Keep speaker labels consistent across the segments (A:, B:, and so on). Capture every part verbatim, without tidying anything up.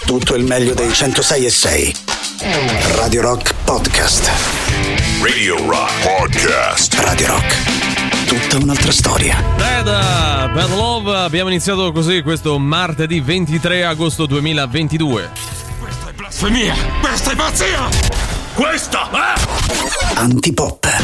A: tutto il meglio dei centosei e sei. Radio Rock Podcast.
B: Radio Rock Podcast.
A: Radio Rock. Tutta un'altra storia.
C: Dead, Bad Love. Abbiamo iniziato così questo martedì ventitré agosto duemilaventidue.
B: Questa è blasfemia! Questa è pazzia! Questa è...
A: Antipop.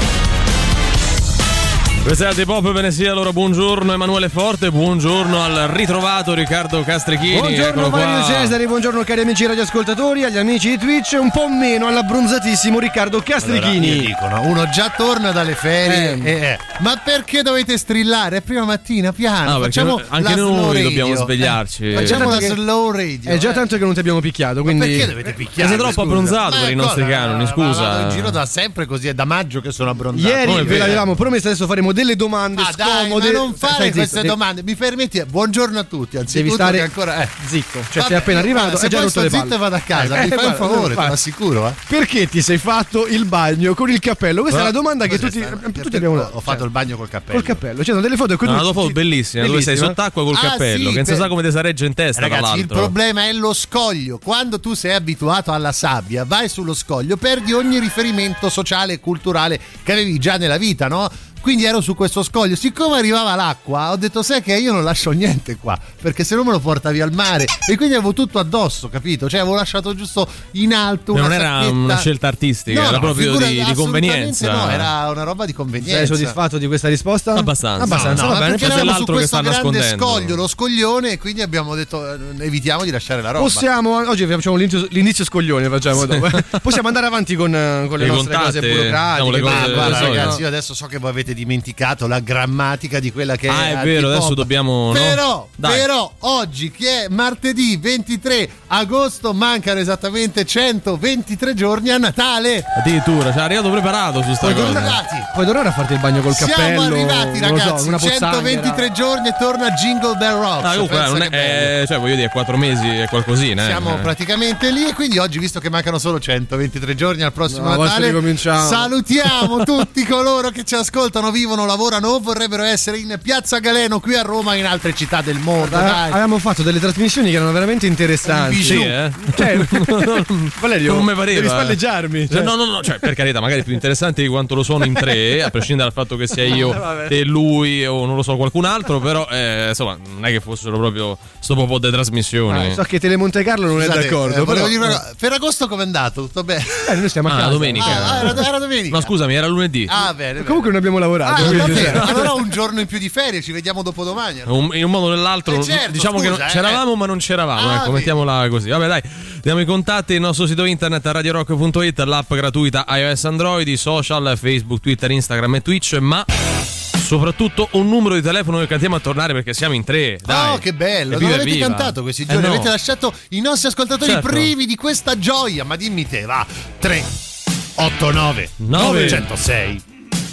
C: Questa è Antipop, ve ne sia. Allora, buongiorno Emanuele Forte, buongiorno al ritrovato Riccardo Castrichini.
D: Buongiorno Mario Cesari, buongiorno cari amici radioascoltatori, agli amici di Twitch, un po' meno all'abbronzatissimo Riccardo Castrichini.
E: Allora, io dico, no? Uno già torna dalle ferie
D: eh.
E: e, eh. Ma perché dovete strillare? È prima mattina, piano.
C: No,
E: facciamo
C: anche
E: la
C: noi
E: slow
C: dobbiamo
E: radio.
C: svegliarci.
E: Eh, facciamo la
D: che...
E: slow radio.
D: È già
E: eh.
D: tanto che non ti abbiamo picchiato, quindi...
E: Ma perché dovete picchiare?
C: Sei troppo
E: scusa?
C: abbronzato
E: Ma
C: per i
E: cosa?
C: nostri canoni,
E: Ma
C: scusa.
E: vado in giro da sempre così, è da maggio che sono abbronzato.
D: Ieri
C: Come
D: ve
C: vero?
D: l'avevamo promesso, adesso faremo delle domande
E: Ah, dai,
D: scomode.
E: ma non fare
D: Stai zitto,
E: queste
D: devi-
E: domande. Mi permetti? Buongiorno a tutti.
D: Devi
E: Anzitutto
D: stare
E: che ancora eh.
D: zitto, cioè
E: Vabbè,
D: sei appena arrivato,
E: guarda,
D: hai già
E: se
D: rotto
E: poi
D: le
E: sto
D: palle.
E: zitto e vado a casa,
D: Eh,
E: mi fai un
D: guarda,
E: favore, te
D: guarda.
E: lo assicuro, eh.
D: Perché ti sei fatto il bagno con il cappello? Questa è la domanda che
E: Cos'è
D: tutti,
E: sta-
D: tutti abbiamo.
E: Ho fatto il bagno col cappello.
D: Col cappello, ci sono delle foto che
C: No,
D: tu-
C: una foto bellissima, dove sei sott'acqua col
E: Ah,
C: cappello,
E: sì,
C: che non si
E: per-
C: sa come ti sareggia in testa, tra
E: Ragazzi, il
C: l'altro.
E: problema è lo scoglio. Quando tu sei abituato alla sabbia, vai sullo scoglio, perdi ogni riferimento sociale e culturale che avevi già nella vita, no? Quindi ero su questo scoglio, siccome arrivava l'acqua ho detto sai che io non lascio niente qua, perché se no me lo porta via al mare, e quindi avevo tutto addosso, capito? Cioè avevo lasciato giusto in alto una
C: non era
E: sacchetta.
C: una scelta artistica,
E: No,
C: era
E: no,
C: proprio
E: figura-
C: di, di
E: assolutamente
C: convenienza.
E: No, era una roba di convenienza.
D: Sei soddisfatto di questa risposta?
C: Abbastanza.
D: Abbastanza,
E: No,
D: va
E: ma
D: bene.
E: perché
C: forse è
E: eravamo su
C: l'altro che
E: questo
C: sta
E: grande
C: nascondendo.
E: scoglio, lo scoglione, e quindi abbiamo detto eh, evitiamo di lasciare la roba.
D: Possiamo, oggi facciamo l'inizio, l'inizio scoglione, facciamo dopo. Possiamo andare avanti con, eh, con le
C: I
D: nostre
C: contatti,
D: cose burocratiche.
C: diciamo, le
E: Ma
C: cose-
E: guarda,
C: so,
E: ragazzi,
C: no.
E: io adesso so che voi avete dimenticato la grammatica di quella che
C: Ah,
E: è
C: è vero,
E: Antipop.
C: adesso dobbiamo, no?
E: Però,
C: Dai.
E: però oggi che è martedì ventitré agosto mancano esattamente centoventitré giorni a Natale.
C: Addirittura, cioè è arrivato preparato su sta
E: Siamo
C: cosa.
E: arrivati.
D: Puoi tornare a farti il bagno col
E: Siamo
D: cappello?
E: arrivati,
D: non lo so,
E: ragazzi.
D: una pozzanghera.
E: centoventitré giorni e torna Jingle Bell Rock.
C: Ah, comunque, non è, eh, cioè voglio dire, quattro mesi e qualcosina.
E: Siamo
C: eh.
E: praticamente lì, e quindi oggi, visto che mancano solo centoventitré giorni al prossimo
D: No, forse
E: Natale,
D: ricominciamo.
E: salutiamo tutti coloro che ci ascoltano, vivono, lavorano o vorrebbero essere in Piazza Galeno qui a Roma e in altre città del mondo.
D: Ah,
E: Dai.
D: avevamo fatto delle trasmissioni che erano veramente interessanti.
C: Sì, eh.
D: Cioè, Valerio,
C: Non mi pareva.
D: devi spalleggiarmi.
C: Cioè, no, no, no, cioè, per carità, magari più interessanti di quanto lo sono in tre, a prescindere dal fatto che sia io e lui o non lo so, qualcun altro, però eh, insomma, non è che fossero proprio sto po' di trasmissioni.
D: Ah, so che Tele Monte Carlo non
E: Scusate,
D: è d'accordo.
E: eh, volevo
D: però,
E: dire una cosa. Ferragosto com'è andato? Tutto bene?
D: eh, noi stiamo a
C: Ah,
D: casa.
C: domenica.
E: Ah, era, era domenica.
C: No, scusami, era lunedì.
E: Ah, bene, bene.
D: Comunque non abbiamo lavorato.
E: Ah,
D: quindi-
E: va bene. Allora un giorno in più di ferie, ci vediamo dopodomani.
C: Un- in un modo o nell'altro,
E: Eh, certo,
C: diciamo
E: scusa,
C: che non-
E: eh.
C: c'eravamo ma non c'eravamo,
E: Ah,
C: ecco,
E: vedi.
C: mettiamola così. Vabbè, dai, diamo i contatti, il nostro sito internet radio rock punto it, l'app gratuita iOS Android, i social Facebook, Twitter, Instagram e Twitch, ma soprattutto un numero di telefono che cantiamo a tornare perché siamo in tre. Dai.
E: Oh, che bello!
C: E
E: Non
C: viva,
E: avete
C: viva.
E: cantato questi
C: Eh,
E: giorni,
C: no.
E: avete lasciato i nostri ascoltatori
C: Certo.
E: privi di questa gioia. Ma dimmi te, va. tre otto nove
C: Nove.
E: centosei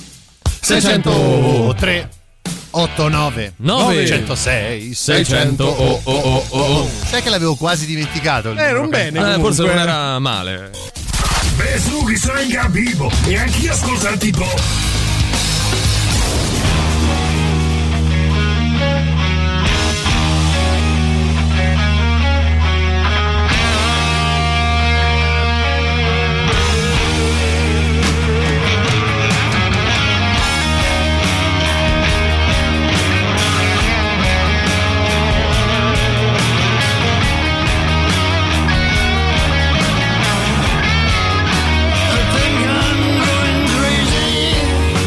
C: seicento
E: tre otto nove
C: Nove.
E: centosei
C: seicento oh, oh, oh, oh, oh.
E: Sai che l'avevo quasi dimenticato il
D: Eh,
E: numero
D: non bene.
E: cantato.
C: Eh, forse
D: Comunque-
C: non era male.
B: Beh, su, chi sono in capivo. E anch'io ascolto Antipop.
F: I think I'm going crazy.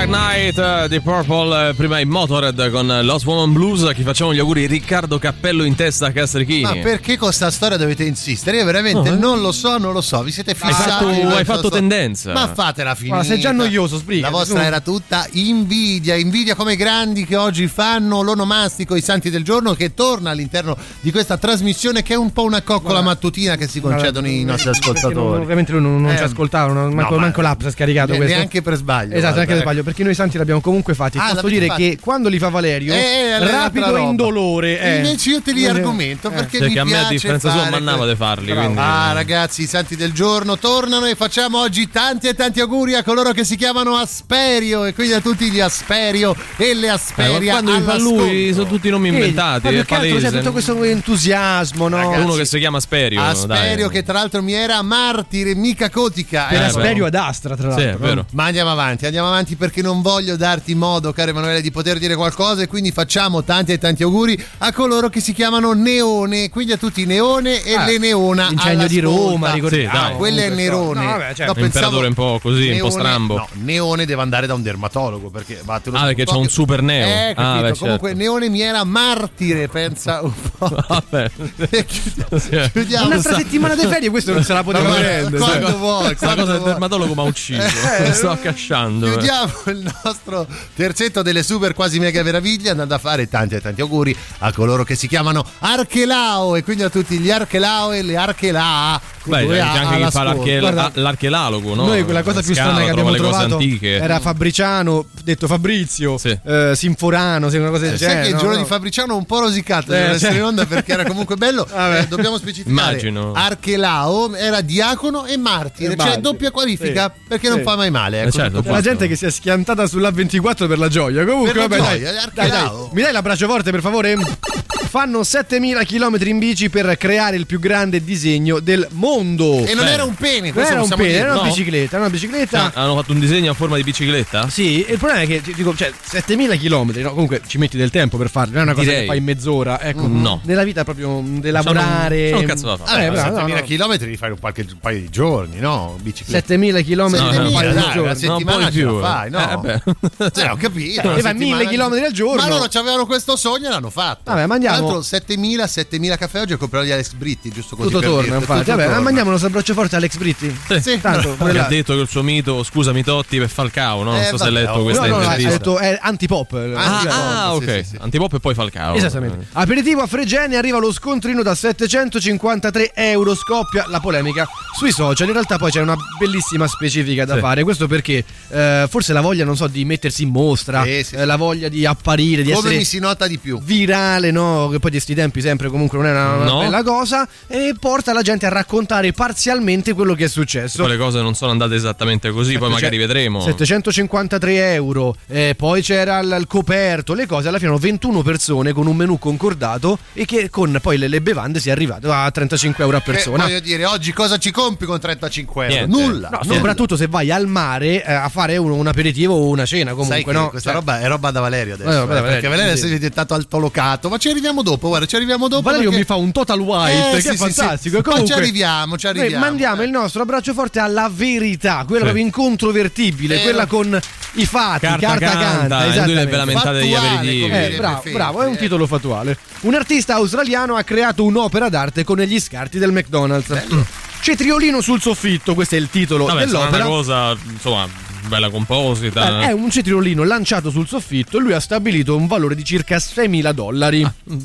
C: Dark Knight di Purple, prima i Motorhead con Lost Woman Blues. A chi facciamo gli auguri? Riccardo Cappello in testa a Castrichini.
E: Ma perché con sta storia dovete insistere? Io veramente uh-huh. non lo so, non lo so. Vi siete fissati?
C: Hai fatto, hai fatto
E: so.
C: tendenza.
E: Ma fatela finita.
D: Ma sei già noioso, sbriga.
E: La vostra
D: tu.
E: era tutta invidia, invidia come i grandi che oggi fanno l'onomastico, i santi del giorno, che torna all'interno di questa trasmissione che è un po' una coccola Guarda. mattutina che si concedono Guarda. i nostri ascoltatori.
D: Non, ovviamente lui non, non
E: eh,
D: ci ascoltava, non, manco, no, manco l'app si è scaricato
E: ne,
D: questo.
E: Neanche per sbaglio.
D: Esatto,
E: guarda,
D: neanche per sbaglio, perché noi santi l'abbiamo comunque fatti.
E: Ah,
D: Posso dire
E: fatti.
D: che quando li fa Valerio,
E: eh,
D: rapido e indolore. Eh.
E: Invece io te li argomento perché,
C: perché
E: mi
C: a me
E: piace
C: a differenza sua
E: fare
C: mannava di farli. Quindi...
E: Ah, ragazzi, i santi del giorno tornano e facciamo oggi tanti e tanti auguri a coloro che si chiamano Asperio, e quindi a tutti gli Asperio e le Asperia.
C: Eh, quando li fa lui sono tutti nomi inventati.
D: Ma
C: è palese.
D: C'è tutto questo entusiasmo, no?
C: Ragazzi, uno che si chiama Asperio.
E: Asperio,
C: dai.
E: che tra l'altro mi era martire, mica cotica.
D: Per
E: eh,
D: Asperio ad Astra, tra l'altro.
C: Sì, è vero.
E: Ma andiamo avanti, andiamo avanti perché non voglio darti modo, caro Emanuele, di poter dire qualcosa, e quindi facciamo tanti e tanti auguri a coloro che si chiamano Neone, quindi a tutti Neone e
D: ah,
E: le Neona.
D: L'incendio di Roma, ricordiamo.
C: Sì, dai.
E: Ah, quello è Nerone.
D: No, vabbè, certo.
E: No,
C: Un imperatore un po' così,
E: Neone,
C: un po' strambo.
E: No, Neone deve andare da un dermatologo perché vattelo
C: Ah, perché c'ha un super neo.
E: Eh, capito.
C: Ah, beh,
E: Comunque
C: certo.
E: Neone mi era martire, pensa un po'.
C: Vabbè.
E: chiudiamo, chiudiamo.
D: Un'altra settimana di ferie, questo non se la poteva
E: No,
D: prendere.
E: quando
D: Cioè.
E: vuoi,
C: Questa
E: quando
C: cosa del
E: vuoi.
C: dermatologo mi ha ucciso. Mi sto accasciando.
E: Chiudiamo il nostro terzetto delle super quasi mega meraviglie andando a fare tanti e tanti auguri a coloro che si chiamano Archelao, e quindi a tutti gli Archelao e le Archelaa.
C: Beh, c'è anche chi fa l'arche-
D: Guarda,
C: l'archeologo, no?
D: Noi quella cosa più
C: Scala,
D: strana che
C: trova
D: abbiamo
C: le cose
D: trovato
C: antiche.
D: era Fabriciano, detto Fabrizio,
C: Sì.
D: eh, Sinforano, una cosa del
E: Eh,
D: genere.
E: sai che il
D: no,
E: giorno
D: no.
E: di Fabriciano un po' rosicato
D: Eh,
E: deve essere
D: sì.
E: in onda perché era comunque bello. Eh, dobbiamo specificare.
C: Immagino.
E: Archelao era diacono e martire,
D: E
E: cioè
D: martire.
E: doppia qualifica,
D: Sì.
E: perché non
D: Sì.
E: fa mai male. Ecco,
C: Eh, certo,
E: tutto
D: C'è
E: qua.
D: la gente che si è schiantata sull'A ventiquattro per la gioia. Comunque,
E: Per la
D: vabbè,
E: gioia,
D: dai,
E: Archelao.
D: dai, dai. Mi dai l'abbraccio forte, per favore? Fanno settemila chilometri in bici per creare il più grande disegno del mondo.
E: E non
C: Beh.
E: era un pene,
D: Non
E: questo
D: era un
E: possiamo
D: pene,
E: dire.
D: era una
C: No.
D: bicicletta, era una bicicletta.
C: Ah, hanno fatto un disegno a forma di bicicletta?
D: Sì, e il problema è che ti dico, cioè, settemila chilometri, no? Comunque ci metti del tempo per farlo, non è una cosa
C: Direi.
D: che fai in mezz'ora. Ecco,
C: No.
D: nella vita è proprio di lavorare.
C: C'hanno un cazzo da fare.
E: Vabbè,
D: Eh,
E: ma
D: bravo,
E: settemila
D: no, no.
E: chilometri li fai un, qualche, un paio di giorni, no? Bicicletta.
D: settemila chilometri
C: No,
D: per
C: no,
D: un paio
E: dai,
D: di
E: una
D: giorni.
E: settimana
C: No, un po' di
E: ce la
C: più,
E: fai, no?
C: eh, beh.
E: Eh, ho capito.
D: Cioè,
E: una
D: e vai mille
E: settimana-
D: chilometri al giorno.
E: Ma loro avevano questo sogno e l'hanno fatto.
D: Vabbè, ma andiamo.
E: Tra l'altro settemila, settemila caffè oggi e comprerò gli Alex Britti, giusto così
D: Tutto
E: per
D: torna,
E: dirti.
D: infatti.
E: Tutto
D: Vabbè,
E: torna.
D: ma mandiamo uno abbraccio forte a Alex Britti.
E: Sì.
D: Tanto,
C: Che
D: quella-
C: ha detto che il suo mito, scusami Totti, per Falcao, no? Non
E: Eh,
C: so se hai
E: vabbè,
C: letto
E: oh,
C: questa
D: No, no, no, ha
C: intervista.
D: detto è antipop.
C: Ah,
E: Sì,
C: ah,
E: sì,
C: ok.
E: sì, sì.
C: Antipop e poi Falcao.
D: Esattamente. Aperitivo a Fregene, arriva lo scontrino da settecentocinquantatré euro. Scoppia la polemica sui social. In realtà poi c'è una bellissima specifica da
C: Sì.
D: fare. Questo perché eh, forse la voglia, non so, di mettersi in mostra,
E: Sì, sì,
D: eh,
E: sì.
D: la voglia di apparire, di
E: Come
D: essere
E: mi si nota di più.
D: virale, no? Che poi di sti tempi sempre comunque non è una, una
C: No.
D: bella cosa. E porta la gente a raccontare parzialmente quello che è successo.
C: Poi le cose non sono andate esattamente così, poi magari vedremo.
D: settecentocinquantatré euro, eh, poi c'era il, il coperto, le cose. Alla fine erano ventuno persone con un menù concordato e che con poi le, le bevande si è arrivato a trentacinque euro a
E: Che,
D: persona.
E: voglio dire, oggi cosa ci compri con trentacinque euro?
C: Niente.
E: Nulla.
D: No,
E: nulla.
D: soprattutto se vai al mare eh, a fare un, un aperitivo o una cena comunque,
E: Sai che
D: no?
E: questa
D: Cioè,
E: roba è roba da Valerio adesso,
D: Eh, roba da
E: eh,
D: Valerio,
E: perché Valerio
D: sì.
E: è diventato altolocato, ma ci arriviamo dopo, guarda, ci arriviamo dopo.
D: Valerio
E: perché...
D: mi fa un total white,
E: Eh,
D: che
E: sì,
D: è
E: sì,
D: fantastico.
E: sì.
D: E comunque,
E: Ma ci arriviamo, ci
D: noi
E: arriviamo.
D: mandiamo
E: eh.
D: il nostro abbraccio forte alla verità, quella
C: Sì.
D: proprio incontrovertibile,
E: Eh,
D: quella con i fatti,
C: Carta
D: carta,
C: canta,
D: canta,
C: e lui
D: esattamente.
C: ve lamentate degli
E: Fattuale,
C: aperitivi.
E: come
D: Eh,
E: direbbe
D: bravo,
E: Feltri,
D: bravo, è un
E: eh.
D: titolo fattuale. Un artista australiano ha creato un'opera d'arte con gli scarti del McDonald's. Mm. Cetriolino sul soffitto, questo è il titolo
C: Vabbè, sarà
D: dell'opera.
C: una cosa, insomma, bella composita.
D: Eh, È un cetriolino lanciato sul soffitto e lui ha stabilito un valore di circa seimila dollari.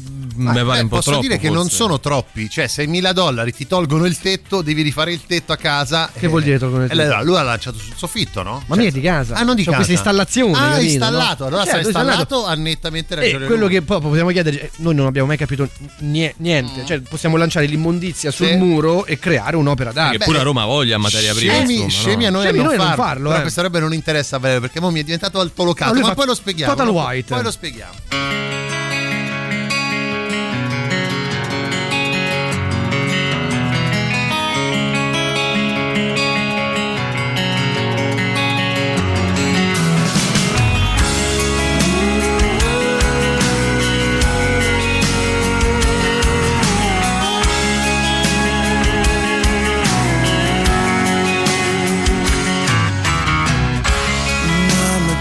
C: Mi pare
E: Eh,
C: un po'
E: posso
C: troppo,
E: dire che
C: forse.
E: non sono troppi, cioè seimila dollari ti tolgono il tetto, devi rifare il tetto a casa.
D: Che vuol dire tolgono il
E: Eh,
D: tetto?
E: allora, lui l'ha lanciato sul soffitto, no?
D: Ma mica di casa.
E: Ah, non di
D: Cioè,
E: casa.
D: questa installazione.
E: Ah,
D: capito,
E: installato,
D: no?
E: allora se è
D: Certo,
E: installato ha nettamente ragione.
D: E quello
E: lui.
D: che poi possiamo chiedere, eh, noi non abbiamo mai capito nie- niente, cioè possiamo lanciare l'immondizia sul
E: Sì.
D: muro e creare un'opera d'arte.
C: Che pure a Roma voglia in materia prima.
E: Scemi,
C: insomma,
E: scemi a
C: no?
E: noi
D: Scemi
E: a non
D: noi a non
E: farlo,
D: farlo,
E: però
D: eh.
E: questa roba non interessa a Valerio perché mo mi è diventato altolocato,
D: No, lui
E: ma
D: fa
E: poi lo spieghiamo.
D: total
E: no?
D: white.
E: Poi lo spieghiamo.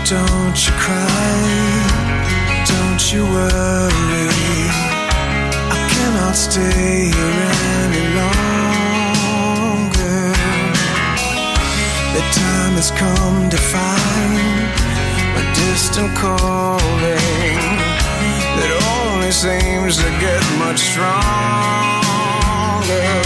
F: don't you cry, don't you worry, I cannot stay here any longer. The time has come to find a distant calling that only seems to get much stronger.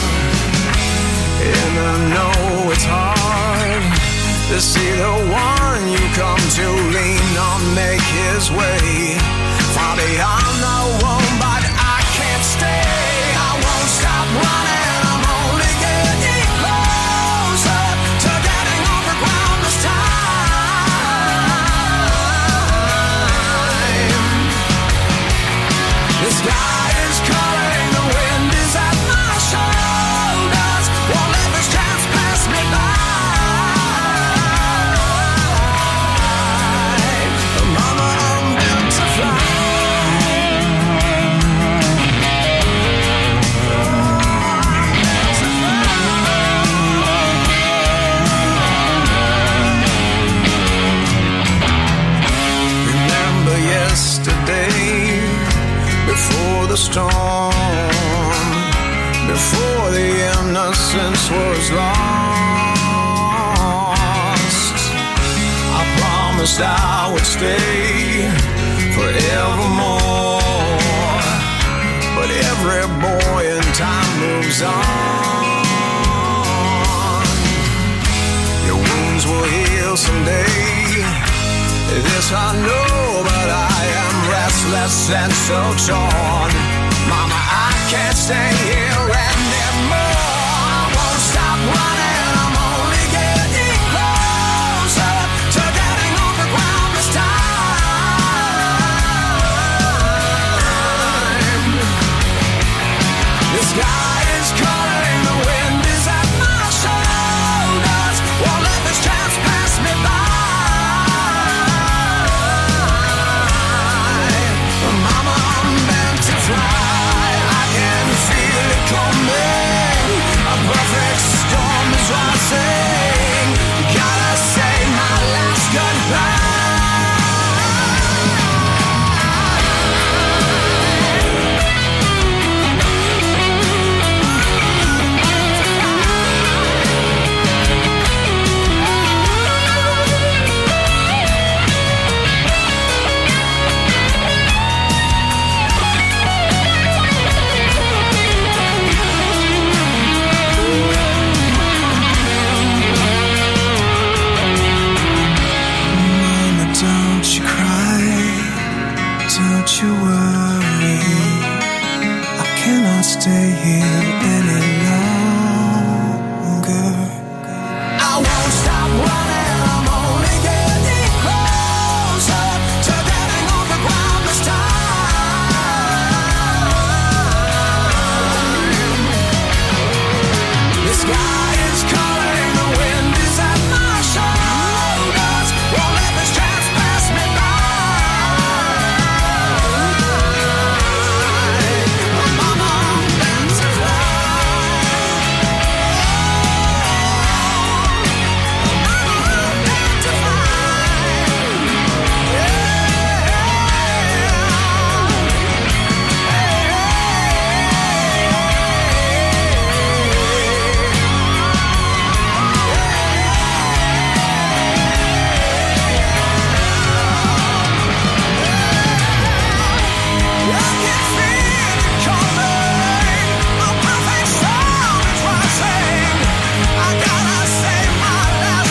F: And I know it's hard to see the one you come to lean on make his way far beyond the one, but I can't stay, I won't stop running, I'm only getting closer to getting off the ground this time. The sky is calling, the wind is at my shoulders, won't let this chance pass me by. Mama, I'm meant to fly. Remember yesterday, before the storm, before the innocence was lost, I promised I would stay forevermore, but every boy in time moves on. Your wounds will heal someday, this I know, but I am restless and so torn. Mama, I can't stay here anymore, I won't stop running, I'm only getting closer to getting off the ground this time. The sky is calling, the wind is at my shoulders, won't let this chance pass me by. Mama, I'm meant to fly, I can feel it coming, a perfect storm is rising, gotta say my last goodbye. Mama, don't you cry, don't you worry, I cannot stay here any longer. I won't stop running, I'm only getting closer to getting off the ground this time. The sky is calling, the wind is at my shoulders, won't let this chance pass me by. Mama, I'm meant to fly. Mama, I'm meant to fly. I can feel it coming, a perfect storm is rising, I gotta say my last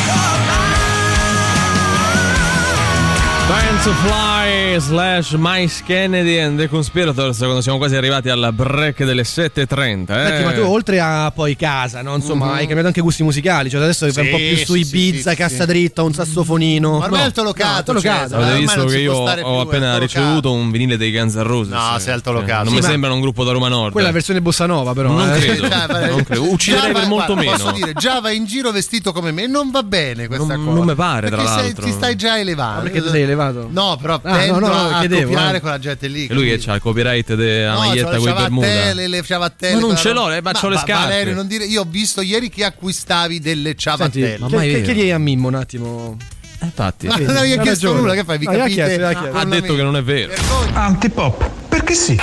F: goodbye.
C: Time to Fly slash Miles Kennedy and the Conspirators, quando siamo quasi arrivati al break delle sette e trenta. Eh.
D: Senti, ma tu oltre a poi casa, no? Insomma,
E: Mhm.
D: hai cambiato anche gusti musicali, cioè adesso
E: Sì,
D: vai un po' più su
E: sì,
D: Ibiza,
E: sì, sì,
D: cassa
E: sì.
D: dritta, un sassofonino.
E: Ma ormai
D: No,
E: è altolocato,
D: no, altolocato.
E: Cesare.
C: Avete
E: ormai
C: visto
E: non
C: che
E: si
C: io
E: può stare
C: ho
E: più, è
C: appena
E: altolocato.
C: ricevuto un vinile dei Guns N' Roses.
E: No, sei altolocato.
C: Non
E: Sì,
C: mi
E: ma-
C: sembrano un gruppo da Roma Nord.
D: Quella è la versione bossa nova, però.
C: Non
D: eh.
C: credo,
E: Cioè,
C: non credo. Ucciderei
E: già
C: per
E: va-
C: molto
E: guarda,
C: meno.
E: Posso dire, già vai in giro vestito come me, non va bene questa
C: Non-
E: cosa.
C: non mi pare, tra
E: Perché sei-
C: l'altro.
E: ti stai già elevando.
D: Ma perché ti sei elevato?
E: No, però
D: Ah,
E: tendo
D: no, no,
E: a, a
D: chiedevo,
E: copiare
D: eh.
E: quella gente lì.
C: E lui che
E: capito?
C: c'ha il copyright della
E: No,
C: maglietta
E: c'ho le
C: con i Bermuda.
E: ciabattelle, le ciabattelle.
C: Ma non
E: quella
C: ce
E: roba-
C: l'ho, eh, ma c'ho le
E: va-
C: scarpe.
E: Valerio, non dire, io ho visto ieri che acquistavi delle
D: Senti,
E: ciabattelle.
C: Ma mai
D: che-
C: vero?
D: chiedi a Mimmo un attimo.
C: Infatti.
E: Ma non mi ha chiesto nulla, che fai? Vi
D: No, gli ha
E: capite?
D: chiesto, gli ha chiesto.
C: Ha detto che non è vero.
B: Antipop, perché sì.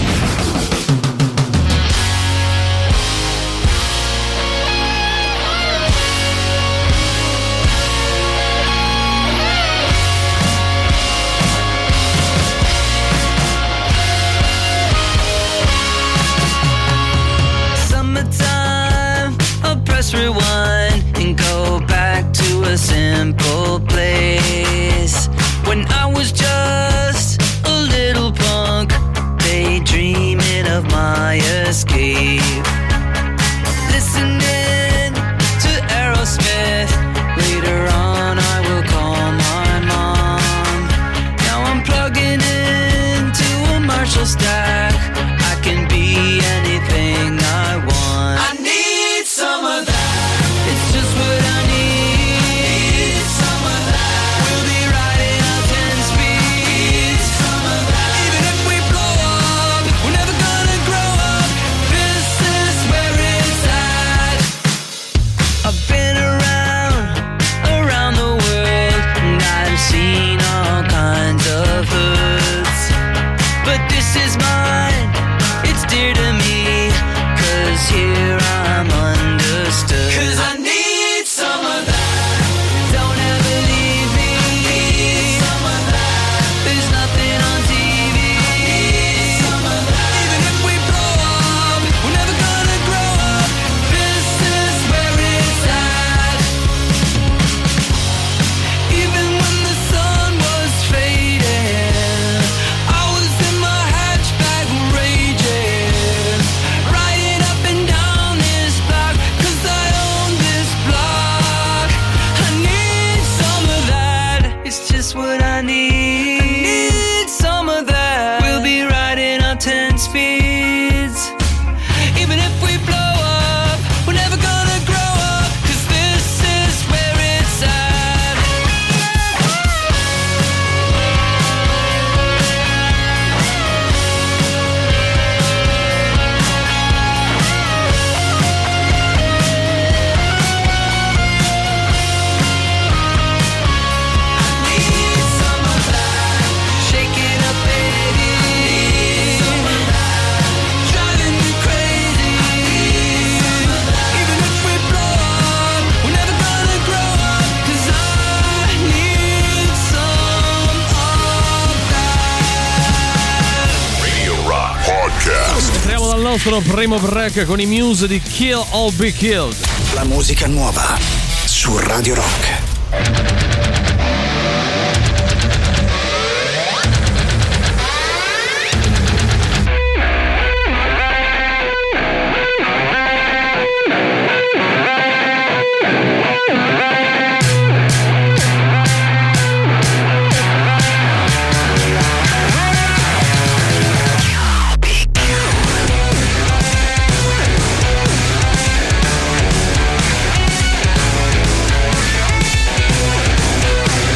G: Rewind and go back to a simple place when I was just a little punk, daydreaming of my escape, listening to Aerosmith. Later on I will call my mom. Now I'm plugging into a Marshall stack. I can be anything I want. I need some of that. It's just what I need. Some of that. We'll be riding out ten speeds. Some of that. Even if we blow up, we're never gonna grow up. This is where it's at. I've been around, around the world, and I've seen all kinds of hoods. But this is mine, it's dear to me, 'cause here I'm understood. 'Cause I need some of that. Don't ever leave me. Some of that. There's nothing on T V. Some of that. Even if we blow up, we're never gonna grow up. This is where it's at. Even when the sun was fading, I was in my hatchback raging, riding up and down this block, 'cause I own this block. I need some of that. It's just what I need. I need some of that. We'll be riding on ten speeds. Even if we blow up, we're never gonna grow up, 'cause this is where it's at. Need some of that. Shake it up, baby. Some of that. Driving me crazy. Some of that. Even if we blow up, we're never gonna grow up, 'cause I need some of that.
H: Radio Rock Podcast.
C: Entriamo dal nostro primo break con i Muse di Kill or Be Killed.
A: La musica nuova su Radio Rock.
F: We'll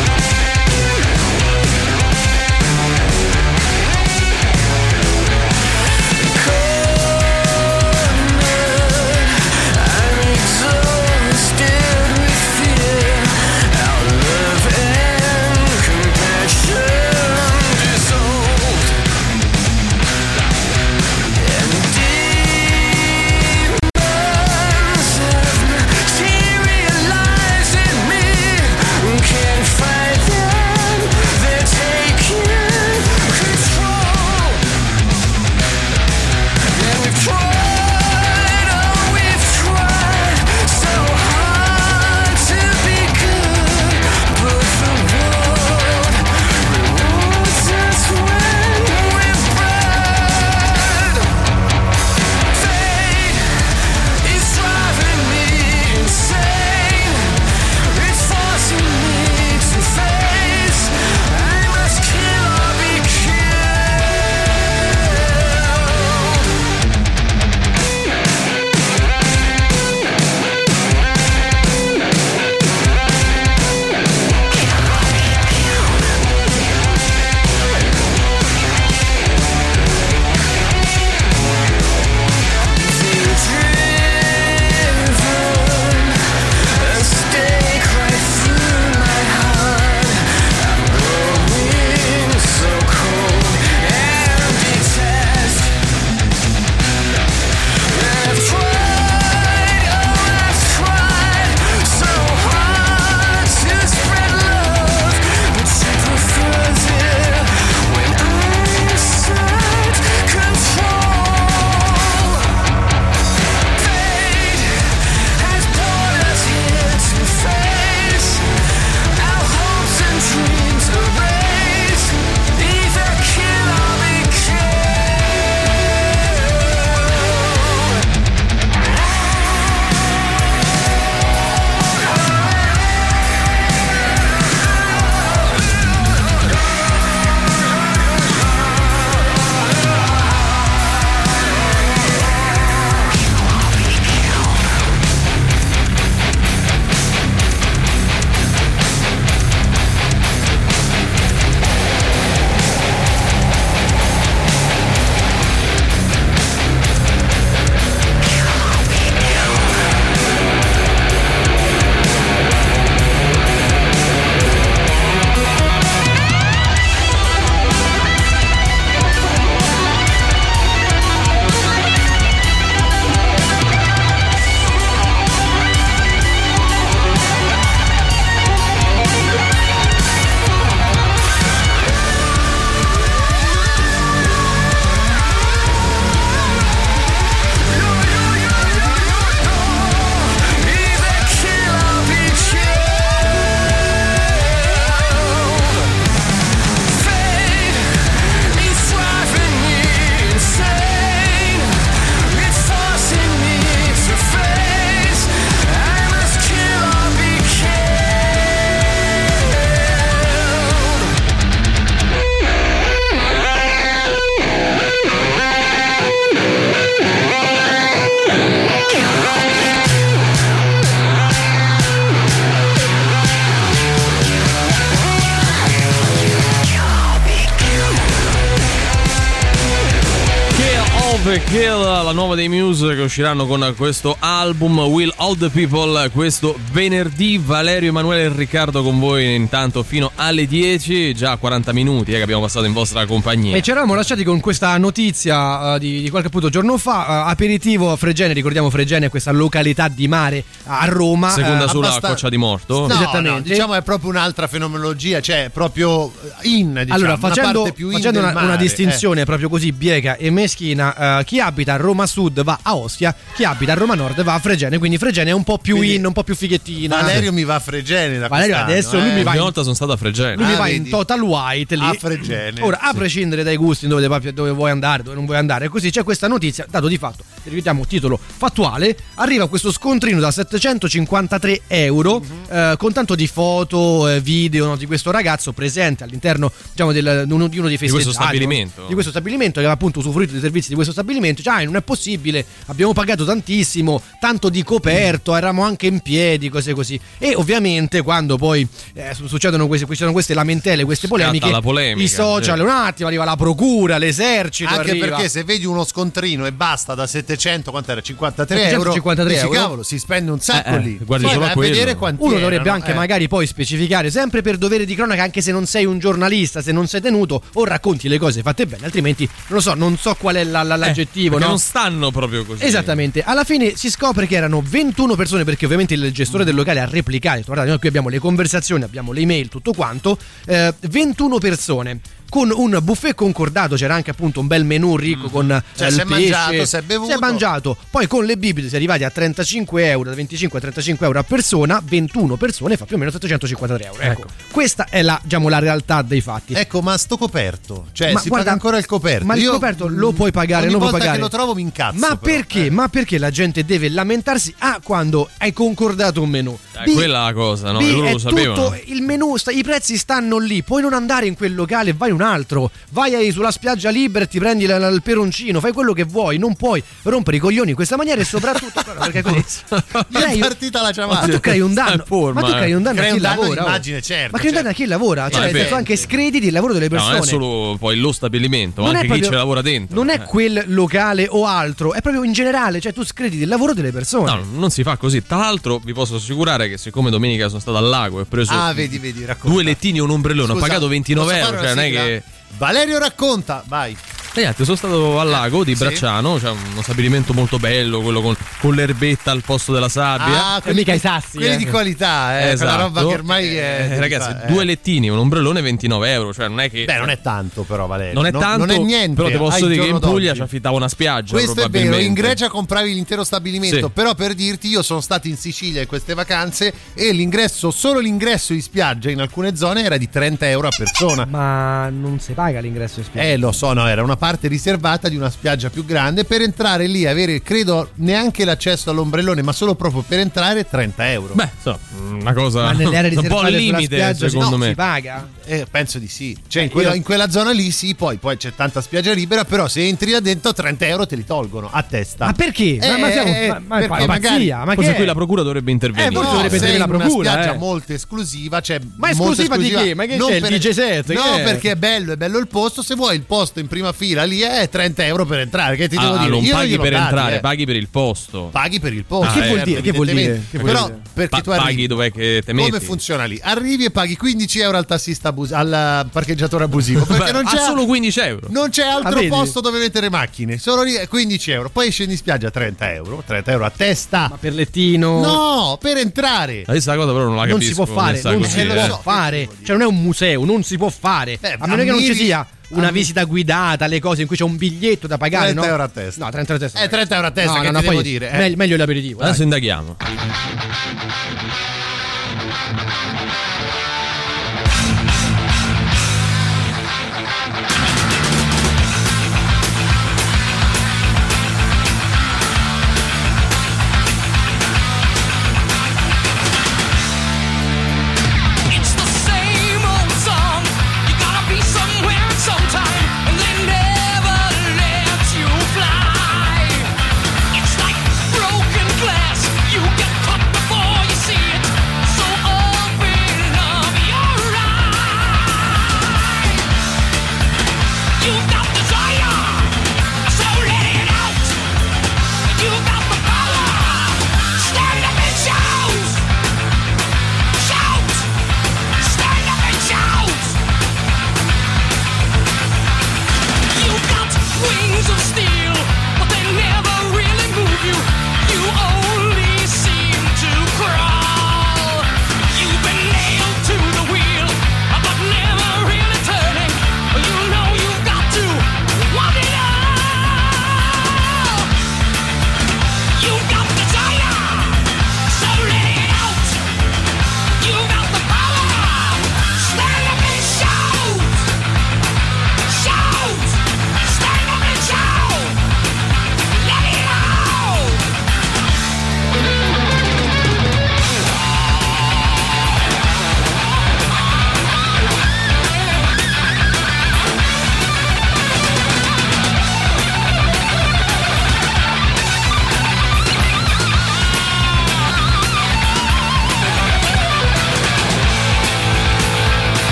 C: Traffic Hill, la nuova dei Muse, che usciranno con questo album Will All the People questo venerdì. Valerio, Emanuele e Riccardo con voi intanto fino alle dieci, già quaranta minuti eh, che abbiamo passato in vostra compagnia.
D: E ci eravamo lasciati con questa notizia uh, di, di qualche appunto giorno fa, uh, aperitivo a Fregene, ricordiamo Fregene è questa località di mare a Roma.
C: Seconda
D: uh,
C: sulla
E: abbastan-
C: Coccia di Morto.
E: No,
D: Esattamente.
E: no, diciamo è proprio un'altra fenomenologia, cioè proprio in, diciamo,
D: allora,
E: una
D: facendo,
E: parte più in
D: facendo
E: del
D: una,
E: mare,
D: una
E: eh.
D: distinzione proprio così biega e meschina, uh, chi abita a Roma Sud va a Ostia, chi abita a Roma Nord va a Fregene, quindi Fregene è un po' più
E: Quindi
D: in, un po' più fighettina.
E: Valerio mi va a Fregene da
D: Valerio
E: quest'anno,
D: adesso
E: eh.
D: lui mi va
C: L'ultima
D: in,
C: volta sono stato a Fregene.
D: lui mi
E: Ah,
D: va
E: vedi.
D: in Total White lì.
E: A Fregene.
D: Ora, a prescindere dai gusti dove, dove vuoi andare, dove non vuoi andare, così c'è questa notizia, dato di fatto, ripetiamo titolo fattuale, arriva questo scontrino da settecentocinquantatré euro
E: Mm-hmm.
D: eh, con tanto di foto, eh, video, no, di questo ragazzo presente all'interno, diciamo, del, di uno, di uno dei festeggiati,
C: questo stabilimento.
D: no? Di questo stabilimento, che aveva appunto usufruito dei servizi di questo stabilimento. Cioè, ah, non è possibile, abbiamo pagato tantissimo, tanto di coperto, eravamo anche in piedi, cose così. E ovviamente quando poi eh, succedono queste, succedono queste lamentele, queste polemiche,
C: la polemica,
D: i social,
C: sì.
D: un attimo, arriva la procura, l'esercito,
E: Anche
D: arriva.
E: perché se vedi uno scontrino e basta da settecento, quanto era? cinquantatré euro,
D: settecentocinquantatré
E: dici,
D: euro.
E: cavolo, si spende un sacco
C: Eh, eh,
E: lì.
C: guardi
E: Poi
C: solo
E: vai
C: a quello.
E: vedere quanti
D: Uno
E: erano,
D: dovrebbe anche
E: eh.
D: magari poi specificare, sempre per dovere di cronaca, anche se non sei un giornalista, se non sei tenuto, o racconti le cose fatte bene, altrimenti non lo so, non so qual è la, la, l'aggettivo,
C: Perché
D: no?
C: non stanno proprio così.
D: Esattamente, alla fine si scopre che erano ventuno persone, perché ovviamente il gestore del locale ha replicato, guardate, noi qui abbiamo le conversazioni, abbiamo le email, tutto quanto, eh, ventuno persone con un buffet concordato, c'era anche appunto un bel menù ricco con
E: Cioè,
D: eh,
E: si
D: il
E: è
D: pesce,
E: mangiato, si è bevuto.
D: si è mangiato, poi con le bibite si è arrivati a trentacinque euro, da venticinque a trentacinque euro a persona, ventuno persone fa più o meno settecentocinquantatré euro. Ecco, questa è la, diciamo, la realtà dei fatti.
E: Ecco, ma sto coperto, cioè
D: Ma
E: si
D: guarda,
E: paga ancora il coperto.
D: ma il
E: Io,
D: coperto lo puoi pagare,
E: ogni
D: lo puoi
E: volta
D: pagare.
E: che lo trovo mi incazzo.
D: Ma
E: però,
D: perché?
E: eh.
D: Ma perché la gente deve lamentarsi? A, quando hai concordato un menù.
C: Eh, quella è la cosa, no? E loro
D: è
C: lo sapevano.
D: tutto il menù, sta, i prezzi stanno lì. Puoi non andare in quel locale, vai in un altro. Vai ai- sulla spiaggia libera e ti prendi la- la- il peroncino, fai quello che vuoi. Non puoi rompere i coglioni in questa maniera e soprattutto però, perché così
E: Gli è
D: crei-
E: partita la
D: ma
E: ciamata.
D: tu crei un danno.
C: Sta in forma,
D: ma tu crei un danno
E: Crei
D: a chi
E: un danno
D: lavora. oh.
E: d'immagine, certo,
D: Ma crei un danno a chi lavora, cioè
C: è
D: nel senso
C: vero.
D: anche screditi il lavoro delle
C: No,
D: persone.
C: non è solo poi lo stabilimento, ma
D: Non è
C: anche chi
D: proprio-
C: ci lavora dentro.
D: Non è
C: Eh.
D: quel locale o altro, è proprio in generale, cioè tu screditi il lavoro delle persone.
C: No, non si fa così. Tra l'altro, vi posso assicurare che siccome domenica sono stato al lago e ho preso
E: Ah, vedi, vedi, racconta.
C: due lettini e un ombrellone, ho
E: Scusa,
C: pagato ventinove
E: posso
C: euro.
E: fare
C: Cioè,
E: una
C: non è
E: sigla?
C: che.
E: Valerio racconta, vai.
C: Ragazzi, sono stato al lago di
E: Sì.
C: Bracciano, c'è uno stabilimento molto bello, quello con, con l'erbetta al posto della sabbia.
E: Ah,
D: E mica i sassi,
E: quelli
D: eh.
E: di qualità, eh, quella roba che ormai è
C: Eh, ragazzi,
E: eh.
C: due lettini, un ombrellone ventínove euro, cioè non è che
E: Beh, non è tanto però, Valerio.
C: non è tanto,
E: non è niente.
C: però ti
E: Ah,
C: posso
E: il
C: dire che in
E: giorno
C: Puglia
E: d'oggi.
C: ci affittava una spiaggia.
E: Questo è vero,
C: probabilmente.
E: in Grecia compravi l'intero stabilimento,
C: Sì.
E: però per dirti io sono stato in Sicilia in queste vacanze e l'ingresso, solo l'ingresso in spiaggia in alcune zone era di trenta euro a persona.
D: Ma non si paga l'ingresso in spiaggia.
E: Eh, lo so, no, era una parte riservata di una spiaggia più grande. Per entrare lì, avere, credo, neanche l'accesso all'ombrellone, ma solo proprio per entrare, trenta euro.
C: Beh, insomma, una cosa
D: Ma nelle aree
C: un po' al
D: riservate sulla
C: limite,
D: spiaggia
C: secondo
D: no,
C: me.
D: si paga?
E: Eh, penso di sì. Cioè,
D: Eh,
E: in quella,
D: io-
E: in quella zona lì sì, poi, poi c'è tanta spiaggia libera, però se entri là dentro trenta euro te li tolgono a testa.
D: Ma perché? Ma- ma siamo-
E: Eh,
D: ma- ma è
E: perché
D: pa-
E: magari-
D: pazzia, ma che
C: Forse
D: è?
C: qui la procura dovrebbe intervenire.
D: Eh, forse
E: No,
D: dovrebbe
E: sei
D: tenere la
E: in
D: procura,
E: una spiaggia
D: eh.
E: molto esclusiva, cioè
D: Ma
E: molto
D: esclusiva di
E: esclusiva.
D: che? Ma che
E: Non
D: c'è, il
E: per-
D: D J set? Che
E: No,
D: è?
E: perché è bello, è bello il posto. Se vuoi il posto in prima fila lì è trenta euro per entrare. Che ti devo
C: Ah,
E: dire?
C: non
E: Io
C: paghi
E: gliel'ho
C: per
E: dati,
C: entrare,
E: eh.
C: paghi per il posto.
E: Paghi per il posto.
C: Ah,
D: che
C: eh,
D: vuol dire? Che vuol dire?
E: evidentemente.
D: Che vuol
E: Però
D: dire?
E: perché
C: Pa-
E: tu arrivi,
C: paghi dov'è che te metti?
E: come funziona lì? Arrivi e paghi quindici euro al tassista abus- al parcheggiatore abusivo perché
C: Beh,
E: non
C: ha
E: c'è
C: solo quindici euro.
E: non c'è altro
D: Ah, vedi?
E: posto dove mettere macchine, solo lì è quindici euro. Poi scendi in spiaggia trenta euro, trenta euro a testa.
D: Ma per lettino?
E: No, per entrare.
C: Questa cosa però non la
D: Non
C: capisco.
D: si può fare,
C: onesta
D: non
C: così,
D: si
E: lo
D: può
C: eh.
E: so.
D: fare. Cioè non è un museo, non si può fare.
E: Beh,
D: a meno che non ci
E: ammiri-
D: sia una
E: ammiri-
D: visita guidata, le cose in cui c'è un biglietto da pagare,
E: trenta
D: no?
E: euro a testa.
D: No, trenta euro a testa.
E: Eh, trenta euro a testa,
D: No,
E: che
D: no,
E: ti
D: no,
E: devo
D: poi
E: dire, eh.
D: meglio, meglio l'aperitivo. dai.
C: Adesso indaghiamo.
I: It's the same old song. You gotta be somewhere at some time, and they never let you fly. It's like broken glass. You get cut before you see it. So open up your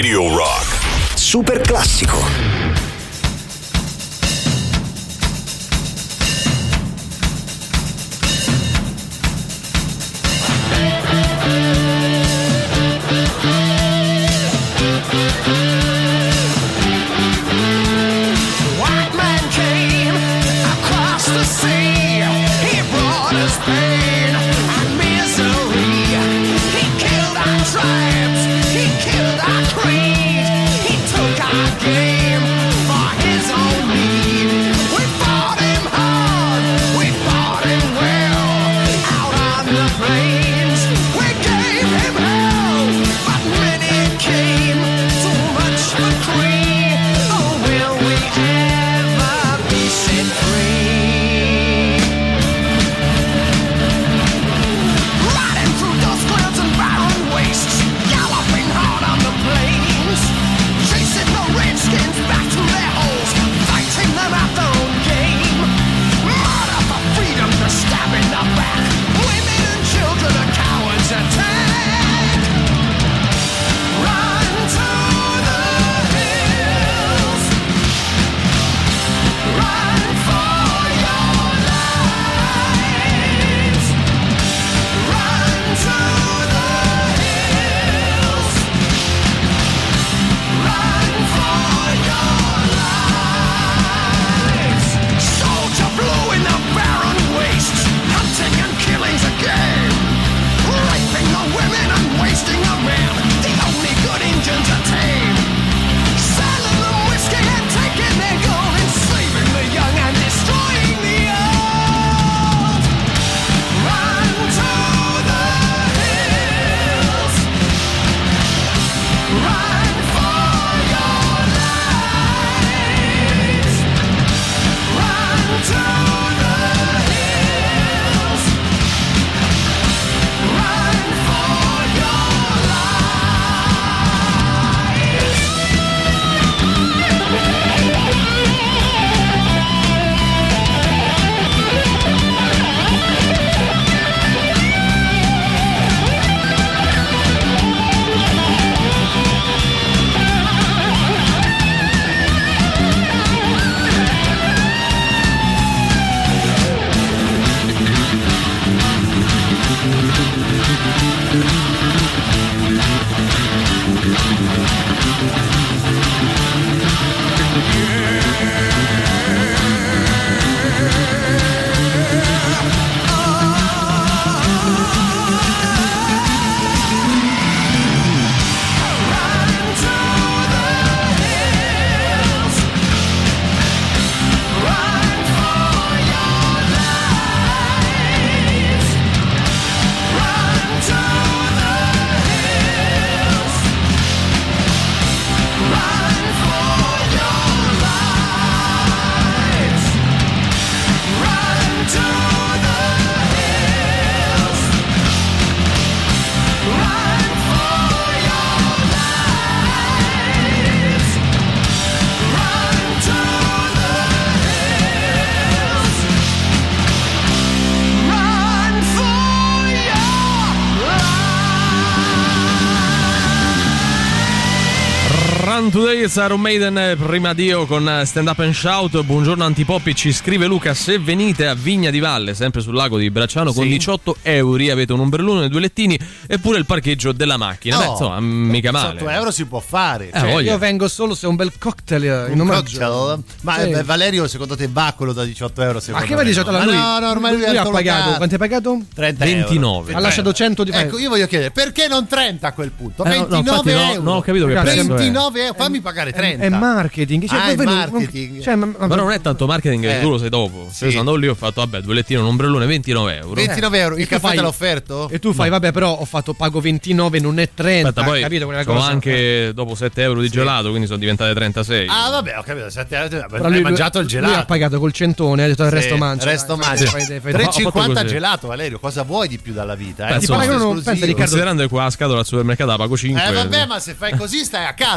H: Radio Rock.
A: Super classico.
C: Today is Iron Maiden, prima Dio con Stand Up and Shout. Buongiorno Antipoppi, ci scrive Luca: se venite a Vigna di Valle, sempre sul lago di Bracciano, sì, con diciotto euro avete un ombrellone e due lettini e pure il parcheggio della macchina.
E: No,
C: beh, insomma, mica male.
E: diciotto euro si può fare.
C: Eh,
E: cioè,
D: io vengo solo se è un bel cocktail in
E: un
D: omaggio.
E: Cocktail? Ma
D: sì.
E: eh, Valerio, secondo te va quello da diciotto euro?
D: Ma che va diciotto? No. Lui,
E: no, no, ormai lui,
D: lui ha pagato.
E: Locato.
D: Quanto hai pagato?
E: trenta
C: ventinove.
E: euro.
D: Ha lasciato cento di
E: Ecco, io voglio chiedere, perché non trenta a quel punto?
C: Eh, no,
E: ventinove
C: no,
E: euro.
C: No, no, ho capito che prezzo è.
E: ventinove euro, fammi pagare trenta.
D: È marketing. Cioè,
E: ah, è
D: voi
E: marketing.
D: Cioè, ma, ma,
C: ma non è tanto marketing,
E: eh.
C: tu lo sai dopo.
E: Sì.
C: Io sono andato lì, ho fatto, vabbè, due lettini, un ombrellone, ventinove euro.
E: ventinove euro. Il
D: E tu
E: caffè
D: fai-
E: te l'ho offerto?
D: E tu fai, vabbè, però ho fatto pago ventinove, non è trenta.
C: Aspetta, poi
D: capito quella
C: sono
D: cosa?
C: anche dopo sette euro di
E: Sì.
C: gelato, quindi sono diventate trentasei.
E: Ah, vabbè, ho capito. sette euro.
D: Però
E: Hai
D: lui-
E: mangiato il
D: Lui ha
E: gelato.
D: pagato col centone, ha detto il
E: Sì,
D: resto mangia.
E: il resto
D: Dai,
E: mangia.
D: fai- fai- fai-
C: Ho
E: tre e
C: fatto
E: cinquanta
C: così.
E: gelato, Valerio. Cosa vuoi di più dalla vita? Eh?
C: Beh,
D: Ti
C: insomma,
D: pagano,
E: esclusivo.
D: pensa Riccardo.
C: Considerando che qua a scatola al supermercato la pago cinque.
E: Eh vabbè, ma se fai così stai a casa.
D: Un
E: Allora,
D: giorno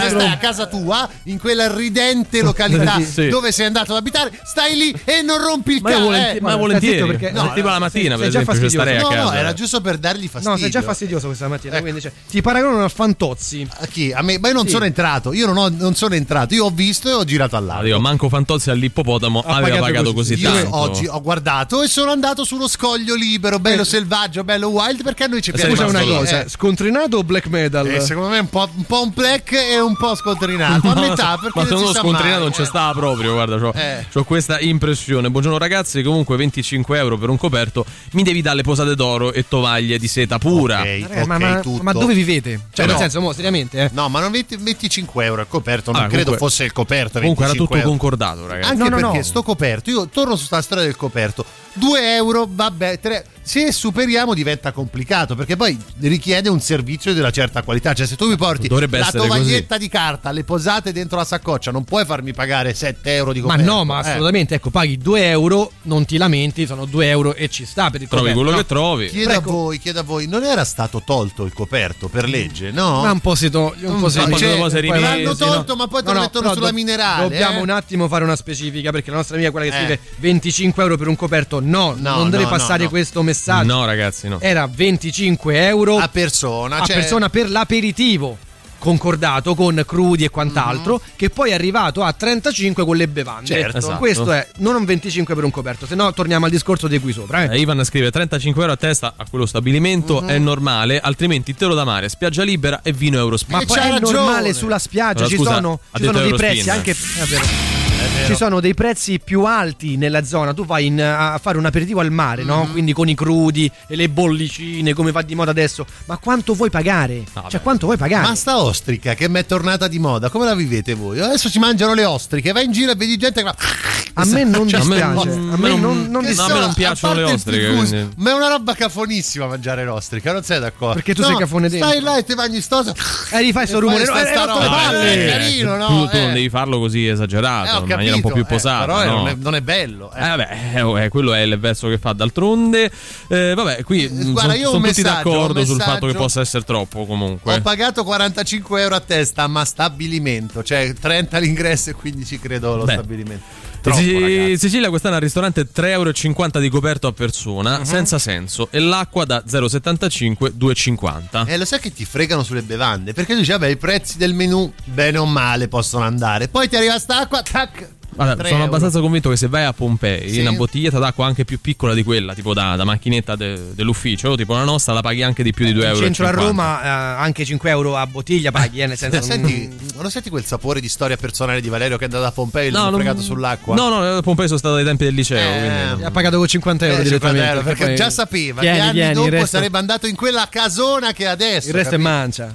E: che stai a casa tua, in quella ridente località
C: Sì.
E: dove sei andato ad abitare, stai lì e non rompi il
C: Ma io
E: cazzo.
C: volenti-
E: eh.
C: ma volentieri,
D: perché-
C: no,
D: no,
C: tipo la mattina,
D: sei
C: per
D: già
C: esempio, ci starei a
E: No,
C: casa.
E: no, era giusto per dargli fastidio.
D: No, sei già fastidioso questa mattina,
E: Ecco.
D: quindi cioè, ti paragonano a Fantozzi.
E: A chi? A me? Ma io non
D: Sì.
E: sono entrato, io non, ho, non sono entrato, io ho visto e ho girato
C: Ah,
E: all'altro.
C: Dio, manco Fantozzi all'ippopotamo aveva
D: pagato
C: pagato
D: così.
C: così
E: Io
C: tanto.
E: oggi ho guardato e sono andato sullo scoglio libero, bello selvaggio, bello wild, perché a noi ci piace.
D: Scusa una
C: rimasto
D: cosa,
E: Eh,
D: scontrinato o black metal?
E: eh, secondo me è un po', un po' un black e un po' scontrinato. A
C: No,
E: metà,
C: ma
E: perché
C: secondo
E: non
C: me
E: si sa
C: scontrinato
E: mai,
C: non c'è
E: eh.
C: stava proprio, guarda, c'ho,
E: Eh.
C: c'ho questa impressione. Buongiorno ragazzi, comunque venticinque euro per un coperto, mi devi dare le posate d'oro e tovaglie di seta pura.
E: Ok,
D: Raga,
E: ok,
D: ma, ma-
E: tutto.
D: ma dove vivete? Cioè,
E: Però-
D: nel senso, mo, seriamente, eh?
E: No, ma non venti venticinque euro il coperto, non
C: Ah,
E: credo
C: comunque-
E: fosse il coperto.
C: Comunque era tutto
E: venticinque euro.
C: concordato, ragazzi.
E: Anche
D: No, no,
E: perché
D: no.
E: sto coperto, io torno su sta storia del coperto. due euro, vabbè, tre. Se superiamo diventa complicato perché poi richiede un servizio di una certa qualità. Cioè, se tu mi porti
C: Dovrebbe
E: la
C: essere
E: tovaglietta di carta, le posate dentro la saccoccia, non puoi farmi pagare sette euro di
D: Ma
E: coperto.
D: no, ma
E: eh.
D: assolutamente, ecco, paghi due euro, non ti lamenti, sono due euro e ci sta per il
C: Trovi
D: coperto,
C: quello
D: no?
C: che trovi.
E: Chiedo
D: Prego.
E: a voi, chiedo a voi, non era stato tolto il coperto per legge, no?
D: Ma un po' si to- un po' si
C: Ma
E: Ma
C: poi
E: c'è-
C: dopo si rimesi,
E: l'hanno tolto,
C: no?
E: ma poi te
D: No,
E: lo
D: no,
E: mettono
D: però
E: sulla
D: do-
E: minerale.
D: Dobbiamo
E: eh?
D: un attimo fare una specifica perché la nostra amica, quella che
E: Eh.
D: scrive venticinque euro per un coperto, no,
E: No,
D: non deve
E: no,
D: passare
E: no, no.
D: questo messaggio.
C: No, ragazzi, no.
D: Era venticinque euro
E: a persona,
D: a
E: cioè-
D: persona per l'aperitivo concordato con crudi e quant'altro, che poi è arrivato a trentacinque con le bevande.
E: Certo.
C: Esatto.
D: Questo è non un venticinque per un coperto, se no torniamo al discorso di qui sopra. Eh.
C: Eh, Ivan scrive trentacinque euro a testa a quello stabilimento è normale, altrimenti te lo da mare, spiaggia libera e vino Eurospin.
D: Ma
E: E
D: poi
E: c'ha
D: è
E: ragione.
D: normale sulla spiaggia,
C: Allora,
D: ci
C: scusa,
D: sono,
C: ha
D: ci sono
C: detto
D: dei
C: Eurospin.
D: prezzi anche è vero. Ci sono dei prezzi più alti nella zona. Tu vai in- a fare un aperitivo al mare, no? Quindi con i crudi e le bollicine, come va di moda adesso. Ma quanto vuoi pagare?
C: Vabbè.
D: Cioè, quanto vuoi pagare?
E: Ma sta ostrica che mi è tornata di moda, come la vivete voi? Adesso si mangiano le ostriche, vai in giro e vedi gente che
D: A me non
E: Cioè,
D: dispiace.
C: a me-
D: A me non, non
E: Che
C: no, a
D: dispiace.
C: me
E: so,
C: non piacciono
E: a parte
C: le
E: il
C: ostriche,
E: picus,
C: quindi-
E: ma è una roba cafonissima mangiare l'ostrica, non sei d'accordo?
D: Perché tu sei cafone dentro.
E: Stai là e ti mangi stosa
D: E rifai sto
E: e
D: rumore.
E: fai
D: No,
E: sta-
D: hai
E: sta
D: rotto le
E: roba.
D: palle.
E: Eh, carino, no?
C: tu, tu
E: Eh.
C: non devi farlo così
E: Eh,
C: esagerato,
E: ho
C: in maniera un po'
E: capito,
C: più posata.
E: eh, però
C: no?
E: non, è, non è bello. eh.
C: Eh, vabbè, eh, quello è il verso che fa d'altronde. Eh, vabbè, qui mh,
E: Guarda,
C: son-
E: io ho
C: sono
E: un
C: tutti
E: messaggio,
C: d'accordo
E: un
C: sul fatto che
E: messaggio.
C: possa essere troppo comunque.
E: Ho pagato quarantacinque euro a testa, ma stabilimento, cioè trenta l'ingresso e quindici credo lo
C: Beh.
E: stabilimento.
C: In
E: Troppo,
C: Sic-
E: ragazzi.
C: Sicilia quest'anno al ristorante tre euro e cinquanta di coperto a persona, senza senso, e l'acqua da zero virgola settantacinque due e cinquanta.
E: Eh, lo sai che ti fregano sulle bevande? Perché tu dici, vabbè, i prezzi del menù, bene o male, possono andare. Poi ti arriva sta acqua, tac.
C: Guarda,
E: tre
C: sono
E: euro.
C: abbastanza convinto che se vai a Pompei,
E: Sì.
C: una bottiglietta d'acqua anche più piccola di quella, tipo da, da macchinetta de- dell'ufficio, tipo la nostra, la paghi anche di più di due
D: In
C: euro. e
D: centro a
C: cinquanta.
D: Roma eh, anche cinque euro a bottiglia paghi, eh, nel senso.
E: Senti, non senti quel sapore di storia personale di Valerio che è andato a Pompei e
C: No,
E: l'hanno
C: non-
E: fregato sull'acqua?
C: No, no, a Pompei sono stato ai tempi del liceo.
E: Eh,
C: quindi-
D: Ha pagato con cinquanta euro
E: Eh,
D: direttamente.
E: cinquanta euro, perché
D: poi-
E: già sapeva
D: Tieni,
E: che anni
D: tieni,
E: dopo
D: il resto,
E: sarebbe andato in quella casona che adesso.
D: il resto è
E: capito?
D: mancia.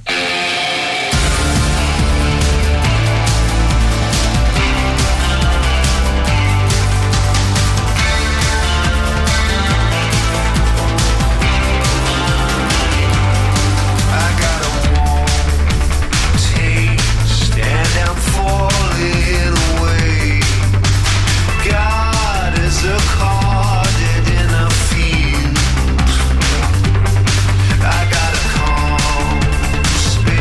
F: I got a warm taste and I'm falling away. God is a carded in a field. I got a calm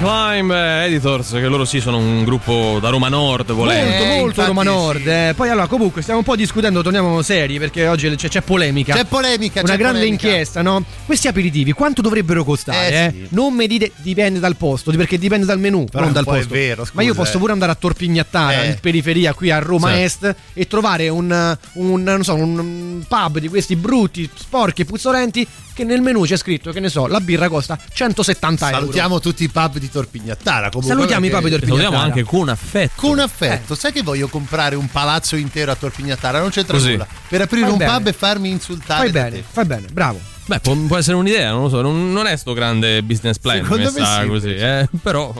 C: Climb Editors, che loro sì sono un gruppo da Roma Nord, volendo.
D: Molto,
E: Eh,
D: molto Roma
E: infatti
D: Nord.
E: sì.
D: eh. Poi allora, comunque, stiamo un po' discutendo, torniamo seri perché oggi c'è, c'è polemica.
E: C'è polemica,
D: Una
E: c'è
D: grande
E: polemica.
D: inchiesta, no? Questi aperitivi quanto dovrebbero costare?
E: Eh,
D: Eh,
E: sì.
D: Non mi dite dipende dal posto, perché dipende dal menù,
E: Però
D: non
E: un
D: dal
E: po' è
D: posto.
E: vero, scusa,
D: Ma io posso
E: eh.
D: pure andare a Torpignattara,
E: Eh.
D: in periferia, qui a Roma
C: Sì.
D: Est, e trovare un, un, non so, un pub di questi brutti, sporchi, puzzolenti, che nel menù c'è scritto, che ne so, la birra costa centosettanta euro.
E: Salutiamo tutti i pub di Torpignattara. Comunque,
D: Salutiamo i
E: perché-
D: pub di Torpignattara.
C: Salutiamo anche con affetto.
E: Con affetto, sai che voglio comprare un palazzo intero a Torpignattara? Non c'entra
C: Così.
E: nulla. Per aprire
D: Fai
E: un
D: bene.
E: pub e farmi insultare.
D: Fai
E: da
D: bene,
E: te.
D: fai bene, bravo.
C: Beh, può, può essere un'idea, non lo so, non, non è sto grande business plan
E: Secondo me
C: messa
E: sì,
C: così, eh, però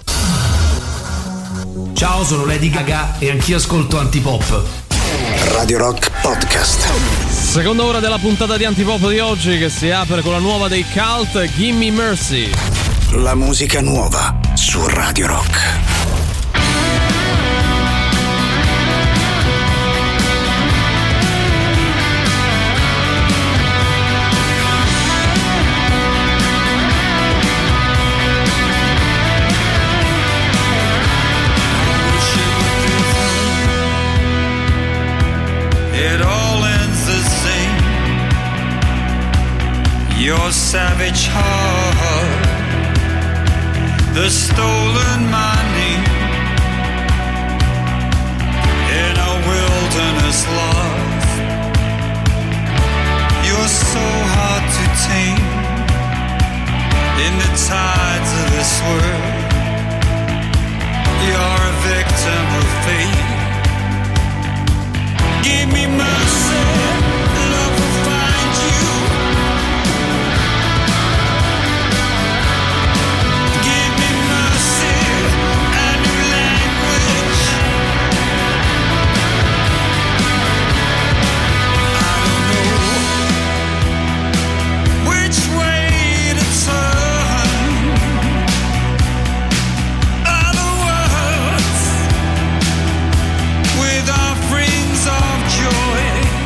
J: Ciao, sono Lady Gaga e anch'io ascolto Antipop.
A: Radio Rock Podcast.
C: seconda ora della puntata di Antipop di oggi, che si apre con la nuova dei Cult, Gimme Mercy.
A: La musica nuova su Radio Rock.
K: It all ends the same. Your savage heart, the stolen money, in a wilderness lost. You're so hard to tame in the tides of this world. You're a victim of fate. Give me mercy, love will find you. Give me mercy, a new language. I don't know which way to turn. Other words with offerings of joy.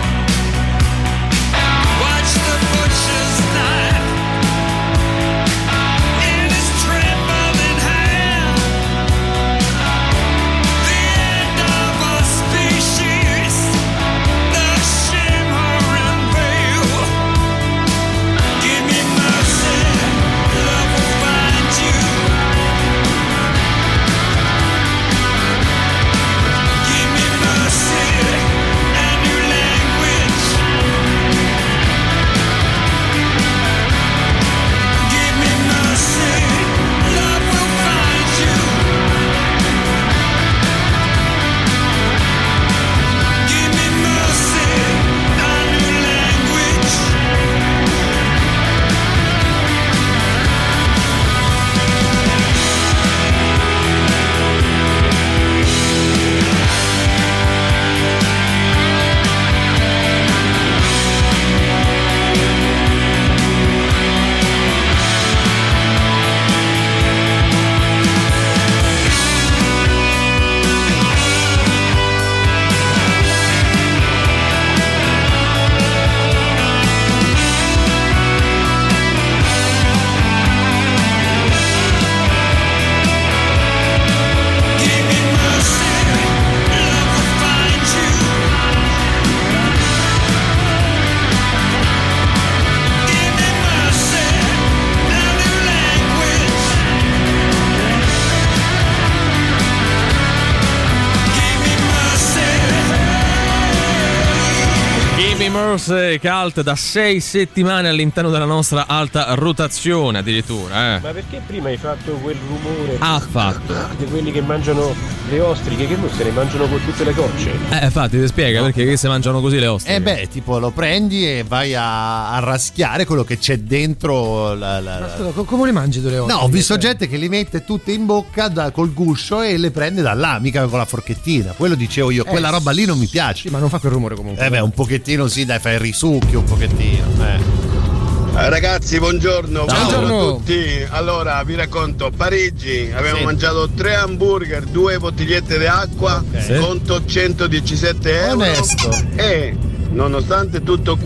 K: Watch the butcher's knife in his trembling hand. The end of a species, the shimmering veil. Give me mercy, love will find you. Give me mercy, a new language. Give me mercy, love will find you. Give me mercy, a new language. Give me mercy, love will find you. Give me mercy, a new language. Give me mercy.
C: Gimme Mercy, Cult, da sei settimane all'interno della nostra alta rotazione addirittura, eh.
L: Ma perché prima hai fatto quel rumore
C: Ha fatto.
L: di quelli che mangiano le ostriche, che non se ne mangiano con tutte le cocce?
C: Eh, infatti ti spiega perché che si mangiano così le ostriche.
E: Eh beh, tipo lo prendi e vai a, a raschiare quello che c'è dentro la, la-
D: Ma scusa, co- come le mangi tu le ostriche?
E: No, ho visto gente che li mette tutte in bocca da- col guscio e le prende da là, mica con la forchettina. Quello dicevo io, quella
D: Eh,
E: roba lì non mi piace.
D: Sì, ma non fa quel rumore comunque.
E: Eh beh, un pochettino sì, dai, fai il risucchio un pochettino. Eh.
M: Eh, ragazzi, buongiorno.
D: Ciao.
M: Buongiorno
D: Buongiorno.
M: a tutti. Allora, vi racconto, a Parigi abbiamo
E: Sì.
M: mangiato tre hamburger, due bottigliette di acqua,
C: Sì.
M: conto centodiciassette euro.
E: Onesto.
M: E nonostante tutto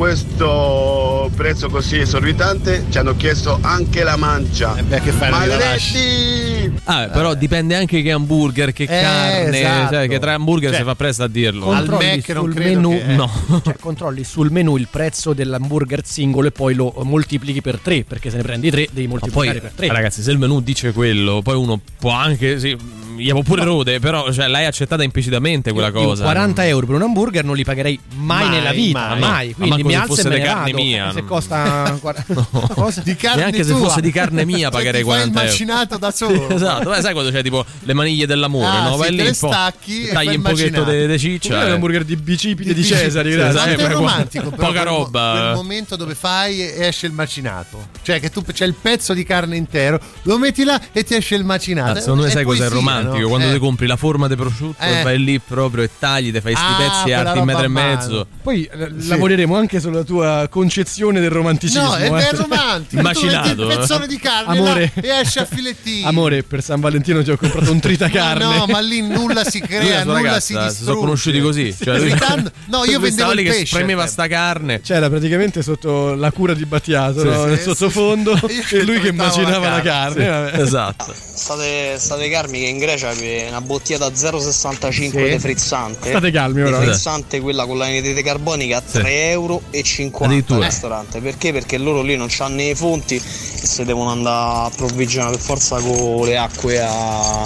M: questo prezzo così esorbitante, ci hanno chiesto anche la mancia.
E: E beh, che fai,
M: maledetti!
C: Ah, però dipende anche che hamburger, che
E: Eh,
C: carne,
E: esatto.
C: cioè che tra hamburger
E: Cioè,
C: si fa presto a dirlo.
D: Controlli
E: Al Mac non
D: sul
E: credo
D: menù,
E: che-
C: No.
D: cioè, controlli sul menù il prezzo dell'hamburger singolo e poi lo moltiplichi per tre, perché se ne prendi tre devi
C: Ma
D: moltiplicare
C: poi,
D: per tre.
C: ragazzi, se il menù dice quello, poi uno può anche, sì, gli può pure rode, però cioè, l'hai accettata implicitamente quella
D: Io
C: cosa.
D: quaranta euro per un hamburger non li pagherei mai,
E: Mai,
D: nella vita,
E: mai.
D: mai.
C: Ma
D: Quindi
C: manco
D: mi
C: se
D: alzo e
C: fosse
D: me
C: di
D: ne
C: carne
D: vado.
C: mia,
D: Se
C: non-
D: costa quaranta cosa?
E: Di carne
C: Neanche se
E: tua.
C: fosse di carne mia pagherei
E: Cioè, ti fai
C: quaranta
E: il
C: euro.
E: macinato da solo.
C: Esatto, beh, sai quando c'è tipo le maniglie dell'amore,
E: Ah,
C: no?
E: sì,
C: Vai
E: te
C: lì
E: le
C: un po',
E: stacchi e
C: tagli
E: fai
C: un
E: il
C: pochetto
E: macinato.
C: di
D: Quello
C: ciccia.
D: è
C: eh.
D: l'hamburger di bicipite di
E: Sì,
D: Cesari,
C: sì,
D: grazie.
C: sai,
E: Quanto è
C: poi qua-
E: romantico però
C: poca
E: quel mo-
C: roba.
E: quel momento dove fai e esce il macinato, cioè che tu c'è il pezzo di carne intero, lo metti là e ti esce il macinato.
C: Ah, secondo me
E: È
C: sai cos'è
E: poesia,
C: romantico?
E: no?
C: Quando
E: Eh.
C: ti compri la forma di prosciutto
E: Eh.
C: e vai lì proprio e tagli, ti fai sti
E: Ah,
C: pezzi
E: quella
C: alti un
E: roba
C: metro e
E: a mano.
C: mezzo.
D: Poi eh, lavoreremo anche sulla tua concezione del romanticismo.
E: No, è,
D: eh.
E: è romantico.
C: Macinato,
E: Tu metti il pezzone di carne
D: Amore.
E: là e esce a filettini.
D: Amore, per San Valentino ti ho comprato un tritacarne.
E: No, ma lì nulla si
C: Lui e
E: crea,
C: la sua
E: nulla
C: ragazza
E: si
C: si
E: distrugge.
C: sono conosciuti così. Cioè, lui,
E: Fritando- no, io
C: lui
E: vendevo
C: stava lì
E: il
C: che
E: pesce.
C: spremeva sta carne.
D: C'era praticamente sotto la cura di Battiato,
C: Sì,
D: no?
E: sì,
D: Nel
E: sì,
D: sottofondo,
E: sì.
D: e lui che
E: Io
D: immaginava la
E: portavo
D: carne.
E: la
D: vabbè.
C: Esatto.
N: State, state calmi che in Grecia c'è una bottiglia da zero virgola sessantacinque
E: Sì.
N: di frizzante.
D: State calmi, però.
N: Di frizzante, quella con l'anidride carbonica a tre euro e cinquanta
C: Addirittura.
N: al ristorante. Perché? Perché loro lì non hanno i fonti e si devono andare a approvvigionare per forza con le acque a,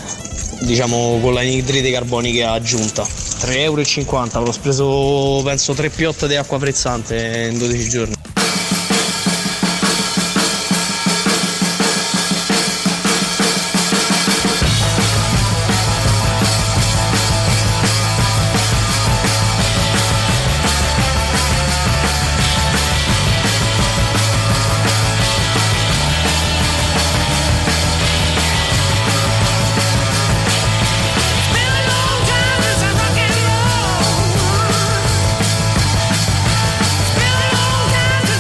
N: diciamo, con l'anidride carbonica aggiunta. tre euro e cinquanta, l'ho speso penso tre piotte di acqua frizzante in dodici giorni.
I: It's been a long time since I rock and roll. It's been a long time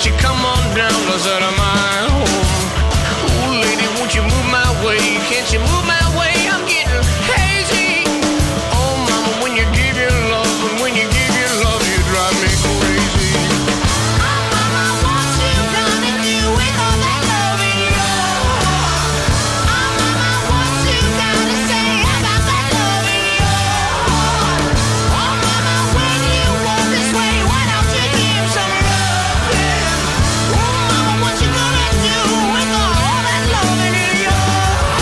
I: won't you come on down the side of my home? Ooh, lady, won't you move my way? Can't you move my way? I'm getting hazy. Oh, mama, when you give your love, and when you give your love, you drive me crazy. Oh, mama, what you gonna do with all that love in your heart? Oh, mama, what you gotta say about that love in your heart? Oh, mama, when you walk this way, why don't you give some love? Oh, mama, what you gonna do with all that love in your heart?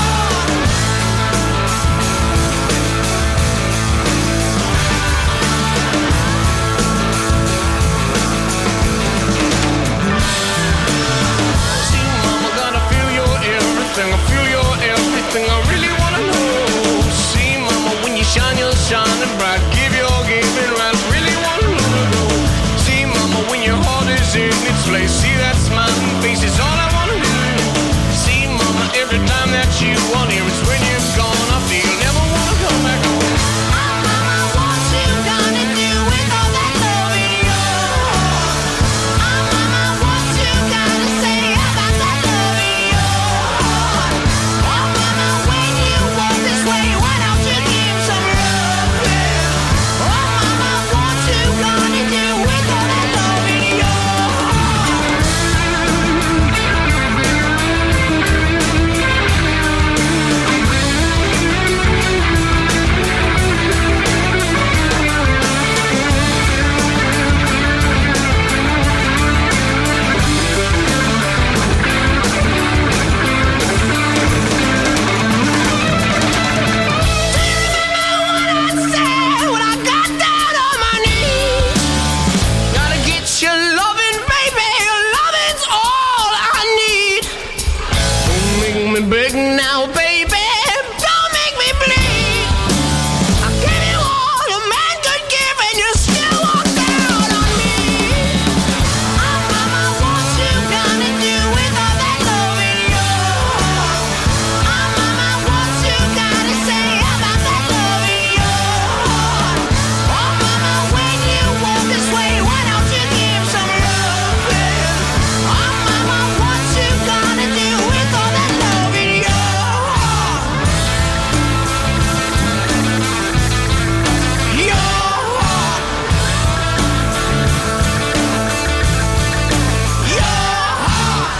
I: See, mama, gotta feel your everything. I feel your everything. I really wanna know. See, mama, when you shine, you're shining bright. Give your giving right. I really wanna know. See, mama, when your heart is in its place. See that smiling face is all I wanna do. See, mama, every time that you want here is when you're gone. I feel never wanna come back home. Oh, mama, what you gonna do with all that love in your heart? Oh, mama, what you gotta say about that love in your heart? Oh, mama, when you walk this way, why don't you give some love? Oh, mama, what you gonna do with all that love in your heart? When I got down on my knees, gotta get your loving, baby. Your loving's all I need. Don't make me beg now, baby. Don't make me bleed. I gave you all a man could give, and you still walk down on me. Oh, mama, what you gonna do with all that love in your heart? Oh, mama, what you gotta say about that love in your heart? Oh, mama, when you walk this way, why don't you give some love? Oh, mama, what you gonna do with all that love in your heart? Your heart. Your heart.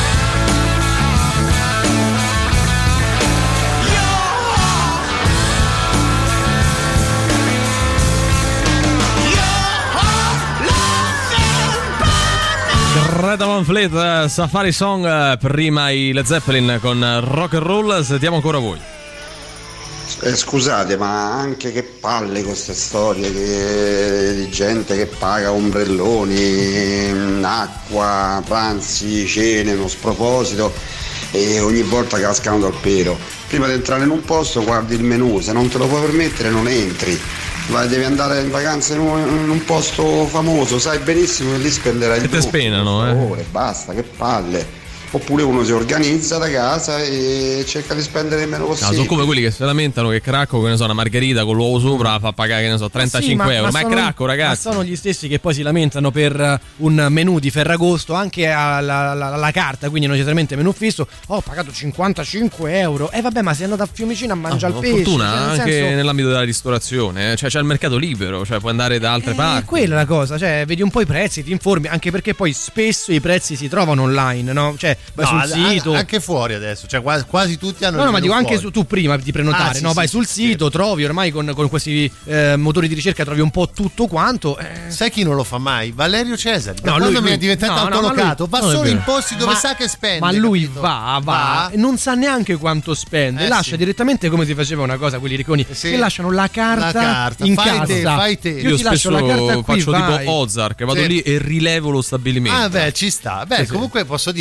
C: Greta Van Fleet, eh, Safari Song, eh, prima i Led Zeppelin con eh, Rock and Roll. Sentiamo ancora voi.
O: Eh, scusate, ma anche che palle queste storie che- di gente che paga ombrelloni, acqua, pranzi, cene, uno sproposito e ogni volta cascano dal pero. Prima di entrare in un posto guardi il menù, se non te lo puoi permettere non entri. Vai, devi andare in vacanza in un, in un posto famoso, sai benissimo che lì spenderai il
C: Che te
O: doppio,
C: spenano,
O: per
C: eh.
O: favore, basta, che palle. Oppure uno si organizza da casa e cerca di spendere meno
C: No,
O: possibile.
C: sono come quelli che si lamentano che Cracco, che ne so, una margherita con l'uovo sopra la fa pagare, che ne so, trentacinque
D: Sì,
C: euro. Ma, è
D: sono-
C: Cracco, ragazzi.
D: Ma sono gli stessi che poi si lamentano per eh, un menù di Ferragosto anche alla, alla- alla carta, quindi non necessariamente menù fisso. Oh, ho pagato cinquantacinque euro. E eh, vabbè, ma sei andato a Fiumicino a mangiare
C: No,
D: il pesce.
C: fortuna
D: cioè, nel
C: anche
D: senso-
C: nell'ambito della ristorazione, eh. Cioè c'è il mercato libero, cioè puoi andare da altre
D: Eh,
C: parti.
D: quella è la cosa, cioè vedi un po' i prezzi, ti informi, anche perché poi spesso i prezzi si trovano online, no? Cioè vai
E: No,
D: sul
E: an-
D: sito.
E: anche fuori adesso, cioè quasi, quasi tutti hanno
D: No,
E: il
D: no, ma
E: menù
D: dico anche
E: fuori.
D: su, tu prima di prenotare,
E: Ah, sì,
D: no?
E: sì,
D: vai
E: sì,
D: sul
E: sì.
D: sito, trovi ormai con, con questi eh, motori di ricerca, trovi un po' tutto quanto. eh.
E: Sai chi non lo fa mai? Valerio Cesari. Da
D: No,
E: quando
D: lui-
E: mi è
D: lui-
E: diventato
D: no, no, ma
E: autolocato,
D: lui-
E: va
D: non è
E: solo
D: vero.
E: in posti dove
D: Ma-
E: sa che spende.
D: Ma lui
E: capito?
D: va, va,
E: Va.
D: e non sa neanche quanto spende.
E: Eh,
D: Lascia
E: sì.
D: direttamente come si faceva una cosa, quelli ricconi
E: Sì.
D: che lasciano la carta,
E: La carta.
D: in
E: Fai
D: casa.
E: te, fai te.
D: Io,
C: Io
D: ti lascio
C: spesso
D: la carta qui,
C: faccio
D: vai.
C: tipo Ozark, vado
E: Sì.
C: lì e rilevo lo stabilimento.
E: Ah, beh, ci sta. Beh,
C: Sì, sì.
E: comunque posso dire, è un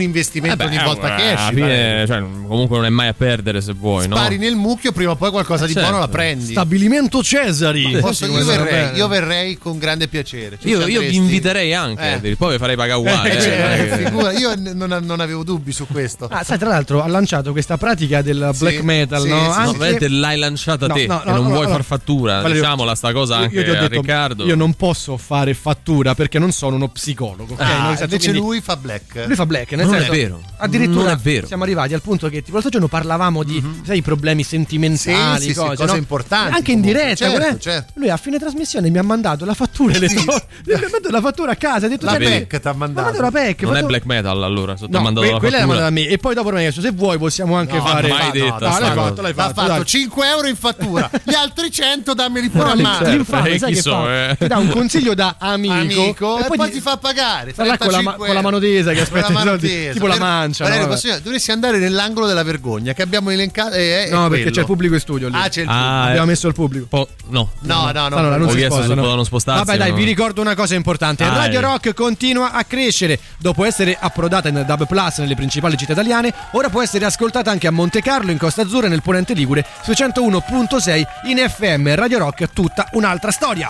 E: investimento
C: Eh beh,
E: ogni volta
C: eh,
E: che esci.
C: alla fine, cioè, comunque non è mai a perdere se vuoi, no?
E: Spari nel mucchio, prima o poi qualcosa
C: Eh,
E: di
C: certo.
E: buono la prendi.
D: Stabilimento Cesari.
E: Posso- io, verrei, io verrei con grande piacere. Ci
C: Io, io
E: andresti?
C: vi inviterei anche,
E: Eh.
C: poi vi farei pagare uguale.
E: Eh,
C: eh,
E: cioè,
C: non è che-
E: figura, io n- non, non avevo dubbi su questo.
D: Ah, sai, tra l'altro ha lanciato questa pratica del
E: Sì,
D: black metal,
E: sì,
D: no?
E: sì,
C: No,
D: Anche-
C: veramente l'hai lanciata
D: No,
C: te,
D: no,
C: che
D: no,
C: non
D: no,
C: vuoi
D: no.
C: far fattura.
D: Valerio,
C: Diciamola sta cosa
D: io-
C: anche
D: io ti ho
C: a
D: detto,
C: Riccardo.
D: io non posso fare fattura perché non sono uno psicologo. ok?
E: Ah,
D: Noi sappiamo,
E: invece
D: quindi-
E: lui fa black.
D: Lui fa black, nel
C: Non è
D: senso,
C: vero.
D: Addirittura
C: Non è vero.
D: siamo arrivati al punto che tipo l'altro giorno parlavamo di sai, i problemi sentimentali,
E: Sì, sì, sì,
D: cose,
E: cose
D: no?
E: importanti
D: Anche in
E: comunque.
D: diretta.
E: Certo,
D: guarda,
E: certo.
D: Lui a fine trasmissione mi ha mandato la fattura elettronica. Mi ha mandato la fattura a casa. Ha detto,
E: La
D: "Senti,
E: P E C ti ha
D: mi ha
E: mandato.
D: mandato la P E C.
C: Non è
D: fatto-
C: black metal allora, sotto
D: No,
C: mandato
D: que-
C: la
D: quella l'ha
C: fattura.
D: mandata a me. E poi dopo mi ha detto, se vuoi possiamo anche
E: No,
D: fare.
C: mai
D: No,
C: detta
D: no,
C: sta
D: l'hai
C: cosa.
D: fatto, l'hai
E: L'ha
D: fatto.
E: fatto
D: dai.
E: cinque euro in fattura, gli altri cento dammeli pure
D: No,
E: a
D: l'in-
E: mano.
D: l'infame,
C: Eh,
D: sai
C: chi
D: che
C: so,
D: fa?
C: eh.
D: Ti dà un consiglio da amico,
E: Amico, e poi,
D: ti
E: ti fa pagare
D: Tra l'altro con la ma-
E: trentacinque
D: con la mano tesa che
E: euro.
D: aspetta
E: Con la
D: i
E: mano
D: soldi,
E: tesa.
D: tipo la
E: Per-
D: mancia,
E: Valerio,
D: no?
E: posso- dovresti andare nell'angolo della vergogna che abbiamo elencato. eh, è
D: No, perché
E: quello.
D: c'è il pubblico in studio lì.
E: Ah, c'è il
C: Ah,
D: Abbiamo
C: eh.
D: messo il pubblico.
C: Po- no.
E: No, no, no.
D: Allora, non
C: Ho
D: si
C: chiesto se
D: spostano.
C: potevano spostarsi.
D: Vabbè, dai,
C: no?
D: vi ricordo una cosa importante.
C: Dai.
D: Radio Rock continua a crescere. Dopo essere approdata in D A B Plus nelle principali città italiane, ora può essere ascoltata anche a Monte Carlo, in Costa Azzurra e nel Ponente Ligure sui centouno virgola sei in F M. Radio Rock, tutta un'altra storia.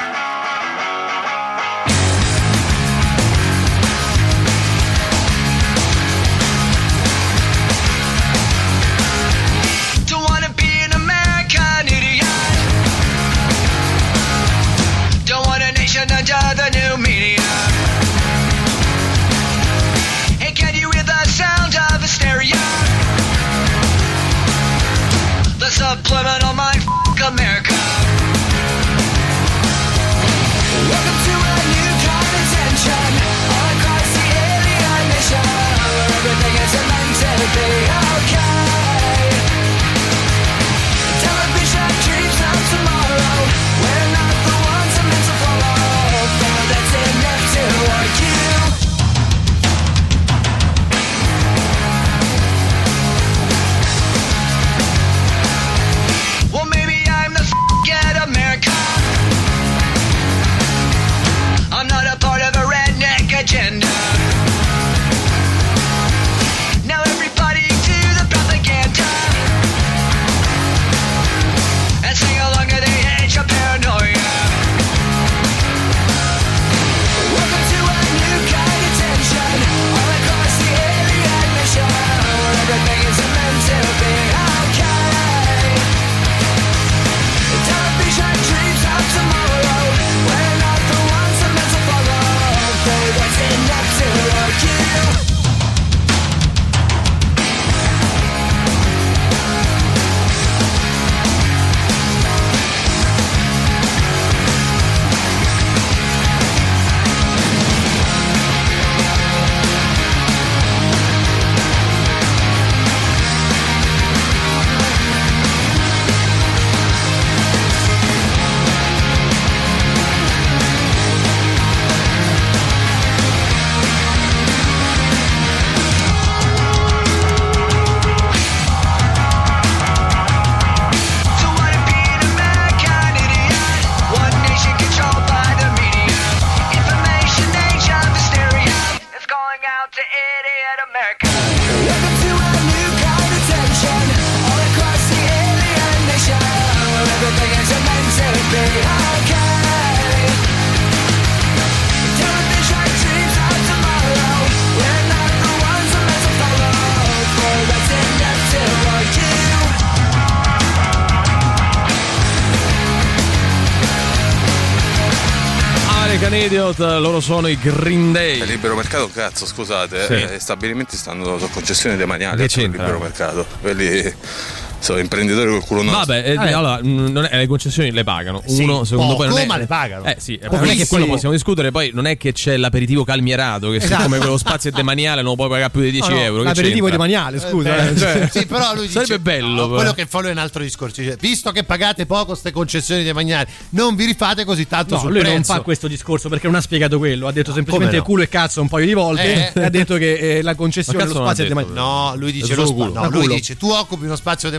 F: Don't wanna be an American idiot. Don't want a nation under the new media. Hey, can you hear the sound of hysteria? The subliminal mind f*** America. Welcome to a new kind of tension all across the alien mission, where everything is meant to be okay. Television dreams of tomorrow. We're not the ones I'm meant to follow. Now that's enough to argue. Well, maybe I'm the f***ing America. I'm not a part of a redneck agenda. Now everybody to the propaganda and sing along to the age of paranoia. Welcome to a new kind of tension all across the alien mission, where everything is meant to be okay. Television dreams of tomorrow. We're not the ones I'm meant to follow. Babe, that's enough to argue. Don't wanna be an American idiot. One nation controlled by the media. Information age of hysteria. It's calling out to idiot America. Welcome to a new kind of tension all across the alien nation, where everything is meant to be okay. Television dreams of tomorrow. We're not the ones I'm meant to follow. Boy, that's enough to argue.
C: American Idiot, loro sono i Green Day.
P: È libero mercato, cazzo, scusate,
C: Sì.
P: eh, stabilimenti stanno su concessioni demaniali
C: Che
P: al
C: c'entra?
P: libero mercato. Quelli sono imprenditori col culo nostro.
C: Vabbè, eh,
D: Eh.
C: allora, mh, non è- le concessioni le pagano.
E: Sì,
C: Uno, secondo
E: poco,
C: poi non è,
E: ma le pagano.
C: Eh sì, non è che quello possiamo discutere. Poi non è che c'è l'aperitivo calmierato, che
D: Esatto.
C: siccome quello spazio è demaniale non lo puoi pagare più di dieci
D: No, no,
C: euro. Che
D: l'aperitivo
C: c'entra?
D: demaniale, scusa.
E: Eh,
D: eh, cioè.
E: Sì, però lui dice,
C: Sarebbe bello,
E: no,
C: però.
E: quello che fa lui è un altro discorso. Dice, visto che pagate poco ste concessioni demaniali, non vi rifate così tanto
D: No,
E: sul
D: lui
E: prezzo.
D: non fa questo discorso perché non ha spiegato quello. Ha detto semplicemente
E: come no?
D: culo e cazzo un paio di volte.
E: Eh.
D: E ha detto che eh, la concessione
C: Ma
D: dello
C: cazzo non ha
D: spazio è
C: detto?
D: demaniale.
E: No, lui dice
C: È
E: lo
C: solo
E: spa-
C: culo.
E: no,
D: Da
E: lui
D: culo.
E: dice tu occupi uno spazio demaniale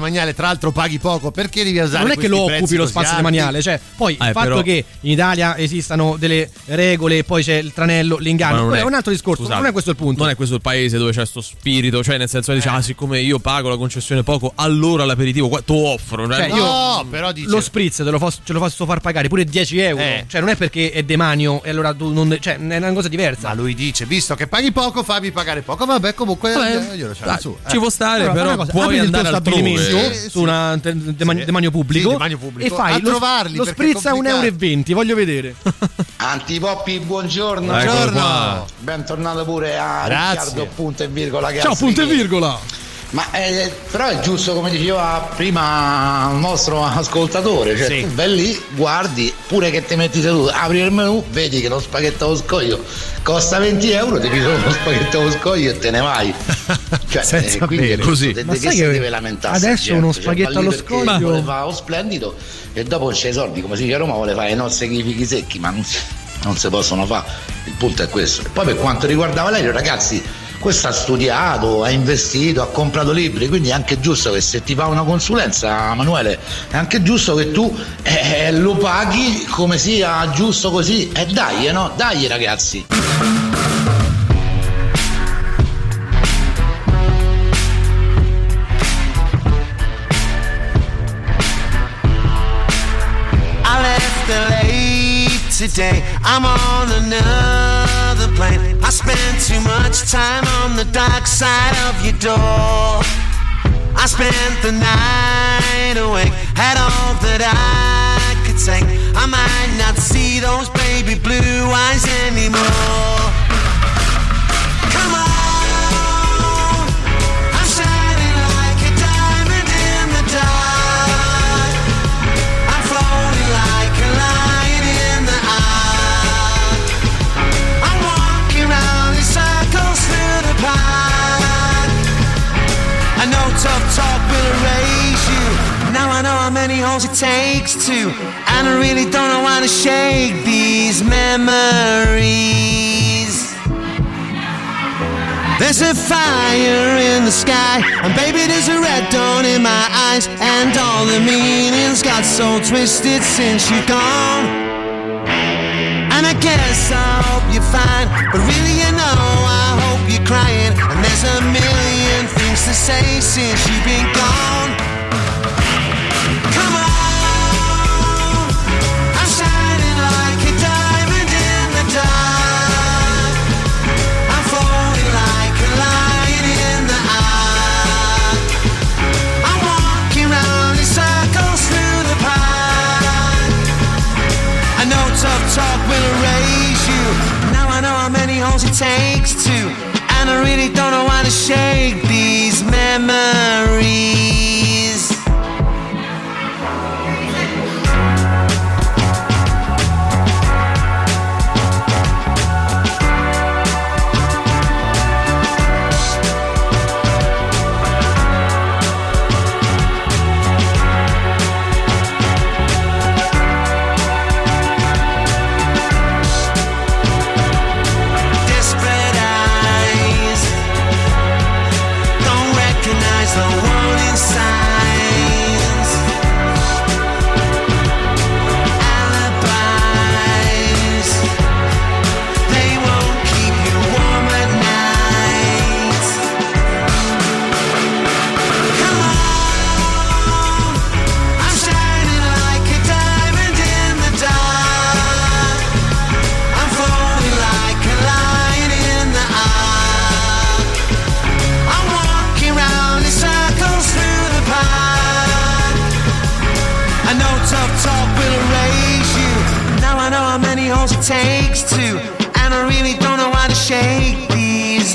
E: demaniale, tra l'altro paghi poco, perché devi usare
D: non è che lo occupi lo spazio demaniale, cioè poi
C: eh,
D: il fatto
C: però...
D: che in Italia esistano delle regole e poi c'è il tranello, l'inganno, è, è un altro discorso. Scusate, non è questo il punto.
C: Non è questo il paese dove c'è sto spirito, cioè nel senso che eh. dice ah siccome io pago la concessione poco, allora l'aperitivo qua te lo offro.
D: Cioè,
C: no,
D: io
E: però dice...
D: lo spritz te lo posso, ce lo posso far pagare pure dieci euro, eh. cioè non è perché è demanio e allora tu non, cioè è una cosa diversa.
E: Ma lui dice visto che paghi poco fammi pagare poco, vabbè comunque
C: vabbè,
E: io lo
C: dai,
E: su,
C: ci
E: eh.
C: può stare,
D: allora,
C: però
D: cosa,
C: puoi andare
D: al
C: altrove
D: sì, su una de- demanio,
E: sì.
D: demanio, pubblico,
E: sì, demanio pubblico
D: e fai
E: a
D: lo,
E: trovarli
D: lo spritz a un euro e venti, voglio vedere.
Q: Antipoppi, buongiorno.
E: Buongiorno.
Q: Bentornato pure a
E: Grazie.
Q: Riccardo punto e virgola.
D: Ciao punto e virgola.
Q: Ma eh, però è giusto, come diceva prima il nostro ascoltatore, cioè
E: sì.
Q: tu vai lì, guardi, pure che ti metti seduto, apri il menù, vedi che lo spaghetto allo scoglio costa venti euro, ti pigli uno spaghetto allo scoglio e te ne vai. Cioè,
E: senza
Q: eh, quindi
E: bere.
C: Così.
Q: De,
D: Ma
Q: de,
D: sai
Q: che
D: che
Q: si deve lamentare?
D: adesso
Q: gente?
D: uno
Q: Cioè,
D: spaghetto
Q: va lì
D: allo
Q: perché
D: scoglio
Q: vuole fare lo splendido e dopo non c'è i soldi, come si dice a Roma, vuole fare le nozze con i fichi secchi, ma non si, non si possono fare. Il punto è questo. E poi per quanto riguarda Valerio, ragazzi, questo ha studiato, ha investito, ha comprato libri, quindi è anche giusto che se ti fa una consulenza, Manuele, è anche giusto che tu eh, lo paghi come sia giusto così. E eh, dai, eh, no? Dai ragazzi.
R: I left L A today, I'm on another plane. I spent too much time on the dark side of your door. I spent the night awake, had all that I could take. I might not see those baby blue eyes anymore. Come on, I'm shining like a diamond in the dark. I'm floating like a lion in the ark. I'm walking round in circles through the park. I know tough talk will erase you. Now I know how many holes it takes to, and I really don't know how to shake these memories. There's a fire in the sky, and baby there's a red dawn in my eyes, and all the meanings got so twisted since you're gone. And I guess I hope you're fine, but really you know I hope you're crying. And there's a million things to say since you've been gone. Come on, I'm shining like a diamond in the dark. I'm floating like a lion in the ark. I'm walking round in circles through the park. I know tough talk will erase you. Now I know how many holes it takes to, and I really don't know how to shake these memories. Desperate eyes don't recognize the warning signs. Alibis, they won't keep you warm at night. Come on, I'm shining like a diamond in the dark. I'm floating like a lion in the ark. I'm walking round in circles through the park. I know tough talk will erase you. Now I know how many holes it takes to, and I really don't know how to shake these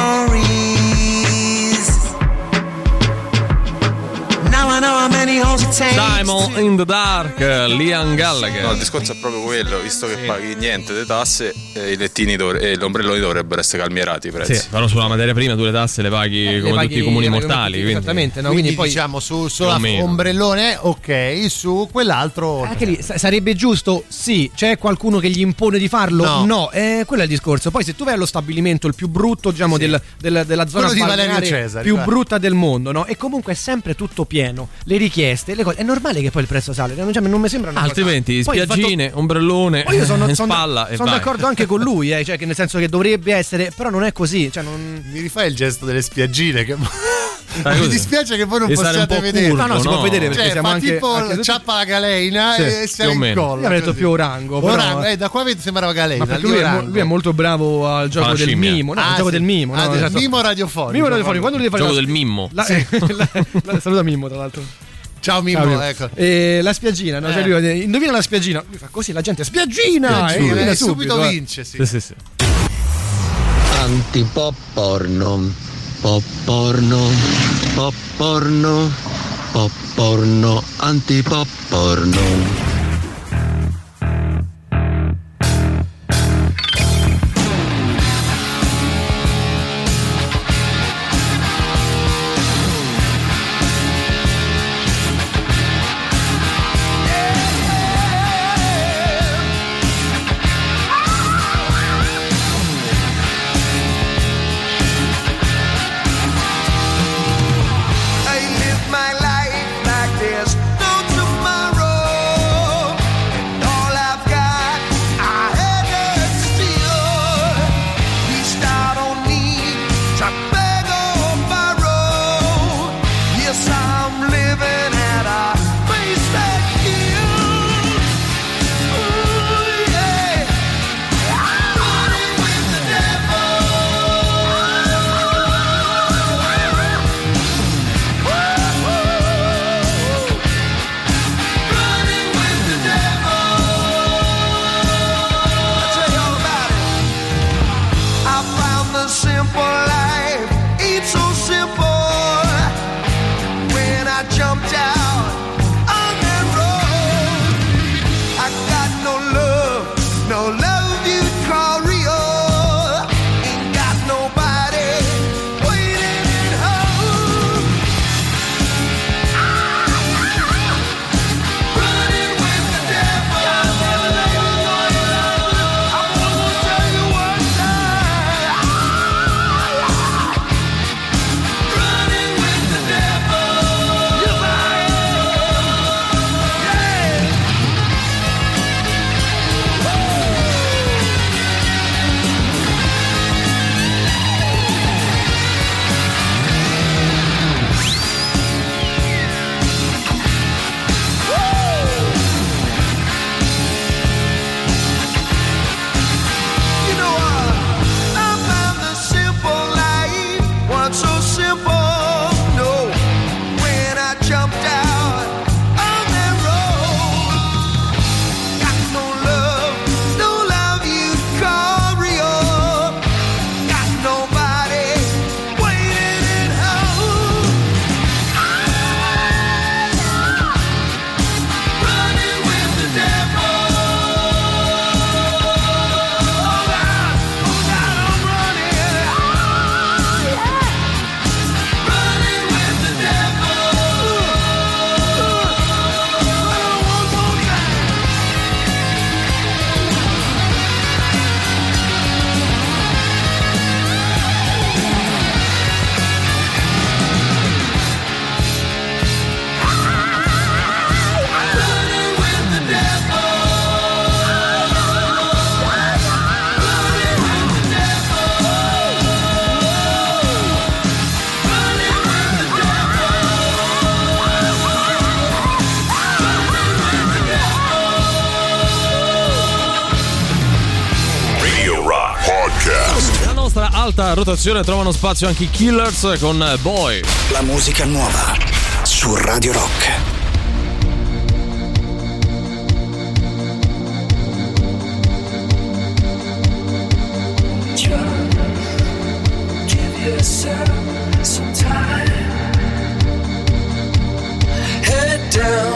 R: memories. Now I know how many holes it
C: Simon in the Dark, Liam Gallagher.
P: No, il discorso è proprio quello, visto che paghi niente le tasse, eh, i lettini dovre- e gli ombrelloni dovrebbero essere calmierati i prezzi.
C: Sì, però sulla materia prima tu le tasse le paghi
D: Eh,
C: come
D: le paghi-
C: tutti i comuni
D: le paghi
C: mortali.
D: tutti,
C: Quindi,
D: esattamente, no?
E: Quindi,
D: Quindi poi
E: diciamo su
C: Più o
E: sulla
C: meno.
E: ombrellone ok, su quell'altro
D: anche lì sa- sarebbe giusto? Sì. C'è qualcuno che gli impone di farlo?
E: No.
D: Eh, quello è il discorso. Poi se tu vai allo stabilimento il più brutto, diciamo, del- del- della zona
E: Quello di Valerio
D: balneare
E: Cesari,
D: più
E: guarda.
D: brutta del mondo, no? E comunque è sempre tutto pieno. Le richieste, le cose. È normale che poi il prezzo sale. Non, cioè, non mi sembra una cosa-
C: altrimenti
D: Poi il
C: spiaggine, ombrellone
D: Poi io sono,
C: in
D: sono-
C: spalla e
D: sono
C: vai.
D: d'accordo anche con lui, eh, cioè che nel senso che dovrebbe essere, però non è così. Cioè non...
E: Mi rifai il gesto delle spiaggine che
C: Dai,
E: mi
C: così.
E: dispiace che voi non
C: Devi stare un
E: possiate
C: po'
E: vedere.
C: curvo,
D: No, no, si può vedere perché
E: Cioè,
D: siamo
E: fa
D: anche,
E: tipo
D: anche tutti-
E: ciappa la galeina
D: Sì,
E: e si
C: più o meno.
E: incolla.
D: Io avrei detto
E: così.
D: più orango, però-
E: Orango, eh, da qua vedo sembrava galeina.
D: Ma perché
E: lì
D: lui è, mo-
E: orango.
D: lui è molto bravo al gioco
C: la
D: del
C: scimmia.
D: mimo, no,
E: Ah,
D: al gioco
E: sì.
D: del mimo, no,
E: Ah, del
D: esatto.
E: mimo radiofonico.
D: Mimo radiofonico, quando lui deve fare
C: Gioco
D: la-
C: del mimmo.
D: la-
C: Sì.
D: la- la- saluta Mimmo tra l'altro.
E: Ciao Mimmo,
D: Ciao, Mimmo.
E: ecco.
D: E la spiaggina, no? Cioè
E: Eh.
D: lui, indovina la spiaggina. Lui fa così, la gente spiaggina,
E: Spiaggina,
D: e indovina
E: eh, subito
D: eh.
E: vince, sì.
C: Sì, sì, sì.
S: Antipop porno, pop porno, pop porno, pop porno, antipop porno.
F: I live my life like there's no tomorrow. And all I've got, I had to steal. He start on me to beg or borrow. Yes, I'm living at a pace that kills. Ooh, yeah. Running with the devil. Running with the devil. I'll tell you all about it. I found the simple life ain't so simple. When I jumped out on that road, I got no love, no love you call real. Ain't got nobody waiting at home. Running with the devil. I'm gonna tell you one time. Running with the devil. Yes, I am. Yeah. You know what? I found the simple life was so simple. No, when I jumped out on that road, got no love, no love you call real. Got nobody waiting at home. Running with the devil.
H: Radio Rock Podcast.
C: Nella nostra alta rotazione trovano spazio anche i Killers con Boy.
A: La musica nuova su Radio Rock.
F: Give yourself some time. Head down.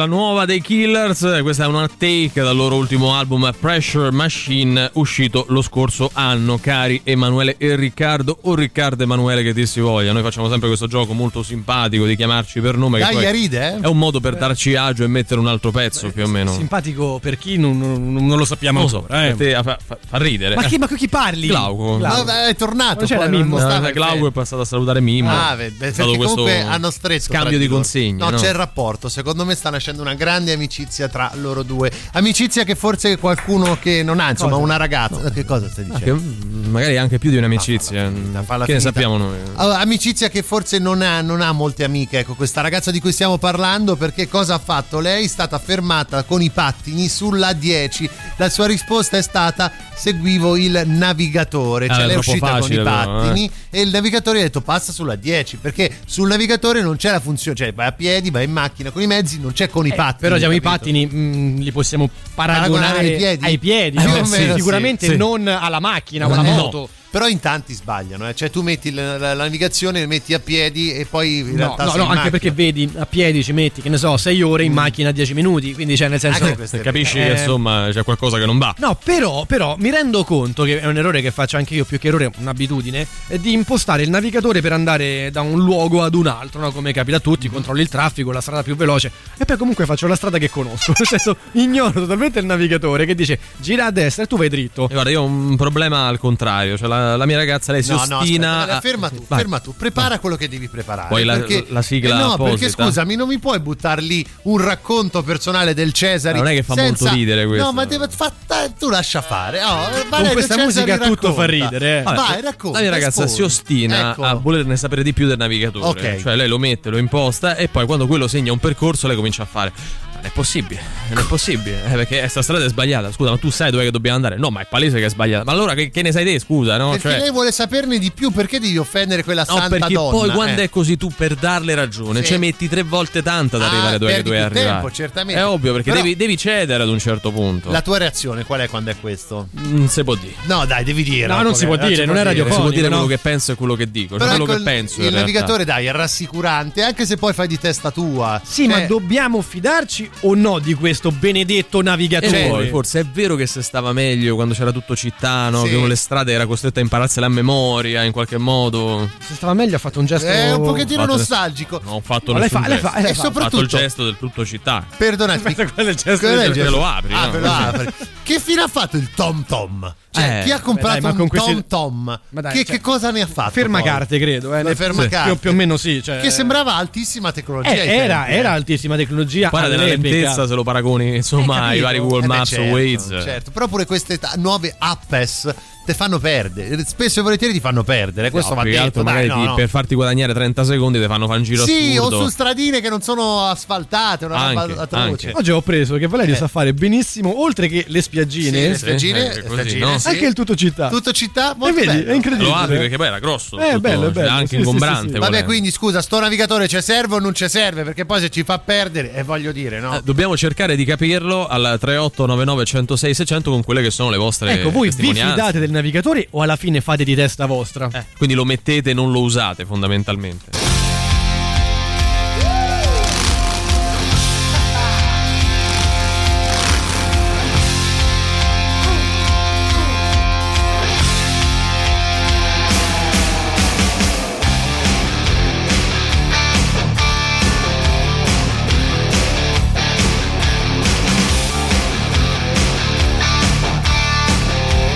C: la nuova dei Killers. Questa è una take dal loro ultimo album Pressure Machine, uscito lo scorso anno, cari Emanuele e Riccardo, o Riccardo e Emanuele che ti si voglia. Noi facciamo sempre questo gioco molto simpatico di chiamarci per nome,
E: Dai,
C: che poi
E: ride, eh?
C: è un modo per darci agio e mettere un altro pezzo, più o meno.
D: Simpatico per chi non, non, non lo sappiamo
C: Non lo so,
D: ancora, eh.
C: te- fa, fa- fa ridere.
D: Ma chi, ma con chi parli?
C: Glauco.
E: No, beh, è tornato.
D: Non c'era
E: poi,
D: Mimmo.
E: non stava
C: Eh, Glauco è passato a salutare Mimmo.
E: Ah, beh,
C: È
E: perché
C: stato questo
E: comunque hanno stretto
C: scambio
E: tra
C: di
E: loro.
C: consegne.
E: No,
C: no?
E: c'è il rapporto. Secondo me sta nascendo una grande amicizia tra loro due. Amicizia che forse qualcuno che non ha, insomma,
D: Cosa?
E: una ragazza. No. Che cosa stai
C: Ah,
E: dicendo?
C: che, mm, magari anche più di un'amicizia.
E: falla
C: che ne
E: finita.
C: sappiamo noi?
E: Allora, amicizia che forse non ha, non ha molte amiche, ecco, questa ragazza di cui stiamo parlando, perché cosa ha fatto? Lei è stata fermata con i pattini sulla dieci. La sua risposta è stata: seguivo il navigatore.
C: Ah,
E: Cioè
C: è
E: lei è
C: troppo
E: uscita
C: facile,
E: con i
C: però,
E: pattini
C: eh.
E: e il navigatore ha detto passa sulla dieci, perché sul navigatore non c'è la funzione, cioè vai a piedi, vai in macchina, con i mezzi non c'è con i pattini.
D: Però diciamo i
E: capito?
D: pattini mh, li possiamo paragonare,
E: Paragonare ai piedi?
D: ai piedi,
E: Più
D: no?
E: o meno,
D: Sicuramente
E: sì, sì.
D: non alla macchina o alla
E: Eh,
D: moto.
E: Però in tanti sbagliano, eh. Cioè tu metti la, la- la navigazione, metti a piedi e poi in
D: No,
E: realtà
D: no,
E: sei
D: no,
E: in
D: anche
E: macchina.
D: perché vedi a piedi ci metti, che ne so, sei ore in macchina dieci minuti, quindi cioè nel senso
E: Anche questo
C: Se
E: è
C: capisci
D: Eh,
C: che insomma c'è qualcosa che non va.
D: No, però, però mi rendo conto che è un errore che faccio anche io, più che errore, un'abitudine, è di impostare il navigatore per andare da un luogo ad un altro, no? Come capita a tutti, controlli il traffico, la strada più veloce, e poi comunque faccio la strada che conosco, nel senso ignoro totalmente il navigatore che dice gira a destra e tu vai dritto.
C: E guarda, io ho un problema al contrario, cioè la, la mia ragazza lei si
E: No, no,
C: ostina.
E: aspetta,
C: a-
E: ferma tu,
C: Vai.
E: ferma tu, prepara quello che devi preparare.
C: Poi la-
E: perché,
C: la sigla
E: eh no,
C: apposita.
E: perché scusami, non mi puoi buttare lì un racconto personale del Cesari.
C: Ma non è che fa
E: senza-
C: molto ridere questo.
E: No, ma deve, fa, tu lascia fare. Oh,
D: Con questa musica tutto fa ridere, eh.
C: Vabbè,
E: Vai, racconta.
C: La mia ragazza
E: esponi.
C: si ostina
E: Ecco.
C: a volerne sapere di più del navigatore.
E: Ok.
C: Cioè lei lo mette, lo imposta e poi quando quello segna un percorso lei comincia a fare. Non è possibile, non è possibile, eh, perché questa strada è sbagliata. Scusa, ma tu sai dove che dobbiamo andare? No, ma è palese che è sbagliata. Ma allora che, che ne sai te, scusa, no?
E: Perché
C: Cioè,
E: lei vuole saperne di più, perché devi offendere quella
C: no,
E: santa
C: perché
E: donna?
C: poi quando
E: eh.
C: è così tu per darle ragione,
E: Sì.
C: cioè metti tre volte tanto ad
E: Ah,
C: arrivare dove che
E: perdi
C: dovevi
E: più
C: arrivare.
E: tempo, certamente.
C: È ovvio, perché
E: Però-
C: devi, devi cedere ad un certo punto.
E: La tua reazione qual è quando è questo?
C: Non si può dire.
E: No, dai, devi dire.
D: No, non si può dire, non è
C: Si
D: radiofonico,
C: può dire
D: no?
C: quello che penso e quello che dico.
E: Però
C: Cioè quello
E: ecco,
C: che
E: il-
C: penso.
E: il
C: in realtà.
E: navigatore, dai, è rassicurante, anche se poi fai di testa tua.
D: Sì,
E: Cioè,
D: ma dobbiamo fidarci o no di questo benedetto
C: E
D: navigatore?
C: poi forse è vero che se stava meglio quando c'era tutto città, no?
E: Sì.
C: Che uno le strade era costretto a impararsela a memoria in qualche modo.
D: Se stava meglio ha fatto un gesto
E: è un pochettino
C: Fatto-
E: nostalgico.
C: Non ho fatto
D: No, lei
C: nessun
D: fa- lei
C: gesto.
D: fa- lei
E: E
D: fa-
C: Ho fatto il
E: soprattutto,
C: gesto del tutto città.
E: perdonatemi,
D: Aspetta, quello è il gesto
E: quello è il
D: di-
C: Te
E: gesto.
C: lo apri,
E: Ah,
C: no?
E: ve lo apri. Che fine ha fatto il Tom Tom? Cioè,
C: Eh,
E: chi ha comprato
D: beh, dai, ma
E: un
D: con questi-
E: Tom Tom?
D: Ma dai,
E: che,
D: cioè,
E: che cosa ne ha fatto?
D: Fermacarte,
E: poi?
D: credo. Eh.
E: Le fermacarte.
D: Più, più o meno sì. Cioè,
E: Che sembrava altissima tecnologia.
D: Eh,
E: ai
D: era,
E: tempi, eh.
D: era altissima tecnologia.
C: Guarda della
D: all'epoca.
C: lentezza se lo paragoni insomma
D: Hai
C: ai
D: capito?
C: vari Google
E: Eh beh,
C: Maps o
E: certo,
C: Waze.
E: certo. Però pure queste ta- nuove appes te fanno perdere. Spesso e volentieri ti fanno perdere. Questo
C: No,
E: va
C: più che
E: detto.
C: altro
E: Dai,
C: magari
E: no,
C: ti-
E: no.
C: per farti guadagnare trenta secondi ti fanno fare un giro
E: Sì, o
C: assurdo.
E: su stradine che non sono asfaltate, una roba
C: Anche,
E: atroce.
C: anche.
D: Oggi ho preso che Valerio
E: Eh.
D: sa fare benissimo, oltre che le spiaggine,
E: Sì, le spiaggine,
C: eh,
E: le
C: così,
E: spiaggine,
C: no?
E: sì.
D: anche il tutto città.
E: Tutto città,
D: E
E: molto
D: vedi,
E: bello.
D: è incredibile.
C: Lo apri perché poi era grosso.
D: Eh,
C: tutto,
D: bello, è
C: cioè,
D: bello.
C: anche
D: Sì, sì,
C: ingombrante.
D: sì, sì.
E: Vabbè,
C: volendo.
E: quindi scusa, sto navigatore ci serve o non ci serve? Perché poi se ci fa perdere, e voglio dire, no?
C: Eh, dobbiamo cercare di capirlo al tre otto nove nove uno zero sei sei zero zero con quelle che sono le vostre
D: Ecco, voi vi
C: testimonianze.
D: fidate del navigatore o alla fine fate di testa vostra?
C: Eh, quindi lo mettete e non lo usate fondamentalmente.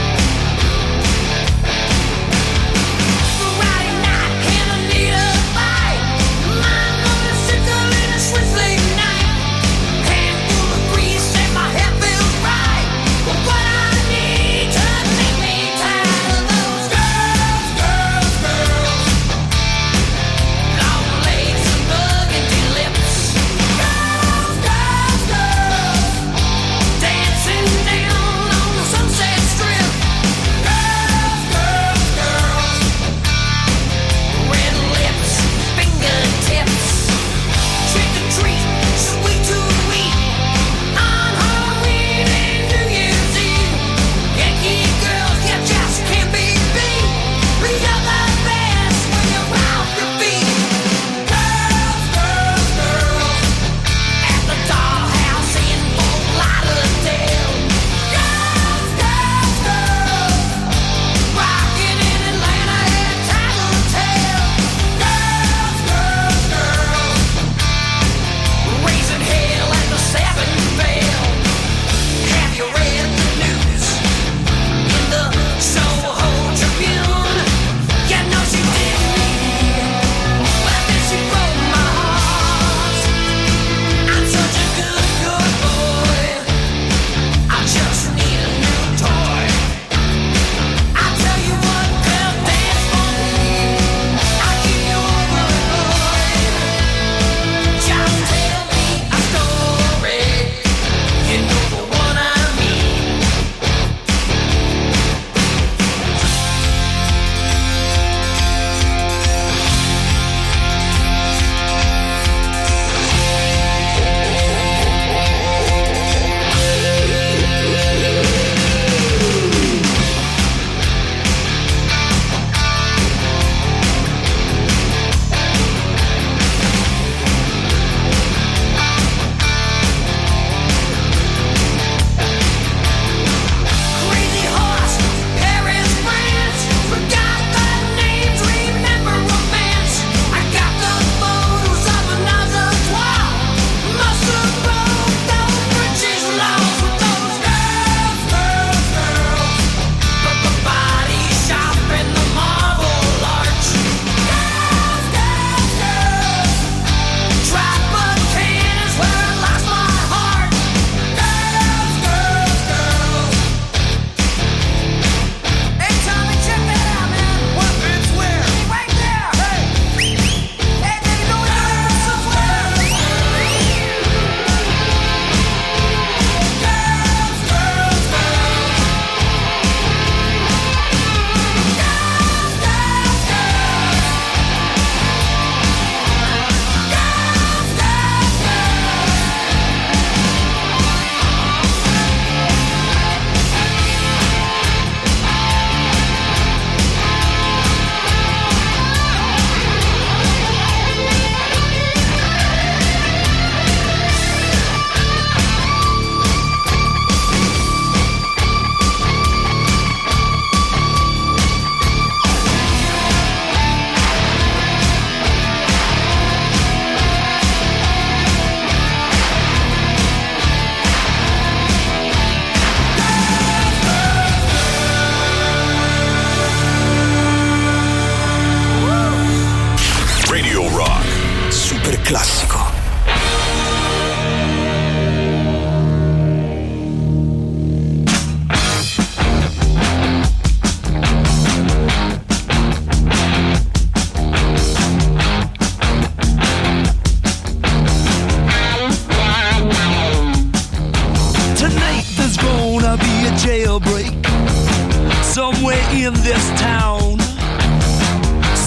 F: Friday night, and I need a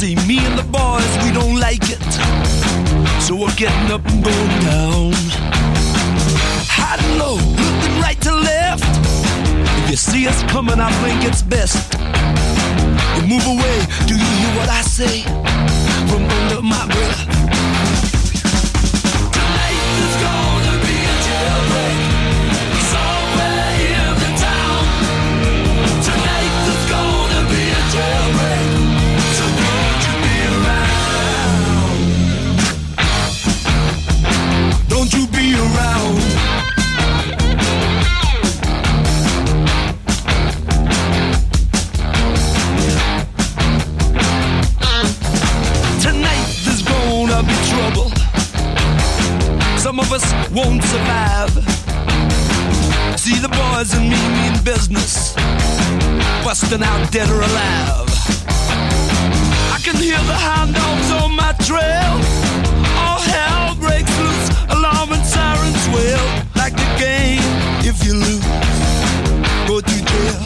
T: See, me and the boys, we don't like it, so we're getting up and going down. High and low, looking right to left. If you see us coming, I think it's best you move away. Do you hear what I say from under my breath? Tonight is gonna be a jailbreak somewhere in the town. Tonight is gonna be a jailbreak, so won't you be around? Don't you be around. Be trouble. Some of us won't survive. See the boys and me mean business, busting out dead or alive. I can hear the hound dogs on my trail. All hell breaks loose, alarm and sirens wail. Like the game, if you lose, go to jail.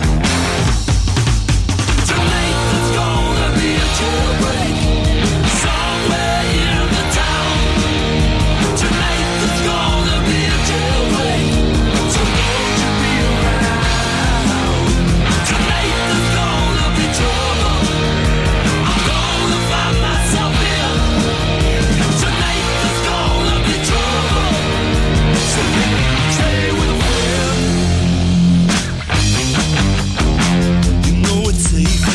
T: Tonight there's gonna be a jailbreak somewhere in the town. Tonight there's gonna be a jailbreak, so won't you be around? Tonight there's gonna be trouble, I'm gonna find myself here. Tonight there's gonna be trouble, so stay with a friend. You know it's safer.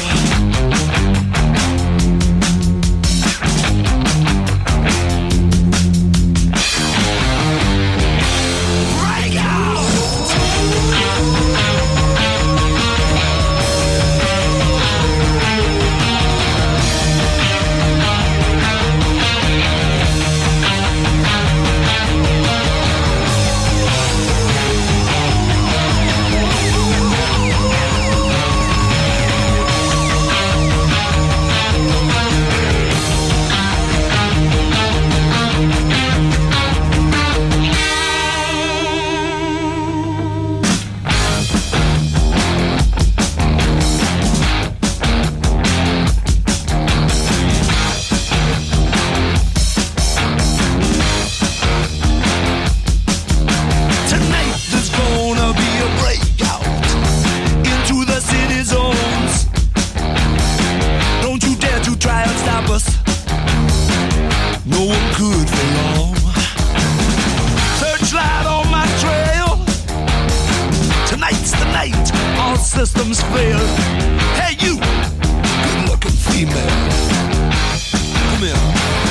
T: Systems fail. Hey, you, good-looking female, come here.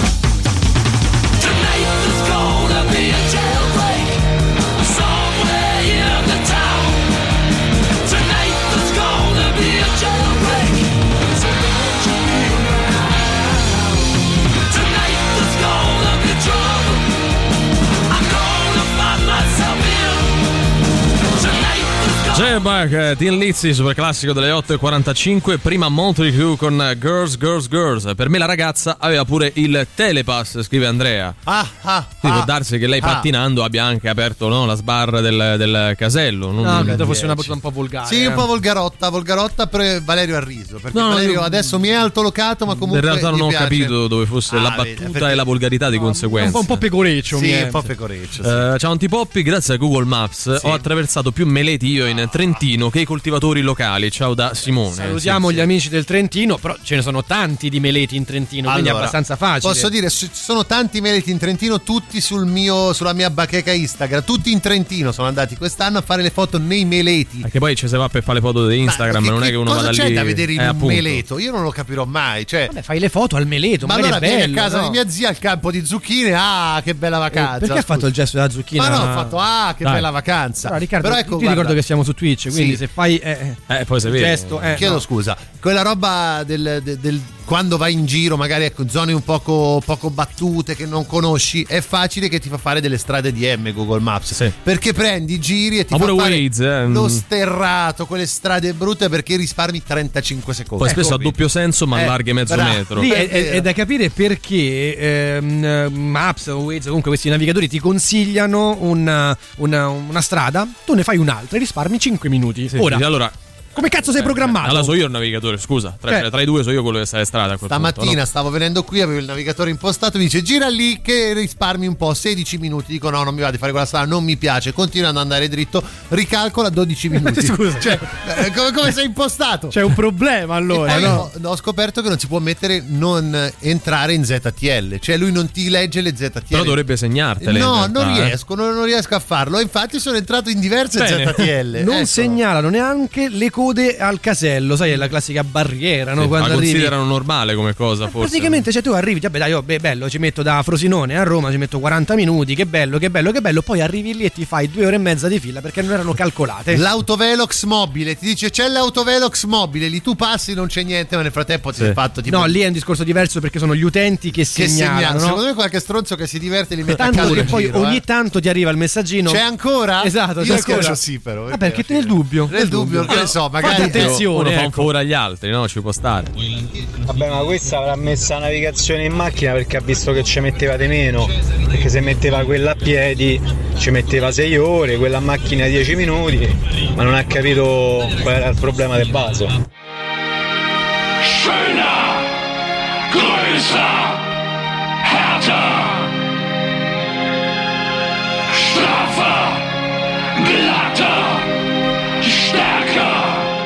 T: Tonight there's gonna be a jailbreak somewhere in the town. Tonight there's gonna be a jailbreak, so don't you be around. Tonight there's gonna be trouble, I'm gonna find myself here. Tonight there's gonna
C: Jailbreak, Tin Lizzy, super classico delle otto e quarantacinque. Prima Motley Crue con Girls, Girls, Girls. Per me la ragazza aveva pure il telepass, scrive Andrea.
E: Ah, ah,
C: Quindi
E: ah,
C: può darsi che lei
E: ah.
C: pattinando abbia anche aperto, no, la sbarra del, del casello. Non
D: No, credo fosse una battuta un po' volgare.
E: Sì, un
D: eh.
E: po' volgarotta, volgarotta, però Valerio ha riso. Perché
C: No,
E: Valerio
C: io-
E: adesso mi è altolocato, ma comunque.
C: In realtà non
E: gli
C: ho
E: piace.
C: capito dove fosse
E: Ah,
C: la
E: vedi,
C: battuta
E: perché-
C: e la volgarità di conseguenza.
D: Un po', un po' pecoreccio.
E: Sì,
D: mi è.
E: un po' pecoreccio. Sì.
C: Eh, ciao Antipoppi, grazie a Google Maps
E: Sì.
C: ho attraversato più meleti io in Trentino che i coltivatori locali. Ciao da Simone.
D: Salutiamo
C: Sì,
D: gli
C: sì.
D: amici del Trentino, però ce ne sono tanti di meleti in Trentino, quindi è
E: Allora,
D: abbastanza facile.
E: Posso dire, ci sono tanti meleti in Trentino, tutti sul mio, sulla mia bacheca Instagram. Tutti in Trentino sono andati quest'anno a fare le foto nei meleti.
C: Perché poi ci si va per fare le foto di Instagram,
E: Ma
C: non è che uno
E: cosa
C: vada
E: c'è
C: lì.
E: da vedere in
C: Eh,
E: un
C: appunto.
E: meleto? Io non lo capirò mai. Cioè,
D: Vabbè, fai le foto al meleto,
E: ma
D: magari
E: allora
D: è
E: vieni
D: bello,
E: a casa
D: no?
E: di mia zia al campo di zucchine. Ah, che bella vacanza.
D: Eh, perché ha fatto il gesto della zucchina?
E: Ma no, ho fatto ah, che
D: Dai.
E: bella vacanza.
D: Allora, Riccardo,
E: Però ecco,
D: ti
E: guarda,
D: ricordo che siamo su Twitch, quindi
E: Sì.
D: se fai eh,
C: Eh, poi se
D: il
C: vede.
D: gesto, eh,
E: chiedo
D: no.
E: scusa, quella roba del, del- del- quando vai in giro, magari ecco, in zone un poco, poco battute che non conosci, è facile che ti fa fare delle strade D M Google Maps.
C: Sì.
E: Perché prendi, giri e ti
C: Ma
E: fa
C: pure
E: fare
C: Waze, eh.
E: lo sterrato, quelle strade brutte perché risparmi trentacinque secondi.
C: Poi spesso ha
E: Ecco,
C: doppio senso, ma
E: Eh,
C: allarghi mezzo
E: bravo.
C: metro.
D: Lì
E: È
D: è, è-
E: vero.
D: è da capire perché ehm, Maps o Waze, comunque questi navigatori ti consigliano una, una- una strada, tu ne fai un'altra e risparmi cinque minuti.
C: Sì,
D: Ora,
C: sì, allora,
D: Come cazzo sei programmato?
C: Allora so io il navigatore, scusa. Tra,
E: Cioè,
C: tra i due so io quello che sta in strada. A quel
E: Stamattina
C: punto, no?
E: stavo venendo qui, avevo il navigatore impostato, mi dice gira lì che risparmi un po', sedici minuti. Dico no, non mi va di fare quella strada, non mi piace. Continuando ad andare dritto, ricalcola dodici minuti.
D: Scusa.
E: Cioè, eh, come, come sei impostato?
D: C'è un problema allora,
E: E poi
D: no?
E: ho, ho scoperto che non si può mettere non entrare in Z T L, cioè lui non ti legge le Z T L.
C: Però dovrebbe segnartele.
E: No,
C: in
E: non
C: realtà, eh.
E: riesco, non, non riesco a farlo. Infatti sono entrato in diverse
C: Bene.
E: Z T L.
D: Non
E: Ecco.
D: segnalano neanche le code al casello, sai, è la classica barriera, no?
C: Sì,
D: Quando
C: la
D: arrivi.
C: considerano normale come cosa, forse.
D: Praticamente, cioè tu arrivi, vabbè dai, oh, beh, bello, ci metto da Frosinone a Roma, ci metto quaranta minuti, che bello, che bello, che bello, poi arrivi lì e ti fai due ore e mezza di fila perché non erano calcolate.
E: L'autovelox mobile ti dice c'è l'autovelox mobile, lì tu passi, non c'è niente, ma nel frattempo ti
D: Sì.
E: sei fatto tipo.
D: No, lì è un discorso diverso perché sono gli utenti che
E: che
D: segnalano,
E: segnala.
D: no?
E: Secondo me qualche stronzo che si diverte li mette a
D: Tanto
E: caso
D: che
E: in
D: poi
E: giro,
D: ogni
E: eh.
D: tanto ti arriva il messaggino.
E: C'è ancora?
D: Esatto,
E: Io
D: c'è ancora.
E: scherzo sì, però.
D: Vabbè, che te nel dubbio.
E: Nel dubbio, che ne so, magari
D: Fate attenzione,
C: Uno fa un
D: ecco.
C: favore agli altri, no? Ci può stare.
U: Vabbè, ma questa avrà messa la navigazione in macchina perché ha visto che ci metteva di meno. Perché se metteva quella a piedi ci metteva sei ore, quella a macchina dieci minuti, ma non ha capito qual era il problema del vaso.
T: Schöner, größer, härter, straffer, glatter, stärker.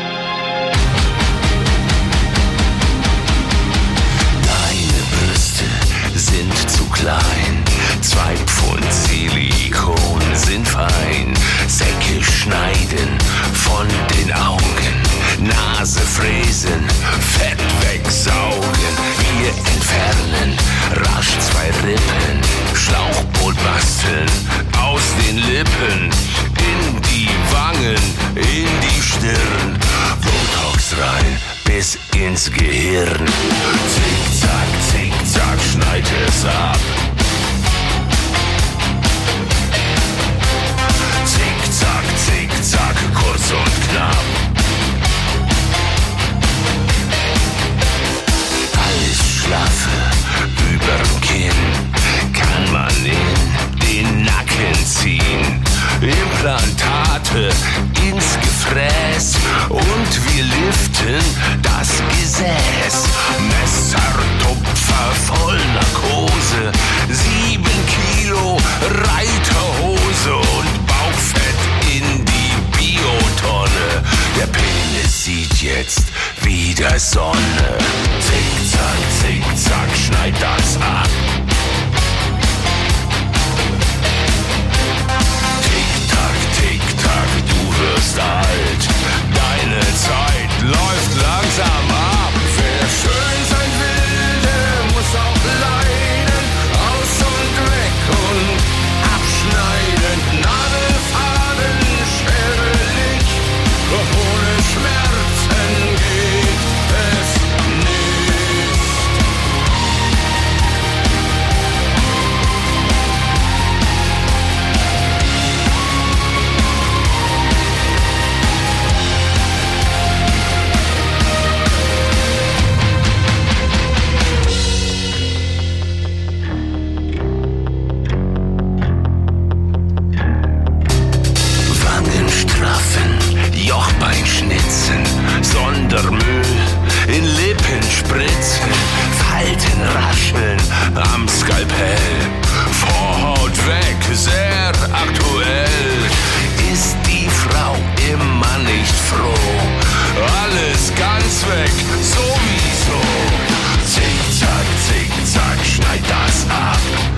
R: Deine Brüste sind zu klein, zwei Pfund Silikon sind fein. Säcke schneiden von den Augen, Nase fräsen, Fett wegsaugen. Wir entfernen rasch zwei Rippen, Schlauchboot basteln aus den Lippen, in die Wangen, in die Stirn, Botox rein bis ins Gehirn. Zickzack, zickzack, schneid es ab. Zickzack, zickzack, kurz und knapp. Alles Schlaffe überm Kinn kann man in den Nacken ziehen. Implantate ins Gefräß und wir liften das Gesäß. Messertupfer voll Narkose, sieben Kilo Reiterhose und Bauchfett in die Biotonne. Der Penis sieht jetzt wieder Sonne. Zickzack, zickzack, schneid das ab. Tick-Tack, Tick-Tack, du wirst alt. Deine Zeit läuft langsam ab. Wer schön sein will, der muss auch leiden. Aus und weg und abschneiden. Nadelfaden, Schere, Licht. Doch ohne Schmerzen geht es nicht. Wangen straffen, Jochbein schnitzen, Sondermüll in Lippen spritzen, Falten rascheln am Skalpell, Vorhaut weg, sehr aktuell. Ist die Frau immer nicht froh? Alles ganz weg, sowieso. Zickzack, zickzack, schneid das ab.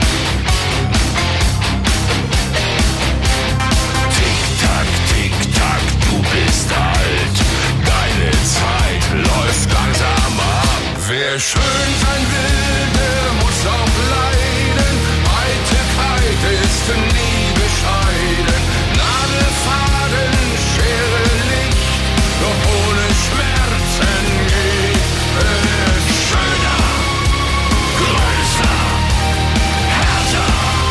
R: Tick-Tack, Tick-Tack, du bist alt. Deine Zeit läuft langsam ab. Wer schön sein will, der muss auch leiden. Eitelkeit ist nie bescheiden. Nadelfaden, Schere, Licht. Doch ohne Schmerzen geht es schöner, größer, härter.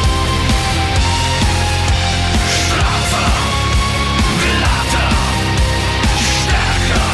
R: Straffer, glatter, stärker.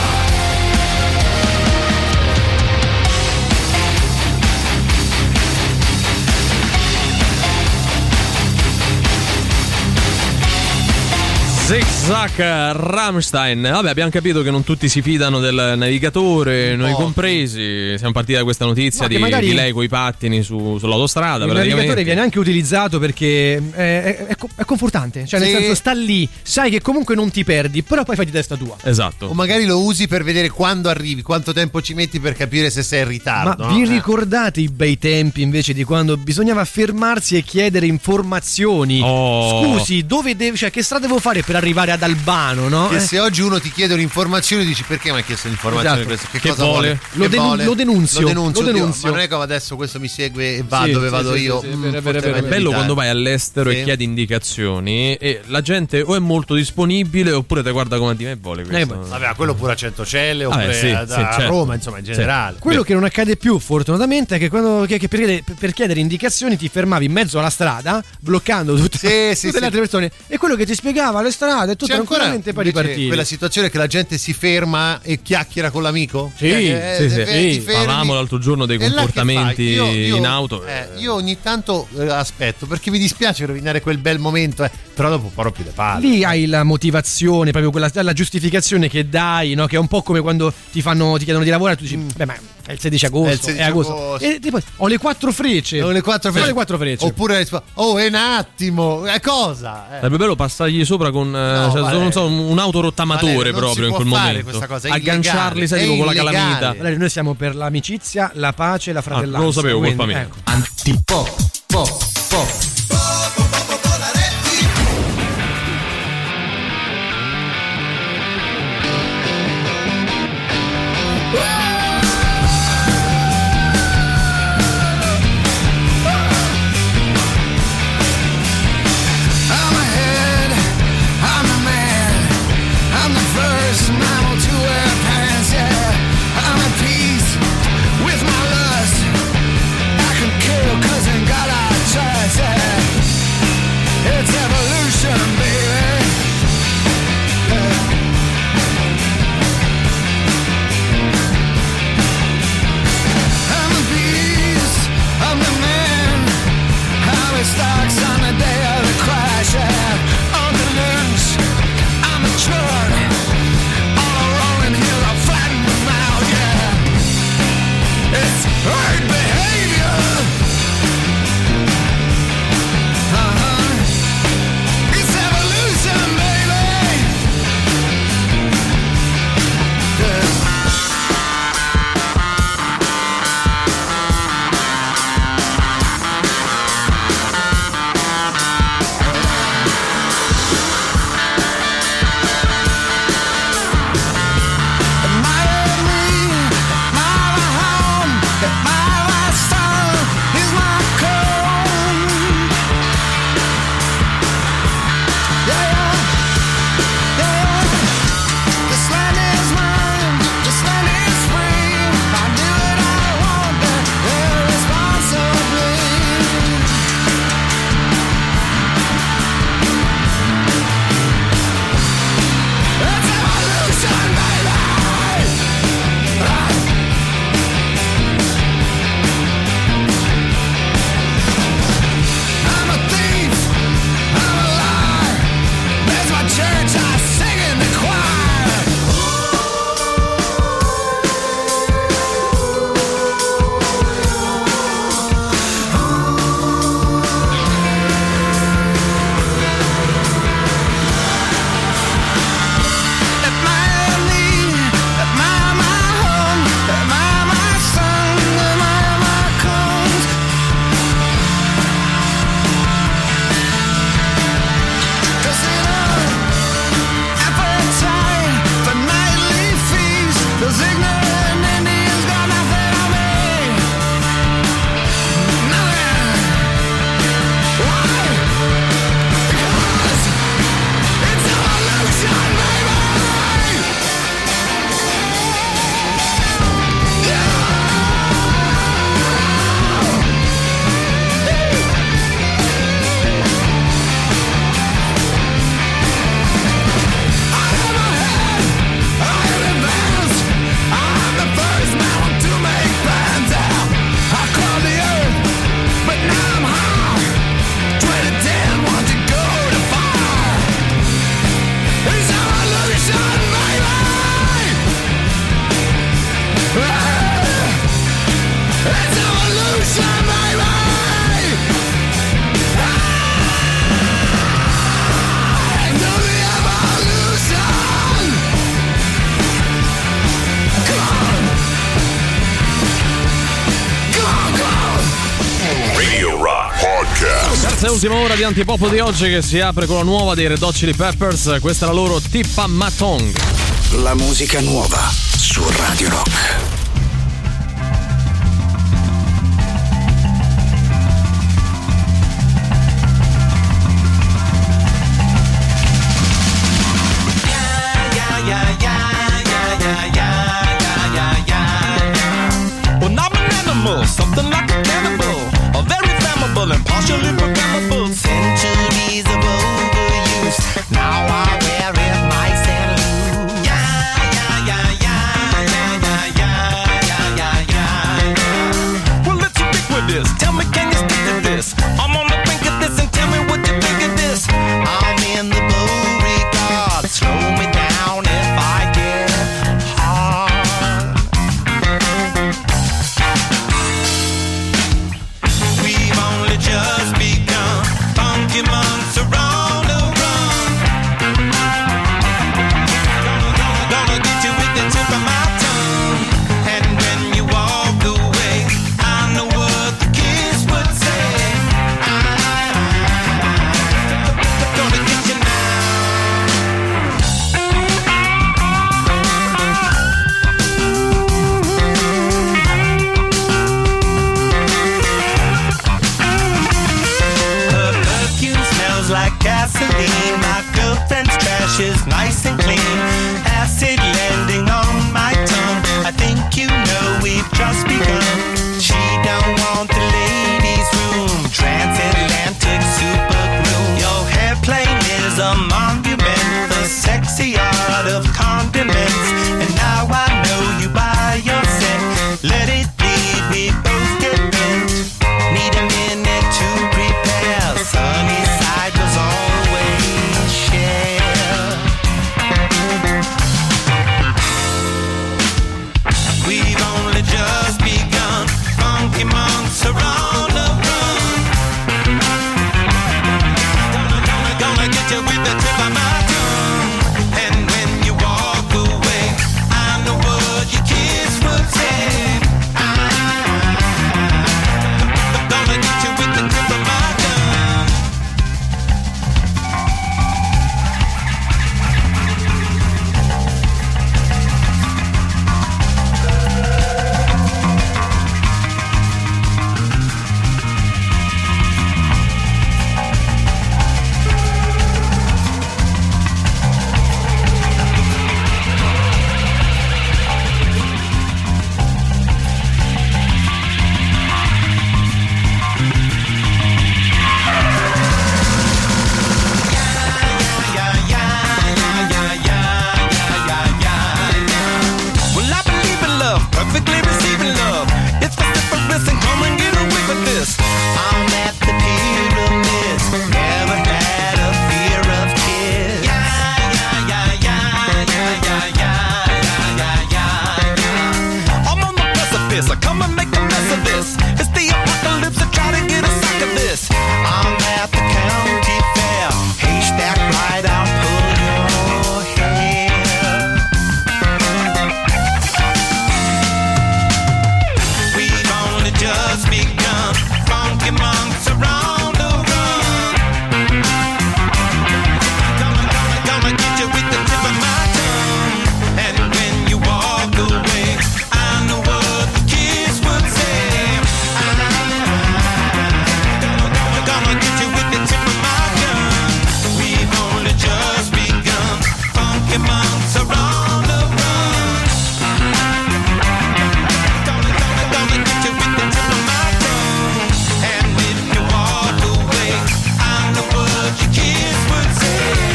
C: Zach Rammstein. Vabbè, abbiamo capito che non tutti si fidano del navigatore, noi compresi. Siamo partiti da questa notizia
D: No, che
C: di,
D: magari-
C: di lei coi pattini su- sull'autostrada.
D: Il
C: praticamente.
D: navigatore viene anche utilizzato perché è, è- è co- è confortante, cioè nel
E: Sì.
D: senso sta lì, sai che comunque non ti perdi, però poi fai di testa tua.
C: Esatto.
E: O magari lo usi per vedere quando arrivi, quanto tempo ci metti per capire se sei in
D: Ma
E: ritardo.
D: vi
E: no?
D: ricordate i bei tempi invece di quando bisognava fermarsi e chiedere informazioni?
C: Oh.
D: Scusi, dove devo, cioè che strada devo fare per arrivare ad Albano, no?
E: Che
D: Eh.
E: se oggi uno ti chiede un'informazione dici perché mi hai chiesto un'informazione?
D: Esatto.
E: Questo? Che,
C: Che
E: cosa
C: vuole?
E: vuole?
D: Lo
E: Che
D: denu-
E: vuole?
D: lo denunzio,
E: Lo denunzio,
D: lo
E: Dio,
D: denunzio.
E: ma non è che adesso questo mi segue e va
D: Sì,
E: dove
D: sì,
E: vado
D: sì,
E: io.
D: sì, sì,
E: Mm,
D: vero,
E: forse
D: vero,
E: è
D: vero.
E: meglio
C: È bello
E: evitare.
C: quando vai all'estero
E: Sì.
C: e chiedi indicazioni e la gente o è molto disponibile oppure te guarda come ti me vuole questo.
E: Vabbè, quello pure a Centocelle oppure
C: Vabbè, sì,
E: a,
C: sì,
E: a
C: certo.
E: Roma, insomma, in
C: Sì.
E: generale.
D: Quello che non accade più, fortunatamente, è che, quando, che, che per, chiedere, per chiedere indicazioni ti fermavi in mezzo alla strada, bloccando tutte,
E: Sì, sì,
D: tutte
E: sì.
D: le altre persone. E quello che ti spiegava le strade, e tu
E: C'è ancora
D: tranquillamente poi
E: invece
D: ripartivi.
E: quella situazione che la gente si ferma e chiacchiera con l'amico?
D: Sì,
E: Eh,
C: sì,
E: eh,
C: sì.
E: eh, ti
C: Sì.
E: fermi.
C: Parlavamo l'altro giorno dei
E: E là che
C: comportamenti
E: fai? Io- io-
C: in auto.
E: eh, io ogni tanto eh, aspetto perché mi dispiace rovinare quel bel momento, eh, però dopo poi rompi le palle.
D: Lì hai la motivazione, proprio quella la giustificazione che dai, no? Che è un po' come quando ti fanno ti chiedono di lavorare, tu dici, beh, ma è il sedici agosto,
E: È il sedici
D: è agosto.
E: agosto.
D: E tipo, ho le quattro frecce.
E: Ho le quattro
D: Ho
E: frecce.
D: le quattro frecce.
E: Oppure rispo- oh, è un attimo, è cosa? Eh.
C: Sarebbe bello passargli sopra con eh, cioè,
E: Valerio.
C: non so, un, un autorottamatore
E: Valerio, non
C: proprio
E: si
C: in
E: può
C: quel
E: fare
C: momento.
E: questa cosa, è
C: Agganciarli, sai,
E: illegale,
C: tipo
E: è
C: con la
E: illegale.
C: calamita.
D: Valerio, noi siamo per l'amicizia, la pace e la fratellanza.
C: Ah, non lo sapevo,
D: quindi,
C: colpa mia.
D: ecco.
E: Antipop, pop, pop.
F: I'm ahead, I'm the man, I'm the first mammal to wear pants, yeah. I'm at peace with my lust. I can kill 'cause I ain't got a choice, yeah. It's evolution, baby. Yeah. I'm the beast, I'm the man. How it starts on the day of the crash, yeah. On the loose, I'm a churn. On a rolling hill, I'll flatten them out, yeah. It's herd behavior. Uh-huh. It's evolution, baby. Yeah. Miami, my home, my
H: Podcast.
C: Terza e ultima ora di Antipop di oggi, che si apre con la nuova dei Red Hot Chili Peppers. Questa è la loro Tippa Matong.
A: La musica nuova su Radio Rock.
T: Well, I'm an animal, something like a cannibal, a very flammable and partially programmable. Centuries of overuse, now I wear it nice and loose. Yeah, yeah, yeah, yeah, yeah, yeah, yeah, yeah, yeah, yeah. Well, it's ubiquitous. Tell me, can you stick to this? I'm on the brink of this, and tell me what you think of this. I'm in the Beauregard. Slow me down if I get hard. We've only just begun. Funky months are on the run. Gonna, gonna, gonna get you with the tip of my tongue. And when you walk away, I know what the kids would say. Gonna get you now. Her perfume smells like gasoline. My girlfriend's trash is nice and clean. Acid landing on my tongue. I think you know we've just begun. She don't want the ladies' room. Transatlantic super glue. Your hairplane is a monument. The sexy art of condiments. And now I know you by your scent. Let it bleed, we both get bent. Need a minute to prepare. Sunny side was always share. We've only just begun. Funky months are on the run. Gonna, gonna, gonna get you with the tip of my tongue. And when you walk away, I know what your kids would say. Gonna get you with the tip of my tongue. Well, I believe in love, perfectly receiving love. It's vociferous and come and get away with this. I'm at the pyramids, never had a fear of kids. Yeah, yeah, yeah, yeah, yeah, yeah, yeah, yeah, yeah, yeah. I'm on the precipice, I come and make a mess of this. It's the apocalypse, I try to get a sack of this. I'm at the county fair, haystack right, I'll pull your hair. We've only just begun. Funky monks are on the run. Gonna, gonna, gonna get you with the tip of my tongue. And when you walk away, I know what the kids would say. Gonna, gonna, gonna get you with the tip of my tongue. We've only just begun. Funky monks are on the run. Gonna, gonna, gonna get you with the tip of my tongue. And when you walk away, I know what your kids would say.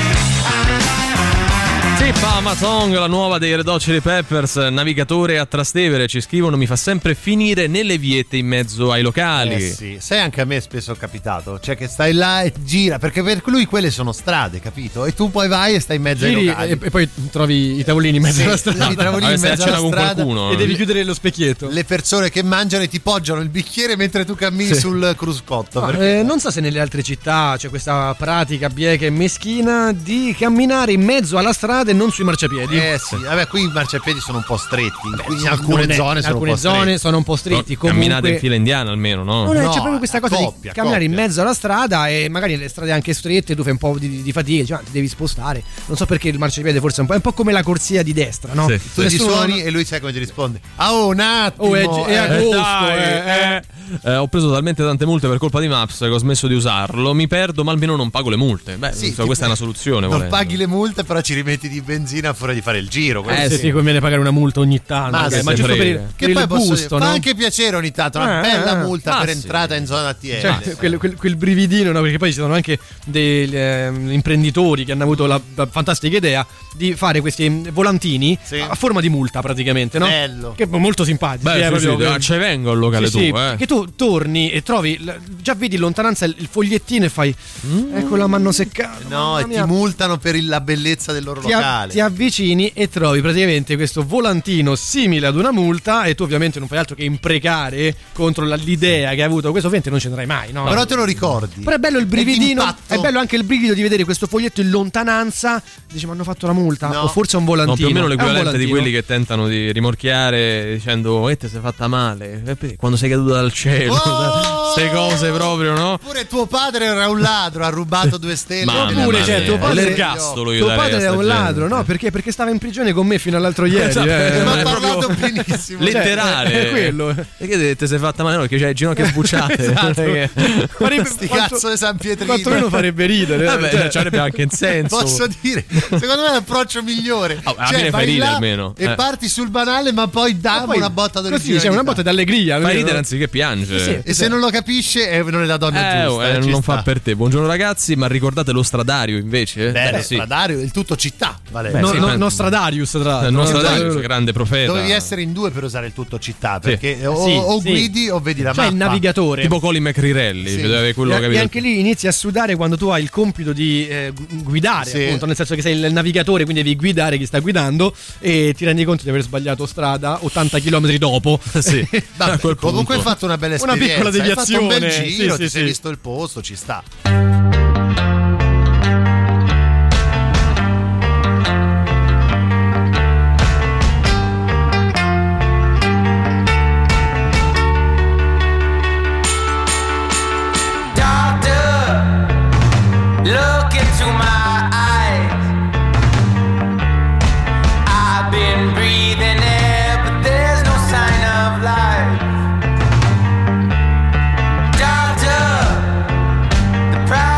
C: Tippa Matong, la nuova dei Red Hot Chili Peppers. Navigatore a Trastevere, ci scrivono, mi fa sempre finire nelle viette in mezzo ai locali.
E: Eh sì, sai, anche a me è spesso capitato, cioè che stai là e gira, perché per lui quelle sono strade, capito? E tu poi vai e stai in mezzo
D: Giri
E: ai locali.
D: e, e poi trovi i tavolini in mezzo
E: Sì,
D: alla strada.
E: i tavolini in mezzo alla
C: con
E: strada
C: qualcuno.
D: E devi chiudere lo specchietto.
E: Le persone che mangiano e ti poggiano il bicchiere mentre tu cammini
D: Sì.
E: sul cruscotto.
D: No,
E: perché-
D: eh, non so se nelle altre città c'è questa pratica bieca e meschina di camminare in mezzo alla strada e non sui marciapiedi. marciapiedi.
E: Eh sì, vabbè, qui i marciapiedi sono un po' stretti.
D: Beh,
E: in
D: sì,
E: alcune
D: non è-
E: zone
D: in
E: sono
D: alcune
E: un po'
D: zone
E: stretti.
D: sono un po' stretti.
C: Però camminate
D: comunque-
C: in fila indiana almeno, no?
D: Non è,
E: No,
D: c'è proprio questa cosa
E: coppia,
D: di camminare
E: coppia.
D: in mezzo alla strada e magari le strade anche strette tu fai un po' di, di fatica, dici, "Ah, ti devi spostare". Non so perché il marciapiede forse è un po', è un po' come la corsia di destra, no?
C: Sì.
E: Tu gli
D: Nessuno-
E: suoni e lui sai come ti risponde. Ah, oh, un attimo.
D: Oh, è, è
E: eh.
D: agosto,
C: dai,
D: eh, eh.
C: Eh, ho preso talmente tante multe per colpa di Maps che ho smesso di usarlo. Mi perdo, ma almeno non pago le multe. Beh,
E: Sì,
C: insomma, questa è una soluzione.
E: Non
C: volendo.
E: paghi le multe, però ci rimetti di benzina fuori di fare il giro. quello
C: Eh,
D: Se
E: sì.
D: ti conviene pagare una multa ogni tanto,
E: Ma
D: magari,
E: se
D: ma giusto
C: frega.
D: per il,
E: Che
D: per
E: poi
D: il
E: posso
D: gusto,
E: dire,
D: no?
E: fa anche piacere ogni tanto, una
D: Eh,
E: bella
D: eh,
E: multa
C: ma
E: per
C: sì.
E: entrata in zona T L.
D: Cioè, quel, quel- quel brividino, no? Perché poi ci sono anche degli ehm, imprenditori che hanno avuto la, la fantastica idea di fare questi volantini
E: Sì.
D: a forma di multa praticamente, no?
E: Bello.
D: Che è molto simpatici.
C: Beh,
D: eh,
C: sì,
D: proprio-
C: sì, ah, ci vengo al locale
D: Sì, sì,
C: tuo, eh.
D: che tu torni e trovi, l- già vedi in lontananza il il fogliettino e fai ecco la mano seccata.
E: No,
D: mamma
E: e ti
D: mia.
E: multano per il- la bellezza del loro
D: Ti, a-
E: locale.
D: ti avvicini e trovi praticamente questo volantino simile ad una multa e tu ovviamente non fai altro che imprecare contro la- l'idea che hai avuto. Questo ovviamente non ce n'avrai mai, no?
E: Però te lo ricordi.
D: Però è bello il brividino,
E: d'impatto.
D: è bello anche il brivido di vedere questo foglietto in lontananza. Dici, ma hanno fatto la multa?
E: No.
D: O forse è un volantino.
C: No, più o meno
D: È un
C: l'equivalente di
D: volantino.
C: quelli che tentano di rimorchiare dicendo e te sei fatta male E poi, quando sei caduta dal cielo.
E: Oh!
C: Queste cose proprio, no?
E: Oppure tuo padre era un ladro, ha rubato due stelle.
C: Mamma
D: Oppure,
C: mia,
D: cioè, tuo padre-
C: l'ergastolo io
D: Tuo
C: darei
D: padre
C: a
D: è
C: sta
D: un ladro,
C: gente.
D: no? Perché? Perché stava in prigione con me fino all'altro ieri.
C: Esatto,
D: eh.
E: Ma
C: ma
E: ha
C: è
E: parlato
C: proprio
E: benissimo.
C: letterale.
D: Cioè, è quello.
C: Perché te sei fatta male? No, perché c'hai le ginocchia sbucciate.
D: Esatto.
C: Perché-
D: Farebbe,
E: Sti
D: quanto-
E: cazzo di San Pietrino.
D: quantomeno farebbe ridere.
C: Vabbè,
D: cioè,
C: ci avrebbe anche un senso.
E: Posso dire, secondo me è l'approccio migliore.
C: Oh, alla
E: cioè,
C: fine
E: vai
C: fai ridere
E: là
C: almeno.
E: e
C: Eh.
E: parti sul banale, ma poi dà
D: poi
E: una botta
D: così,
E: d'originalità.
D: c'è una botta d'allegria.
C: Fai
D: vero?
C: ridere anziché piangere.
D: Sì,
E: E se non lo capisce, eh, non è la donna
C: Eh,
E: giusta.
C: eh,
E: eh, ci
C: non
E: sta.
C: fa per te. Buongiorno ragazzi, ma ricordate lo stradario invece?
E: Beh,
C: Beh,
E: lo stradario, il tutto città. Vale.
C: Beh,
D: No,
C: sì,
D: no-
C: ma-
D: Nostradarius, tra l'altro.
C: Il nostro
D: No,
C: Darius, grande profeta.
E: Dovevi essere in due per usare il tutto città, perché
D: Sì.
E: o,
D: Sì,
E: o
D: sì.
E: guidi o vedi la
D: C'è
E: mappa.
D: il navigatore.
C: Tipo Colin McRirelli,
E: Sì.
C: cioè deve avere quello
D: E,
C: che
D: e
C: vede.
D: anche lì inizi a sudare quando tu hai il compito di eh, gu- guidare,
E: Sì.
D: appunto, nel senso che sei il navigatore, quindi devi guidare chi sta guidando e ti rendi conto di aver sbagliato strada ottanta chilometri dopo.
C: Sì.
E: Vabbè,
C: A quel
E: comunque hai
C: punto.
E: fatto una bella
D: Una
E: esperienza.
D: piccola
E: Hai fatto un bel
D: deviazione.
E: giro,
D: Sì,
E: ti
D: sì,
E: sei
D: sì.
E: visto il posto, ci sta.
T: Doctor, look into my eyes. I've been breathing air, but there's no sign of life. Doctor, the price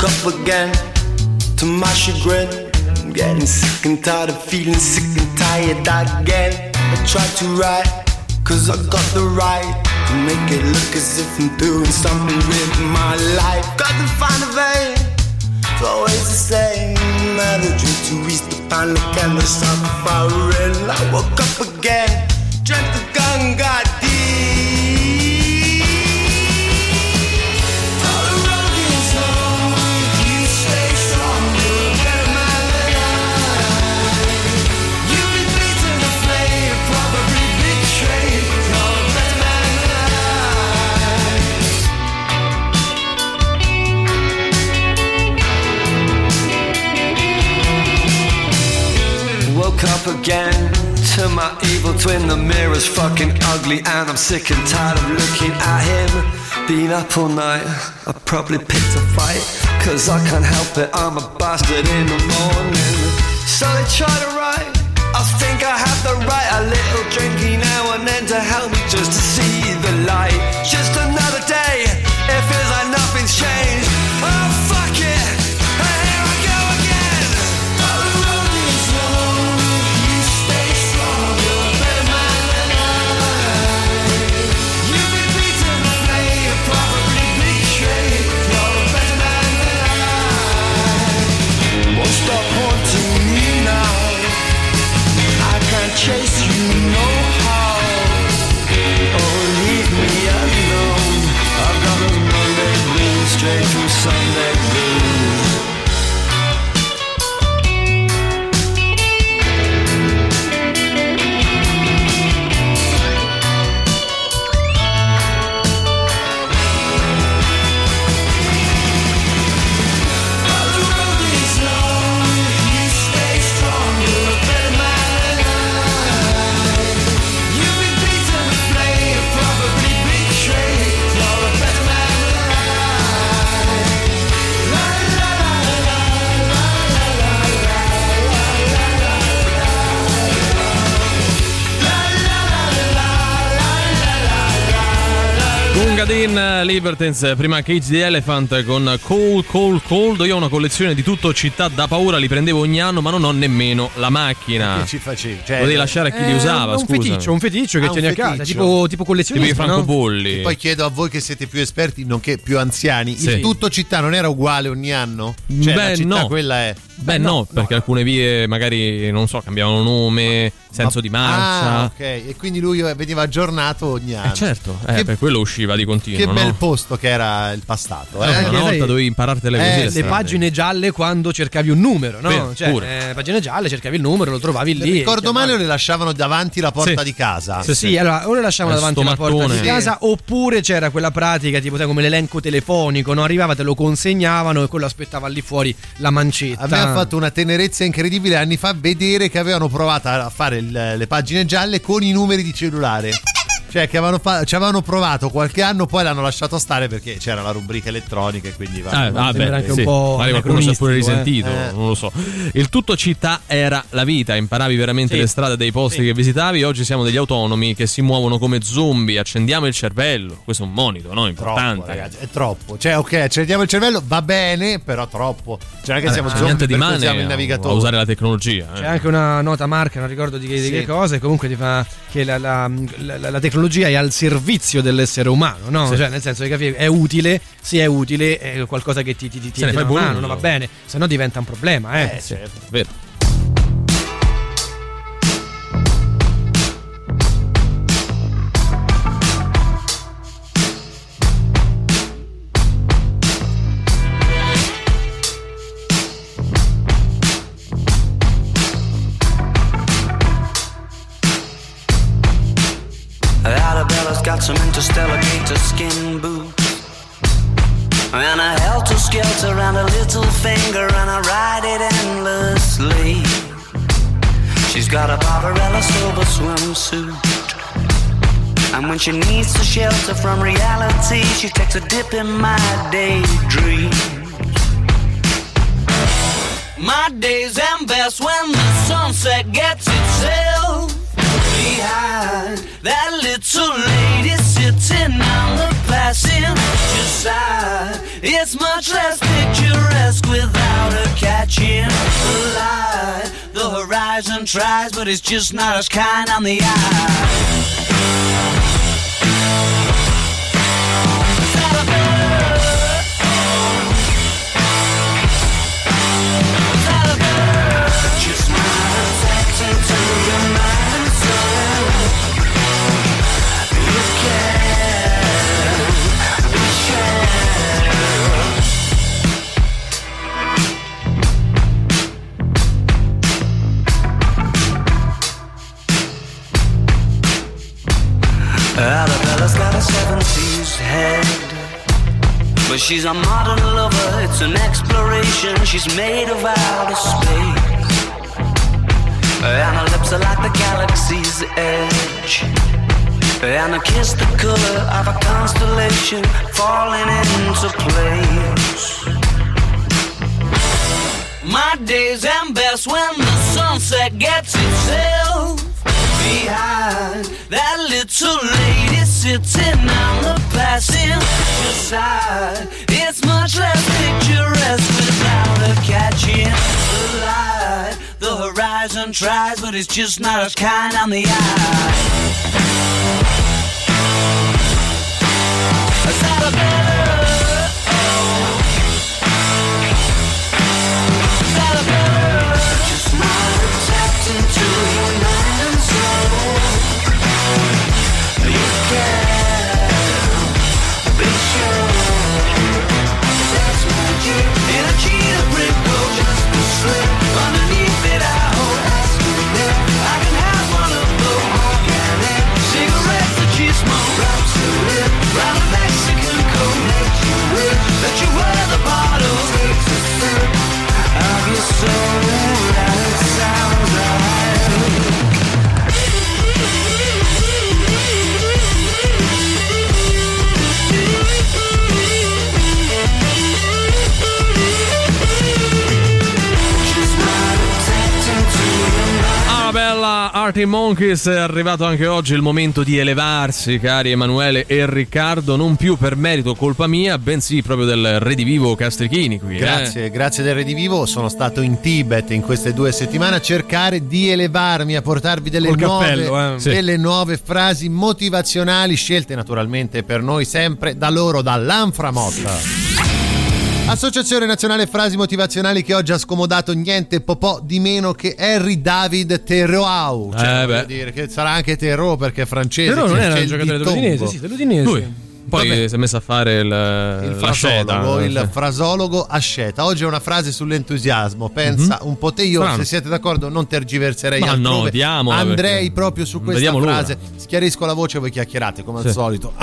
R: woke up again to my chagrin. I'm getting sick and tired of feeling sick and tired again. I tried to write, cause I got the right to make it look as if I'm doing something with my life. Got to find a vein, it's always the same. I drink to reach the pan, the candle stop firing. I woke up again, drank the gun, got deep. All the road is long, you stay strong, you're a better man than I. You've been beaten, afraid, probably betrayed. You're a better man than I. Woke up again to my evil twin. The mirror's fucking ugly and I'm sick and tired of looking at him. Been up all night, I probably picked a fight, cause I can't help it, I'm a bastard in the morning. So they try to write, I think I have the right. A little drinky now and then to help me just to see the light. Just another day, it feels like nothing's changed. Oh fuck it, here I go again. Oh, the road is long, you stay strong, you're a better man than I. You've been beaten, afraid, probably betrayed. You're a better man than I. Won't stop haunting me now. I can't chase you no how. Oh, leave me alone. I've got a Monday blues straight through Sunday blues.
C: Gungadin Libertines, prima Cage the Elephant con Cold Cold Cold. Io ho una collezione di tutto città da paura, li prendevo ogni anno, ma non ho nemmeno la macchina.
E: Che ci facevi? Cioè,
C: lo devi lasciare a chi
D: eh,
C: li usava,
D: un
C: scusa.
D: feticcio, un feticcio che
E: Ah, un
D: tieni a
E: feticcio.
D: casa, tipo, tipo collezionista,
C: Tipo i
D: no?
C: francobolli.
E: E poi chiedo a voi che siete più esperti, nonché più anziani,
C: Sì.
E: il tutto città non era uguale ogni anno? Cioè
C: Beh,
E: la città
C: no.
E: quella è.
C: Beh no, perché alcune vie magari, non so, cambiavano nome, senso di marcia.
E: Ah, ok. E quindi lui veniva aggiornato ogni anno.
C: Eh certo, eh,
E: Che-
C: per quello usciva di continuo.
E: Che
C: no?
E: bel posto che era il pastato.
C: Eh,
E: Eh?
C: una
D: sai-
C: volta dovevi imparartele così.
E: Eh,
C: le
D: Le
C: strade.
D: pagine gialle quando cercavi un numero, no?
C: Vero,
D: cioè,
C: pure.
D: eh, pagine gialle, cercavi il numero, lo trovavi
E: Se
D: lì.
E: ricordo male,
D: chiamavi.
E: le lasciavano davanti la porta
C: Sì.
E: di casa.
C: Sì,
D: Sì, allora o le lasciavano
C: Eh,
D: davanti
C: sto
D: alla porta
C: mattone.
D: di casa, oppure c'era quella pratica tipo sai, come l'elenco telefonico, no? Arrivava, te lo consegnavano e quello aspettava lì fuori la mancetta.
E: A me ha fatto una tenerezza incredibile anni fa vedere che avevano provato a fare il- le pagine gialle con i numeri di cellulare. Cioè che avevano fa- ci avevano provato qualche anno, poi l'hanno lasciato stare perché c'era la rubrica elettronica e quindi va.
C: Ah, ah,
D: sembra
C: beh,
D: anche un
C: sì.
D: po'
C: magari qualcuno si è pure
D: anacronistico,
C: risentito,
E: eh.
C: non lo so. Il tutto città era la vita, imparavi veramente
D: Sì.
C: le strade dei posti
D: Sì.
C: che visitavi. Oggi siamo degli autonomi che si muovono come zombie, accendiamo il cervello. Questo è un monito, no? Importante.
E: Troppo, ragazzi, è troppo. Cioè, ok, accendiamo il cervello, va bene, però troppo. Cioè, non è che
C: Eh,
E: siamo
C: c'è
E: zombie
C: niente di
E: perché
C: male
E: usiamo il
C: a,
E: navigatore.
C: a usare la tecnologia. eh.
D: C'è anche una nota marca, non ricordo di che, di
E: Sì.
D: che cosa, e comunque ti fa che la, la- la- la tecnologia è al servizio dell'essere umano, no?
C: Sì.
D: Cioè, nel senso che capi- è utile, sì, è utile, è qualcosa che ti, ti, ti
C: Se ne
D: tiene
C: fai
D: da
C: buon
D: mano,
C: uso.
D: no? Va bene, se no diventa un problema, eh.
E: Eh, certo.
C: Vero.
G: Arabella's got some interstellar gator skin boots and a helter-skelter around a little finger, and I ride it endlessly. She's got a Barbarella silver swimsuit, and when she needs to shelter from reality, she takes a dip in my daydream. My days end best when the sunset gets itself behind that little lady sitting on the passenger side. It's much less picturesque without her catching the light. The horizon tries, but it's just not as kind on the eye. Arabella's got a seventies head, but she's a modern lover, it's an exploration. She's made of outer space, and her lips are like the galaxy's edge, and her kiss the color of a constellation falling into place. My days end best when the sunset gets itself behind that little lady sitting on the passenger side. It's much less picturesque without her catching the light. The horizon tries, but it's just not as kind on the eye. Is that a better? Is that a better? Just not tapped into your mind and soul. You can be sure that's magic in a cheetah print coat, just a slip underneath it. I hope that's good. I can have one of those organic cigarettes that you smoke. Right to it, round a Mexican coat, make you wish that you were the bottle. Takes a sip of your soul, and it sounds right.
C: Bella Arctic Monkeys, è arrivato anche oggi il momento di elevarsi, cari Emanuele e Riccardo, non più per merito o colpa mia, bensì proprio del Redivivo Castrichini qui.
E: Grazie,
C: eh.
E: grazie del Redivivo. Sono stato in Tibet in queste due settimane a cercare di elevarmi, a portarvi delle,
D: Col
E: nuove,
D: cappello, eh. Sì.
E: delle nuove frasi motivazionali, scelte naturalmente per noi sempre da loro, dall'Anframotta. Associazione Nazionale Frasi Motivazionali, che oggi ha scomodato niente po' po' di meno che Henry David Thoreau. Cioè,
C: Eh,
E: voglio
C: beh.
E: dire che sarà anche Thoreau perché è francese.
D: Però non
E: c'è-
D: era
E: c'è
D: un
E: il
D: giocatore
E: dittongo.
D: dell'Udinese, sì, dell'Udinese.
C: Lui poi
E: Vabbè.
C: si è messo a fare il,
E: Il
C: la sceta.
E: frasologo, il frasologo asceta. Oggi è una frase sull'entusiasmo. Pensa
C: Mhm.
E: un po' te. Io,
C: Strano.
E: se siete d'accordo, non tergiverserei
C: Ma no,
E: altrove.
C: diamola,
E: Andrei
C: perché
E: proprio su
C: non
E: questa
C: vediamo l'ora.
E: frase. Schiarisco la voce e voi chiacchierate come al
C: Sì.
E: solito.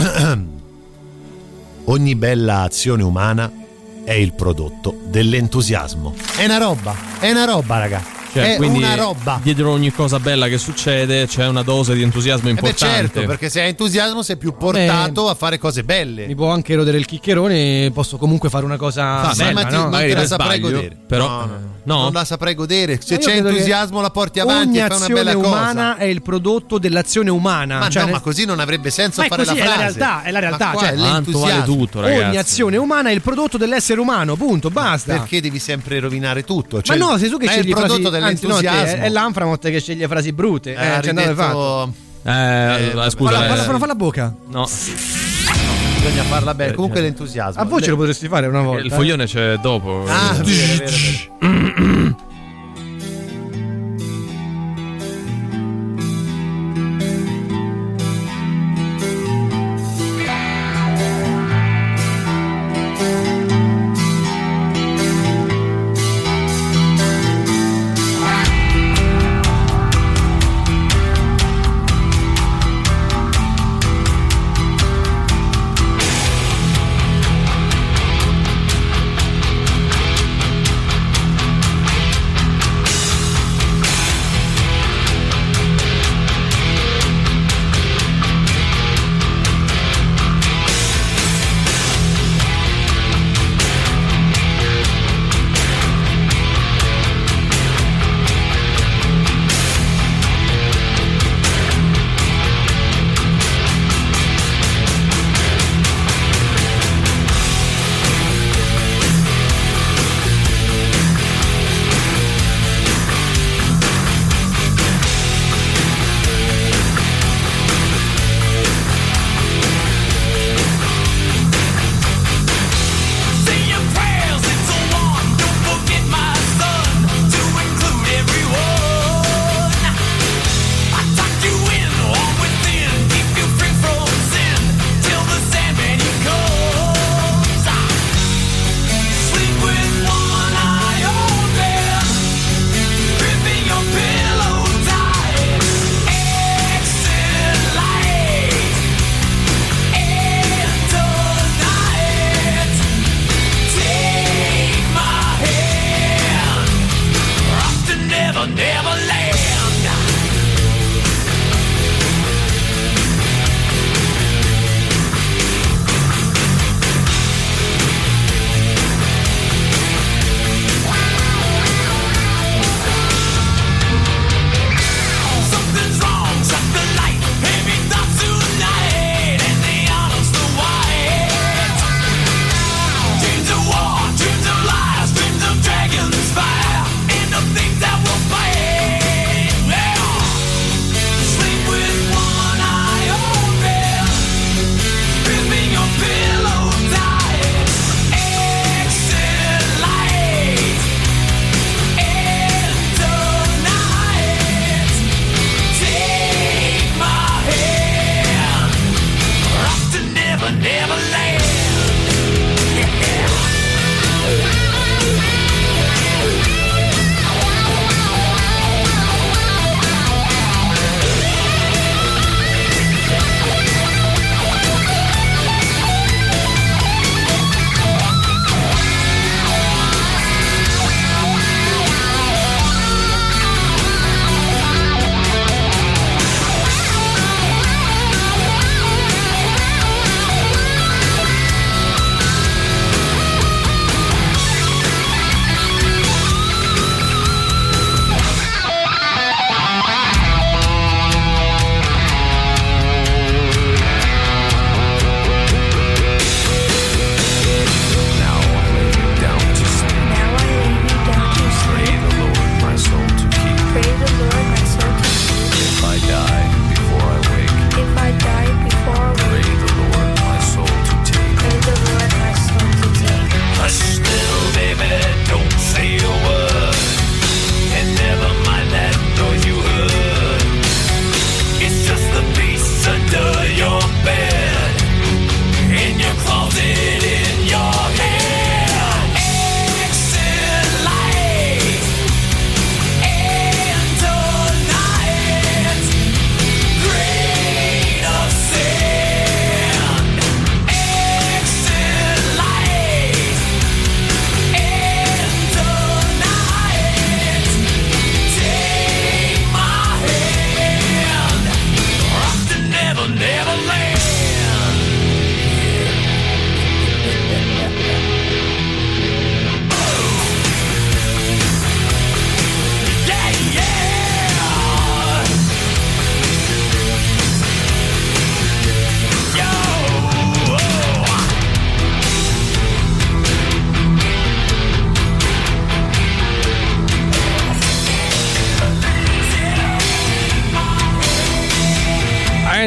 E: Ogni bella azione umana è il prodotto dell'entusiasmo. È una roba, è una roba, raga.
C: Cioè,
E: è
C: quindi
E: una roba.
C: dietro ogni cosa bella che succede c'è una dose di entusiasmo
E: Eh beh,
C: importante.
E: certo, perché se hai entusiasmo sei più portato a fare cose belle.
D: Mi può anche rodere il chiccherone, posso comunque fare una cosa
E: Ah,
D: bella,
E: ma, ti-
D: no?
E: non
C: magari
E: te la
C: per
E: saprei
C: sbaglio,
E: godere.
C: però-
E: no, no,
C: no.
E: non la saprei godere. Se
D: Ma io
E: c'è
D: credo che
E: entusiasmo la porti avanti
D: ogni
E: e fai una
D: azione
E: bella cosa.
D: umana è il prodotto dell'azione umana.
E: Ma
D: cioè
E: no,
D: nel-
E: ma così non avrebbe senso
D: Ma è
E: fare
D: così,
E: la
D: è la
E: frase.
D: realtà, è la realtà,
E: Ma qua
D: cioè,
E: è
C: Tanto vale
E: l'entusiasmo.
C: tutto, ragazzi.
D: ogni azione umana è il prodotto dell'essere umano, punto, basta.
E: Perché devi sempre rovinare tutto? Cioè,
D: ma no, sei tu che
E: ma è il
D: scegli
E: prodotto
D: frasi, anzi, no, te-
E: dell'entusiasmo.
D: è l'Anframot che sceglie frasi brute.
E: Eh,
D: Eh,
E: ha
D: c'è andato fatto.
E: ridetto-
C: Eh,
E: vabbè.
C: scusa,
D: Falla,
C: eh,
D: falla, falla, falla bocca.
C: no,
E: Bisogna farla bene.
C: Eh,
E: Comunque
C: eh.
E: l'entusiasmo.
D: A voce
E: Le-
D: lo potresti fare una volta.
C: il foglione c'è dopo.
E: Ah,
C: Eh,
E: vero, vero, vero.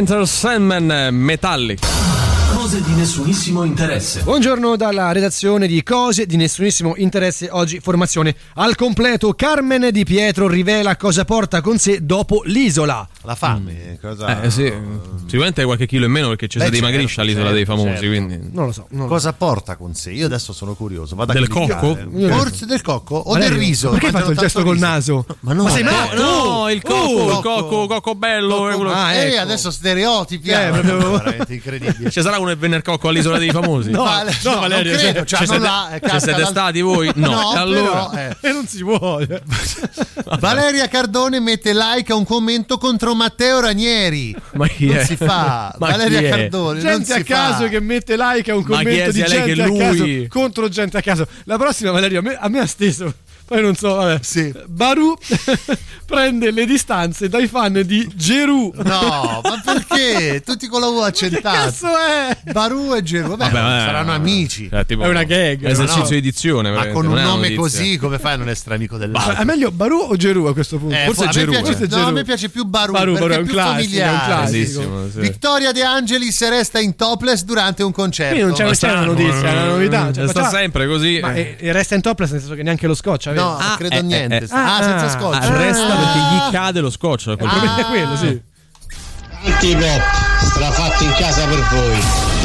C: Enter Sandman, Metallic.
J: Cose di nessunissimo interesse.
D: Buongiorno dalla redazione di Cose di nessunissimo interesse. Oggi formazione al completo. Carmen Di Pietro rivela cosa porta con sé dopo l'isola.
E: La fame, cosa...
C: Eh sì, sicuramente qualche chilo in meno perché ci
E: Beh,
C: si dimagrisce
E: certo,
C: all'isola
E: certo,
C: dei famosi,
E: certo.
C: quindi
D: Non lo so. Non
E: Cosa
D: lo so.
E: porta con sé? Io adesso sono curioso. Vado a
C: Del
E: cliccare.
C: cocco?
E: Forse del cocco o
D: Valerio,
E: del riso.
D: Perché hai fatto il
E: Mangiano
D: gesto
E: tanto
D: col
E: riso.
D: naso?
E: Ma no,
D: Ma sei
E: no,
D: matto?
C: no, il cocco,
E: Uh,
C: il cocco, cocco bello.
E: Cocco-
C: quello-
D: Ah,
E: Eh,
D: ecco.
E: adesso stereotipi.
D: Eh,
E: eh,
D: proprio-
E: veramente incredibile.
C: Ci sarà uno che venne il cocco all'isola dei famosi?
E: No, Vale- no,
D: Valerio,
E: non credo,
D: cioè,
E: c'hanno
C: ci siete,
E: là, eh,
C: ci
E: casca
C: siete
E: dal-
C: stati voi? No,
E: No,
C: allora
E: però, eh.
D: E non si può.
E: Valeria Cardone mette like a un commento contro Matteo Ranieri.
C: Ma chi
E: non
C: è?
E: si fa.
C: Ma
E: Valeria
C: chi è?
E: Cardone. non
D: Gente
E: si
D: a caso
E: fa.
D: che mette like a un
C: Ma chi
D: commento
C: è?
D: di
C: Sia lei
D: gente
C: che
D: a caso
C: lui?
D: contro gente a caso. La prossima, Valerio, a me, a me ha steso. Poi non so, vabbè.
E: Sì.
D: Baru prende le distanze dai fan di Geru.
E: No, ma perché? Tutti con la U
D: Che
E: accentata.
D: cazzo è?
E: Baru e Geru. Vabbè,
C: Vabbè, vabbè,
E: saranno amici.
C: Cioè, tipo,
D: È una gag,
C: esercizio
D: no?
C: di dizione,
E: Ma
C: veramente,
E: con un
C: non è una
E: nome
C: notizia.
E: così, come fai a non essere amico
D: Ma
E: dell'altro?
D: è meglio Baru o Geru a questo punto?
E: Eh,
C: forse
E: a me
C: Geru,
E: piace-
C: eh.
D: Forse
E: no,
D: Geru.
E: a me piace più Baru,
D: Baru,
E: perché
D: Baru, è
E: è
D: un
E: più
D: classico, è un
E: familiare.
D: classico.
C: Bellissimo, sì.
E: Vittoria De Angelis resta in topless durante un concerto.
D: Qui non c'è,
C: Ma
D: non c'è una
C: strano,
D: notizia, è una novità. Cioè,
C: sta
D: facciamo-
C: sempre così.
D: Ma
C: eh.
D: e, e resta in topless nel senso che neanche lo scotch aveva.
E: No,
C: Ah,
E: credo
C: eh,
E: niente.
C: eh, eh.
E: Ah,
D: Ah,
E: senza
D: ah,
E: scotch.
C: Ah, resta
E: Ah.
C: perché gli cade lo scotch. a quel
D: Il
C: punto.
D: problema è quello, sì.
Q: Antipop, strafatti in casa per voi.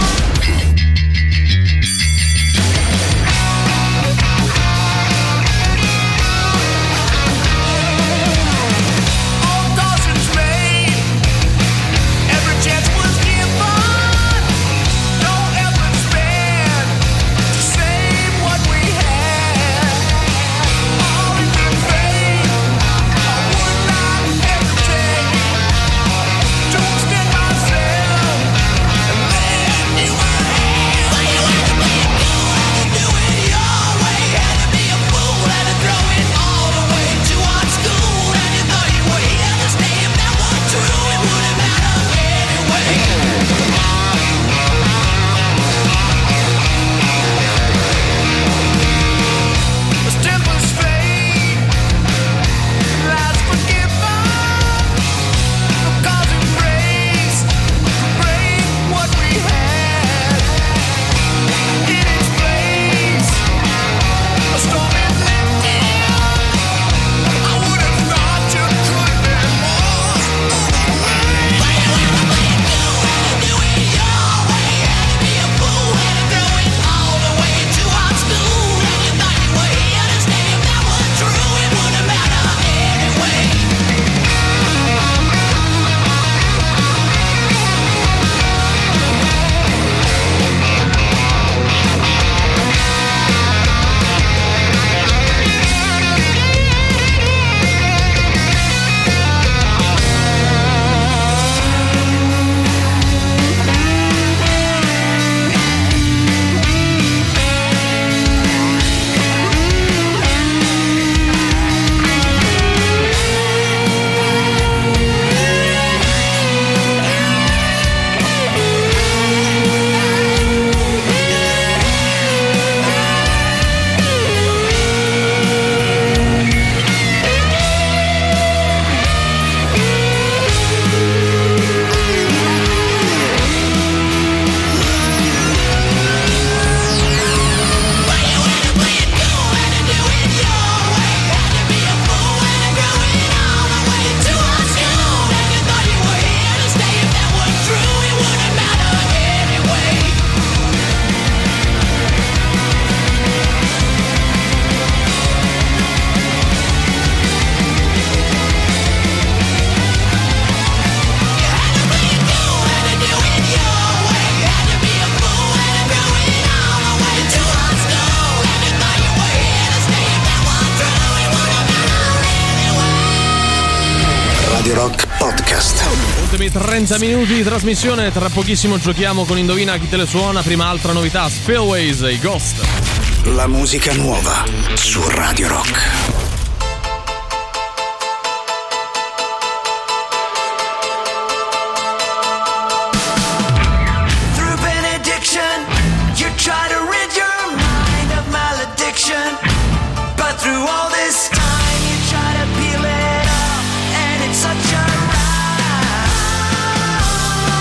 T: All dozens made, every chance was given, no effort spared to save what we had. All in good faith, I would not hesitate to extend myself and lend you my hand. But you had to play it cool, had to do it your way, had to be a fool, had to throw it all the way to our school, and you thought you were here to stay. If that was true, it wouldn't matter anyway. As tempers fade, lies forgiven, no cause and grace to break what we had. In its place, a storm is lifting. I would have thought you could have been more. But you had to play it cool, had to do it your way, had to be a fool, had to throw it all the way to our school, and you thought you were here to stay. If that was true, it wouldn't matter anyway. But you had to play it cool, had to do it your way, had to be a fool, had to throw it all the way to our school, and you thought you were here to stay. If that was true, it wouldn't matter anyway.
A: Radio Rock Podcast.
C: Ultimi trenta minuti di trasmissione. Tra pochissimo giochiamo con Indovina chi te le suona. Prima altra novità: Spillways, i Ghost.
A: La musica nuova su Radio Rock.
T: Through benediction, you try to rid your mind of malediction. But through all this time, you try to peel it off, and it's such a ride.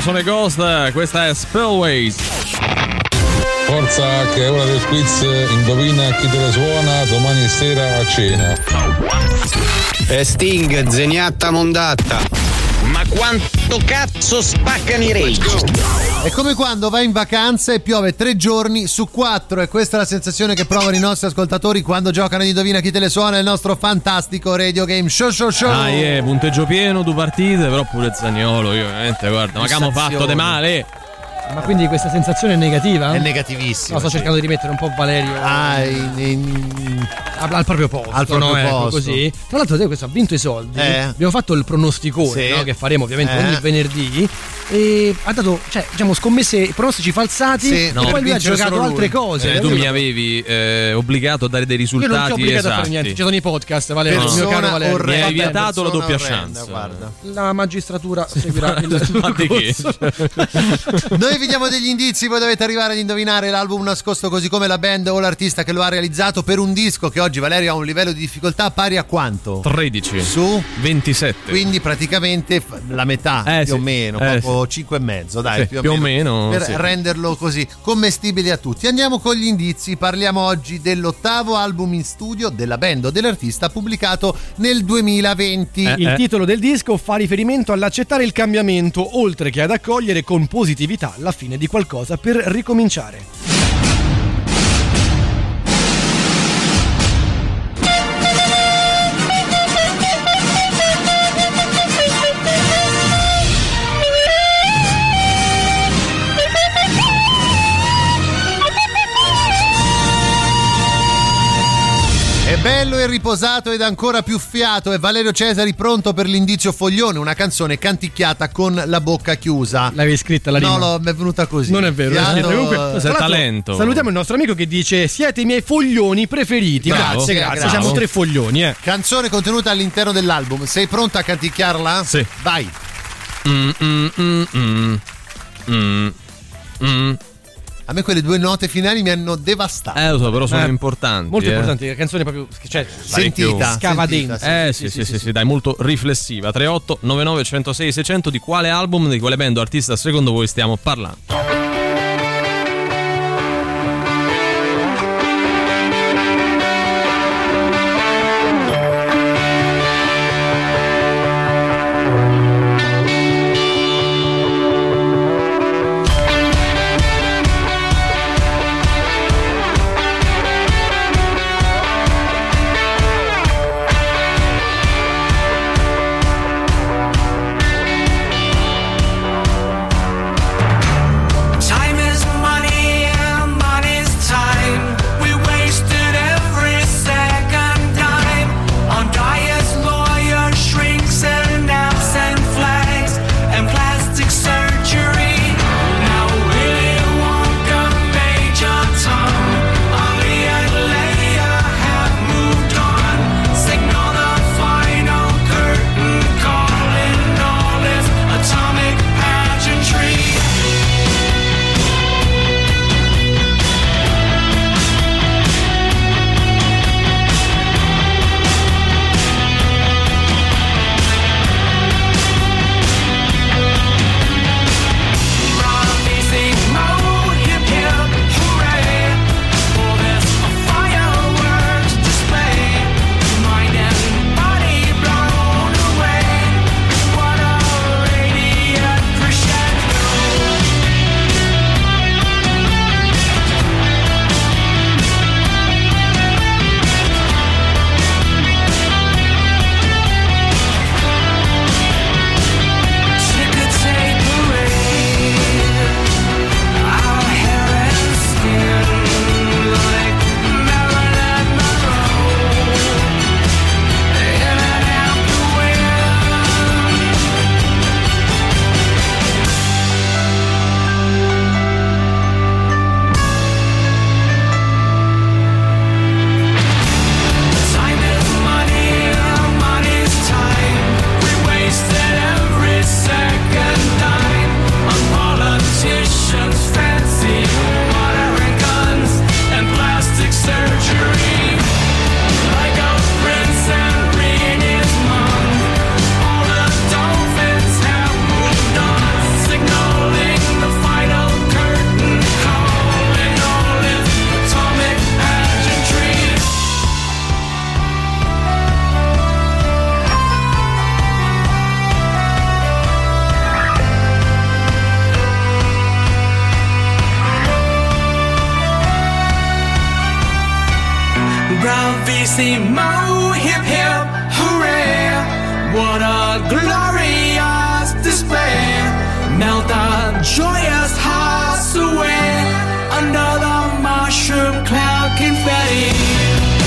C: sono i Ghost, questa è Spillways.
B: Forza che è ora del quiz, indovina chi te le suona domani sera a cena.
V: E Sting, zeniatta mondatta. Ma quanto cazzo spaccano i Rage?
E: È come quando vai in vacanza e piove tre giorni su quattro, e questa è la sensazione che provano i nostri ascoltatori quando giocano ad Indovina chi te le suona, il nostro fantastico radio game show show show.
C: Ah, yeah, punteggio pieno, due partite, però pure Zaniolo, io veramente, guarda, ma che abbiamo fatto de male.
D: Ma quindi questa sensazione è negativa?
E: È negativissima.
D: No, sto
E: sì.
D: cercando di rimettere un po' Valerio
E: ah, in, in...
D: Al, al proprio posto.
E: Al proprio
D: no?
E: posto.
D: Ecco, così. Tra l'altro, te questo ha vinto i soldi.
E: Eh.
D: Abbiamo fatto il pronosticone,
E: sì.
D: no? Che faremo ovviamente
E: eh.
D: ogni venerdì. E ha dato, cioè, diciamo, scommesse, pronostici falsati.
E: Sì,
D: e
E: no,
D: poi lui ha giocato altre cose.
C: Eh, tu mi avevi eh, obbligato a dare dei risultati.
D: Io non ti ho obbligato
C: esatti.
D: a fare niente. Ci sono i podcast, Valerio.
C: No.
D: Il mio caro Valerio.
C: Mi hai vietato la doppia
E: orrenda,
C: chance.
E: Guarda.
D: La magistratura seguirà il
C: Ma di che?
E: Noi vi diamo degli indizi, voi dovete arrivare ad indovinare l'album nascosto, così come la band o l'artista che lo ha realizzato, per un disco che oggi Valerio ha un livello di difficoltà pari a quanto?
C: tredici
E: su
C: ventisette.
E: Quindi praticamente la metà,
C: eh,
E: più
C: sì.
E: o meno,
C: eh,
E: proprio
C: sì.
E: cinque e mezzo, dai,
C: Sì,
E: più, o,
C: più
E: meno,
C: o meno
E: per
C: sì.
E: renderlo così commestibile a tutti. Andiamo con gli indizi, parliamo oggi dell'ottavo album in studio della band o dell'artista pubblicato nel duemilaventi.
D: Eh, il titolo del disco fa riferimento all'accettare il cambiamento, oltre che ad accogliere con positività la fine di qualcosa per ricominciare.
E: È bello e riposato ed ancora più fiato. È Valerio Cesari pronto per l'indizio foglione, una canzone canticchiata con la bocca chiusa.
D: L'avevi scritta la rima?
E: No, lo, mi è venuta così.
D: Non è vero,
E: Fiato,
D: è comunque,
C: questo è talento.
D: Salutiamo il nostro amico che dice: siete i miei foglioni preferiti.
E: Bravo,
D: grazie, grazie.
E: bravo.
D: Siamo tre foglioni, eh.
E: Canzone contenuta all'interno dell'album. Sei pronta a canticchiarla?
C: Sì.
E: Vai.
C: Mm, mm, mm, mm. Mm, mm.
E: A me quelle due note finali mi hanno devastato.
C: Eh, lo so, però sono
D: Eh,
C: importanti.
D: Molto
C: eh.
D: importanti, la canzone proprio, cioè,
E: Sentita,
D: scava
E: sentita,
D: dentro.
C: Eh sì sì, sì sì sì dai, molto riflessiva. Tre otto nove nove uno zero sei sei zero zero. Di quale album, di quale band o artista secondo voi stiamo parlando?
T: bravissimo, hip hip, hooray! What a glorious display! Melt our joyous hearts away under the mushroom cloud confetti.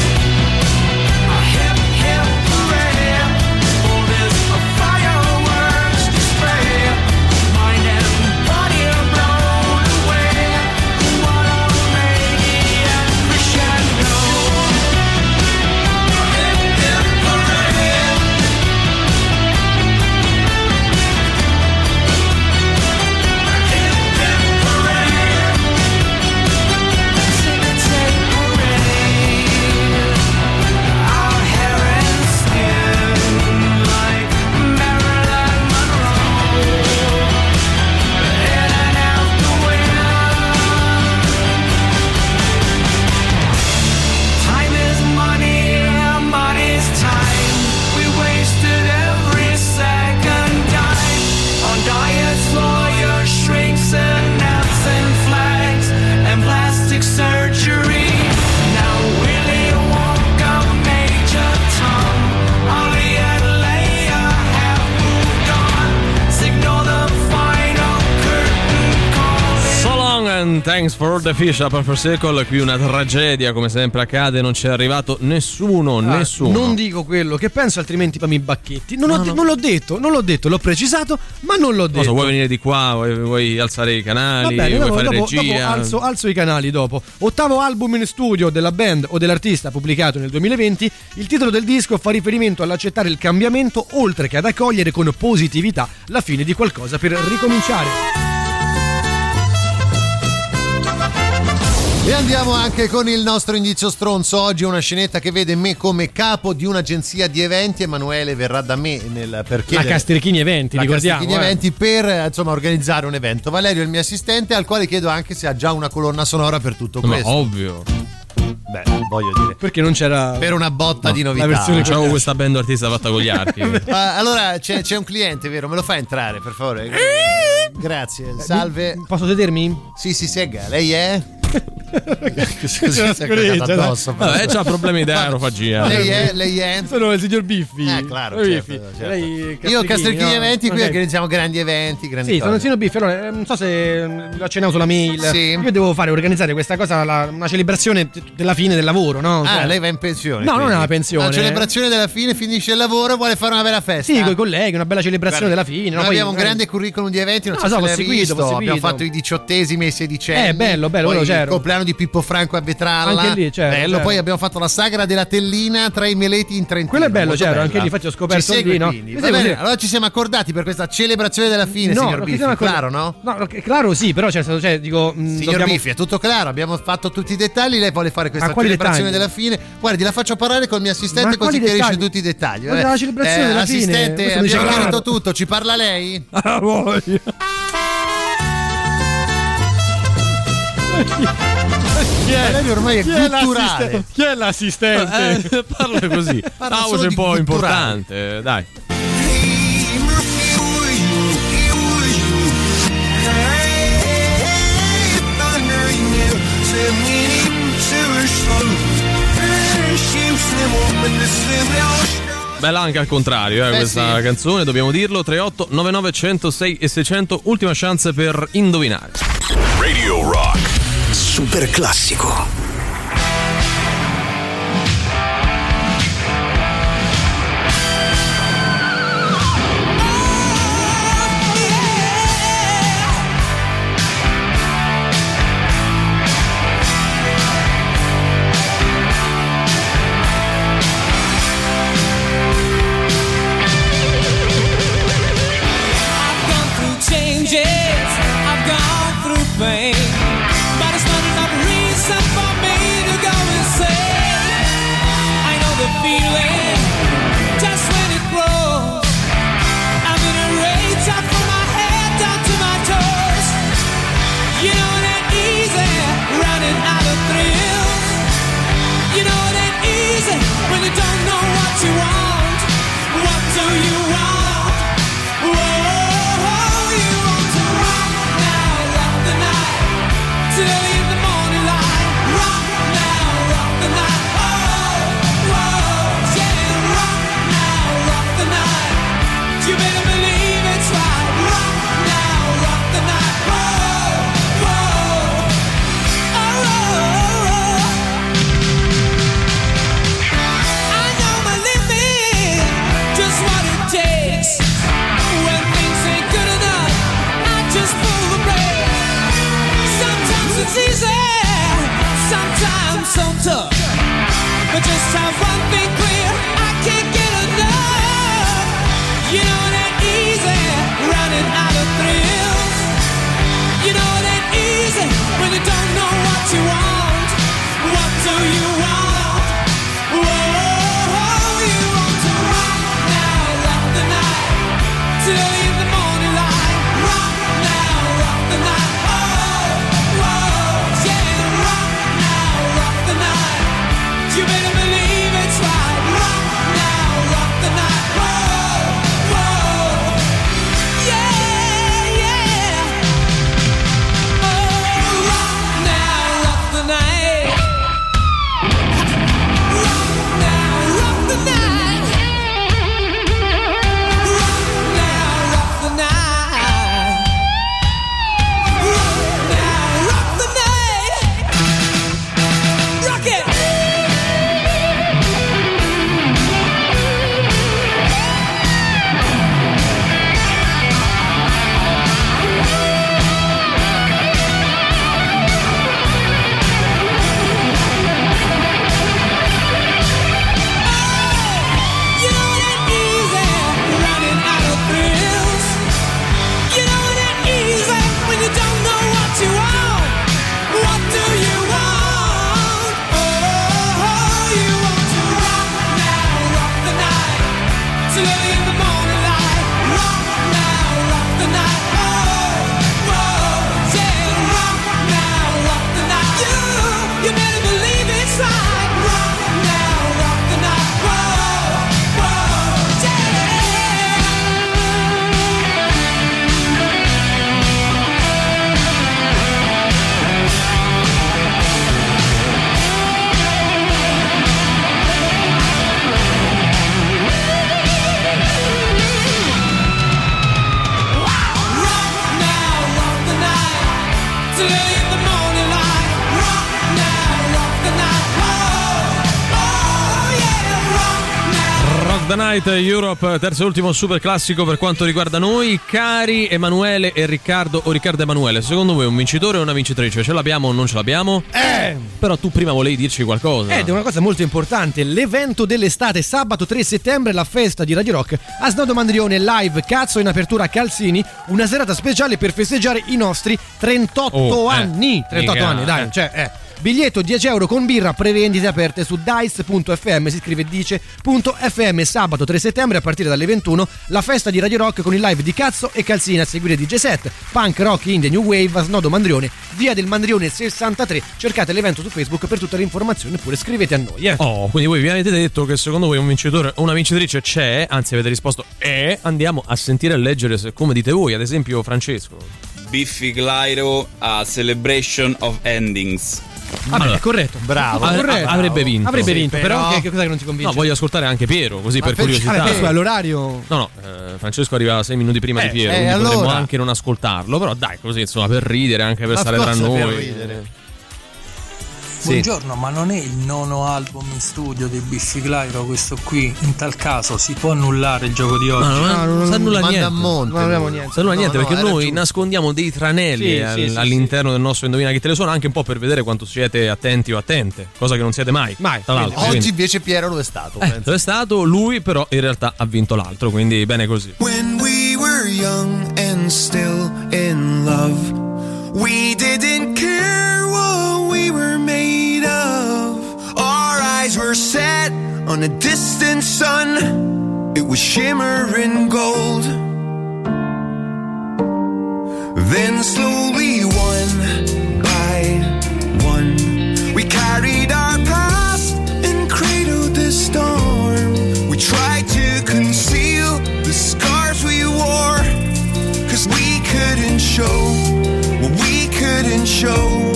C: Thanks for the fish up for circle. Qui una tragedia, come sempre accade, non c'è arrivato nessuno,
D: Ah,
C: nessuno.
D: Non dico quello che penso, altrimenti poi mi bacchetti. Non, ho
C: No,
D: de-
C: no.
D: non l'ho detto, non l'ho detto, l'ho precisato, ma non l'ho detto.
C: Cosa, vuoi venire di qua? Vuoi, vuoi alzare i canali?
D: Va bene,
C: vuoi
D: dopo,
C: fare
D: dopo-
C: regia?
D: dopo alzo, alzo i canali dopo. Ottavo album in studio della band o dell'artista pubblicato nel duemilaventi. Il titolo del disco fa riferimento all'accettare il cambiamento, oltre che ad accogliere con positività la fine di qualcosa per ricominciare.
E: E andiamo anche con il nostro indizio stronzo. Oggi è una scenetta che vede me come capo di un'agenzia di eventi. Emanuele verrà da me nel, per chiedere
D: La Castrichini Eventi,
E: la
D: ricordiamo.
E: Castrichini
D: eh.
E: Eventi per eh, insomma organizzare un evento. Valerio è il mio assistente, al quale chiedo anche se ha già una colonna sonora per tutto
C: Ma
E: questo.
C: ovvio.
E: Beh, voglio dire,
D: perché non c'era
E: per una botta
C: No,
E: di
C: la
E: novità.
C: versione c'avevo questa band artista fatta con gli archi.
E: Ah, allora c'è, c'è un cliente, vero? Me lo fa entrare, per favore? Grazie. Salve.
D: Posso sedermi?
E: Sì, si segga. Lei è?
D: C'è
E: si
D: una
E: è cagato
D: scoreggia,
E: addosso.
C: Vabbè, c'ha problemi di aerofagia.
E: Lei è? Lei è?
D: Sono il signor Biffi.
E: Eh, claro,
D: Signor
E: certo,
D: Biffi.
E: certo.
D: Lei,
E: Io Castrichini
D: no?
E: Eventi qui
D: Ok.
E: organizziamo grandi eventi, grandi
D: Sì,
E: cose.
D: sono il signor Biffi. Allora, eh, non so se mm, l'ho accennato sulla mail.
E: Sì.
D: Io devo fare organizzare questa cosa, la- una celebrazione t- della fine del lavoro, no?
E: Ah,
D: Cioè-
E: lei va in pensione?
D: No,
E: quindi.
D: non è una pensione.
E: La celebrazione della fine, finisce il lavoro, vuole fare una bella festa.
D: Sì, con i colleghi, una bella celebrazione
E: Guarda,
D: della fine.
E: Noi
D: no? Poi-
E: abbiamo un grande curriculum di eventi, non
D: No,
E: so
D: so,
E: se
D: l'ho
E: l'hai
D: seguito,
E: visto.
D: l'ho seguito.
E: Abbiamo fatto i diciottesimi e i sedicenni.
D: Eh, bello, bello,
E: poi
D: quello c'ero.
E: il compleanno di Pippo Franco a Vetralla.
D: Anche lì, certo,
E: Bello,
D: certo.
E: poi abbiamo fatto la sagra della Tellina tra i Meleti in Trentino.
D: Quello è bello,
E: molto
D: c'ero,
E: bella.
D: anche lì, infatti ho scoperto
E: Ci segui,
D: lì, no?
E: quindi.
D: Mi
E: Va
D: segui,
E: bene,
D: sì.
E: allora ci siamo accordati per questa celebrazione della fine,
D: No,
E: signor
D: non
E: Biffi.
D: siamo accordati.
E: Claro, no?
D: No, che- claro sì, però c'è stato, cioè, dico, mh,
E: Signor
D: dobbiamo...
E: Biffi, è tutto chiaro, abbiamo fatto tutti i dettagli, lei vuole fare questa
D: Ma quali
E: celebrazione
D: dettagli?
E: della fine. Guardi, la faccio parlare col mio assistente
D: Ma
E: così
D: quali
E: chiarisce
D: dettagli?
E: tutti i dettagli.
D: Ma la celebrazione della fine,
E: assistente,
D: questo mi dice
E: abbiamo
D: chiaro.
E: chiarito tutto, ci parla lei?
D: Ah, voglia. Chi è?
E: Lei ormai è
D: Chi è
E: culturale.
D: l'assistente? Chi è l'assistente?
C: Eh, parla così.
E: Parla
C: Ah,
E: solo
C: voce un
E: di
C: po'
E: culturale.
C: importante, dai. Bella anche al contrario, eh,
E: Eh,
C: questa
E: sì.
C: canzone, dobbiamo dirlo. Tre otto nove nove uno zero sei e seicento, ultima chance per indovinare.
H: Radio Rock.
A: Super classico.
T: I've gone through changes, I've gone through pain, but it's not enough reason for tough. But just have one thing clear, I can't get enough. You know it ain't easy running out of thrills. You know it ain't easy when you don't know what you want. What do you want? Whoa, you want to rock now, rock the night till in the morning light. Rock now, rock the night. Oh, whoa, yeah, rock now, rock the night. You better believe it's right. Rock now, rock the night. Whoa, whoa, yeah, yeah. Oh, rock now, rock the night. Rock now, rock the night. Rock now, rock the night. Rock now, rock the night. Rock it. You know it ain't easy running out of thrills. You know it ain't easy when you don't know what you want. What do you want? Oh, you want to rock now, rock the night till early in the morning light. Rock now, rock the night. Oh, whoa, yeah, rock now, rock the night. You, you better believe it's right. Rock now, rock the night. Whoa, whoa, yeah. Rock now, rock the night till early in the morning light. Rock now, rock the night. Oh, oh yeah, rock now.
C: Rock the Night Europe, terzo e ultimo super classico per quanto riguarda noi. Cari Emanuele e Riccardo, o Riccardo e Emanuele, secondo voi un vincitore o una vincitrice? Ce l'abbiamo o non ce l'abbiamo?
D: Eh!
C: Però tu prima volevi dirci qualcosa.
D: Ed è una cosa molto importante, l'evento dell'estate, sabato tre settembre, la festa di Radio Rock a Snodo Mandrione live, cazzo in apertura a Calzini, una serata speciale per festeggiare i nostri trentotto
C: Oh, eh,
D: anni. trentotto
C: mica,
D: anni, dai,
C: eh.
D: cioè, eh. Biglietto dieci euro con birra, prevendite aperte su dice punto effe emme, si scrive dice punto effe emme. Sabato tre settembre a partire dalle ventuno la festa di Radio Rock con il live di Cazzo e Calzini, a seguire D J set, punk, rock, indie, new wave a Snodo Mandrione, via del Mandrione sessantatré. Cercate l'evento su Facebook per tutte le informazioni, oppure scrivete a noi, eh.
C: Oh, quindi voi vi avete detto che secondo voi un vincitore o una vincitrice c'è, anzi avete risposto e andiamo a sentire e leggere se- come dite voi, ad esempio Francesco.
K: Biffy Clyro a Celebration of Endings.
D: Vabbè,
C: Allora,
D: è corretto.
E: Bravo.
C: Avre-
D: corretto.
C: avrebbe vinto.
D: Avrebbe vinto,
E: Sì,
D: però,
E: però-
D: che, che cosa che non ti convince?
C: No, voglio ascoltare anche Piero, così
E: Ma
C: per
E: per-
C: curiosità.
D: Vabbè, questo è l'orario.
C: No, no, eh, Francesco arriva sei minuti prima
E: Eh,
C: di Piero,
E: eh,
C: quindi
E: allora?
C: potremmo anche non ascoltarlo, però dai, così insomma per ridere, anche per
E: Ma
C: stare tra
E: cosa
C: noi.
E: per ridere?
C: Sì.
L: Buongiorno, ma non è il nono album in studio dei Biffy Clyro questo qui? In tal caso si può annullare il gioco di oggi?
C: No, no, non, non sa nulla
E: manda
C: niente.
E: a monte.
D: Non abbiamo niente.
C: Sa nulla niente
E: No, no,
C: perché
E: hai
C: noi
E: ragione.
C: nascondiamo dei tranelli
D: Sì,
C: al-
D: sì, sì,
C: all'interno del nostro Indovina chi te le suona, anche un po' per vedere quanto siete attenti o attente, cosa che non siete mai.
D: Mai.
C: Tra l'altro.
E: Oggi
C: Quindi-
E: invece Piero lo è stato.
C: eh,
E: penso.
C: è stato lui, però in realtà ha vinto l'altro, quindi bene così.
F: When we were young and still in love, we didn't care what we were made of. Our eyes were set on a distant sun. It was shimmering gold. Then slowly, one by one, we carried our past and cradled the storm. We tried to conceal the scars we wore, 'cause we couldn't show what we couldn't show.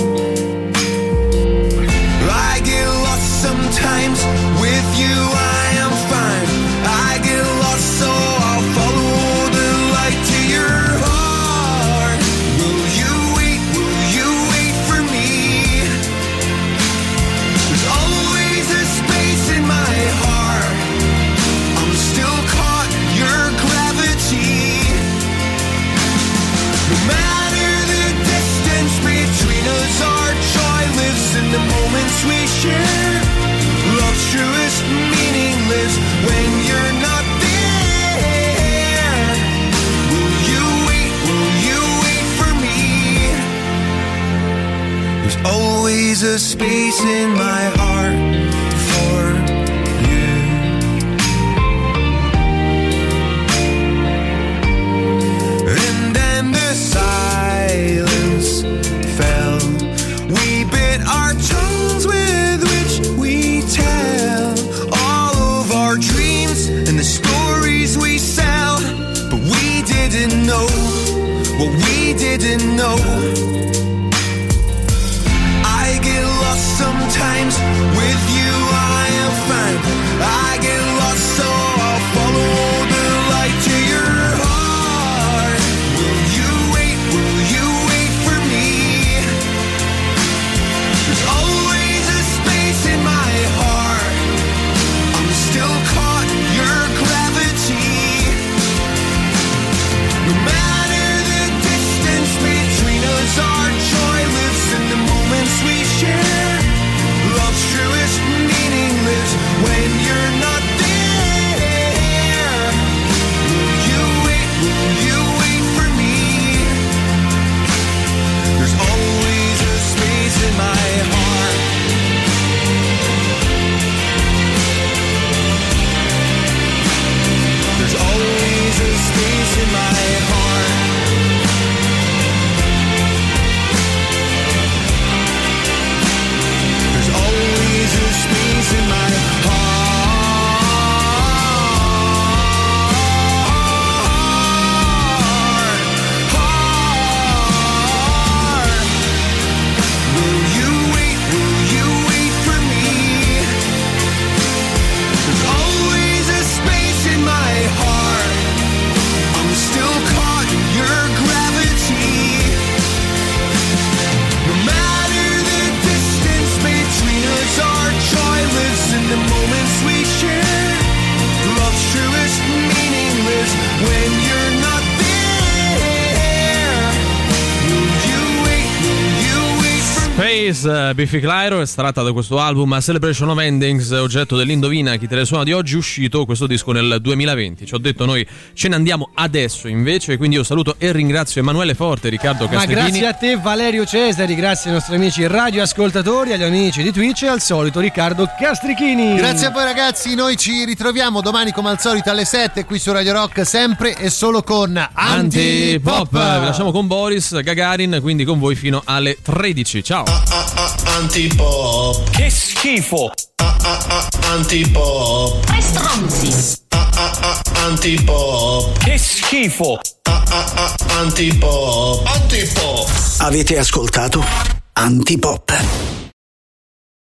F: I get lost sometimes, with you I am fine. I get lost, so I'll follow the light to your heart. Will you space in my heart for you. And then the silence fell. We bit our tongues with which we tell all of our dreams and the stories we sell. But we didn't know what we didn't know. I get lost sometimes, with you I am fine. I get lost, so I'll follow the light to your heart. Will you wait, will you wait for me? There's always a space in my heart. I'm still caught in your gravity. No matter the distance between us, our joy lives in the moments we share. Love's truest meaning lives when you're not there. Will you wait, will you wait for me? There's always a space in my heart. There's always a space in my heart. There's always a space in my heart. Will you wait, will you wait for me? There's always a space in my heart. I'm still caught in your gravity. No matter the distance between us, our joy lives in the moments we share. Love's truest meaning lives when you're not there. Will you wait, will you wait for me?
C: Space, uh, Biffy Clyro, estratta da questo album Celebration of Endings, oggetto dell'Indovina chi te le suona di oggi, uscito questo disco nel duemilaventi. Ci ho detto, noi ce ne andiamo adesso invece, quindi io saluto e ringrazio Emanuele Forte, Riccardo
D: Ma
C: Castrichini.
D: grazie a te Valerio Cesari, grazie ai nostri amici radioascoltatori, agli amici di Twitch e al solito Riccardo Castrichini.
E: Grazie a voi ragazzi, noi ci ritroviamo domani come al solito alle sette qui su Radio Rock, sempre e solo con
C: Antipop.
E: Antipop.
C: Vi lasciamo con Boris Gagarin, quindi con voi fino alle tredici. Ciao.
V: Antipop.
T: Che schifo!
V: Antipop.
T: Tre stronzi!
V: Antipop.
T: Che schifo!
V: Antipop. Antipop.
A: Avete ascoltato Antipop.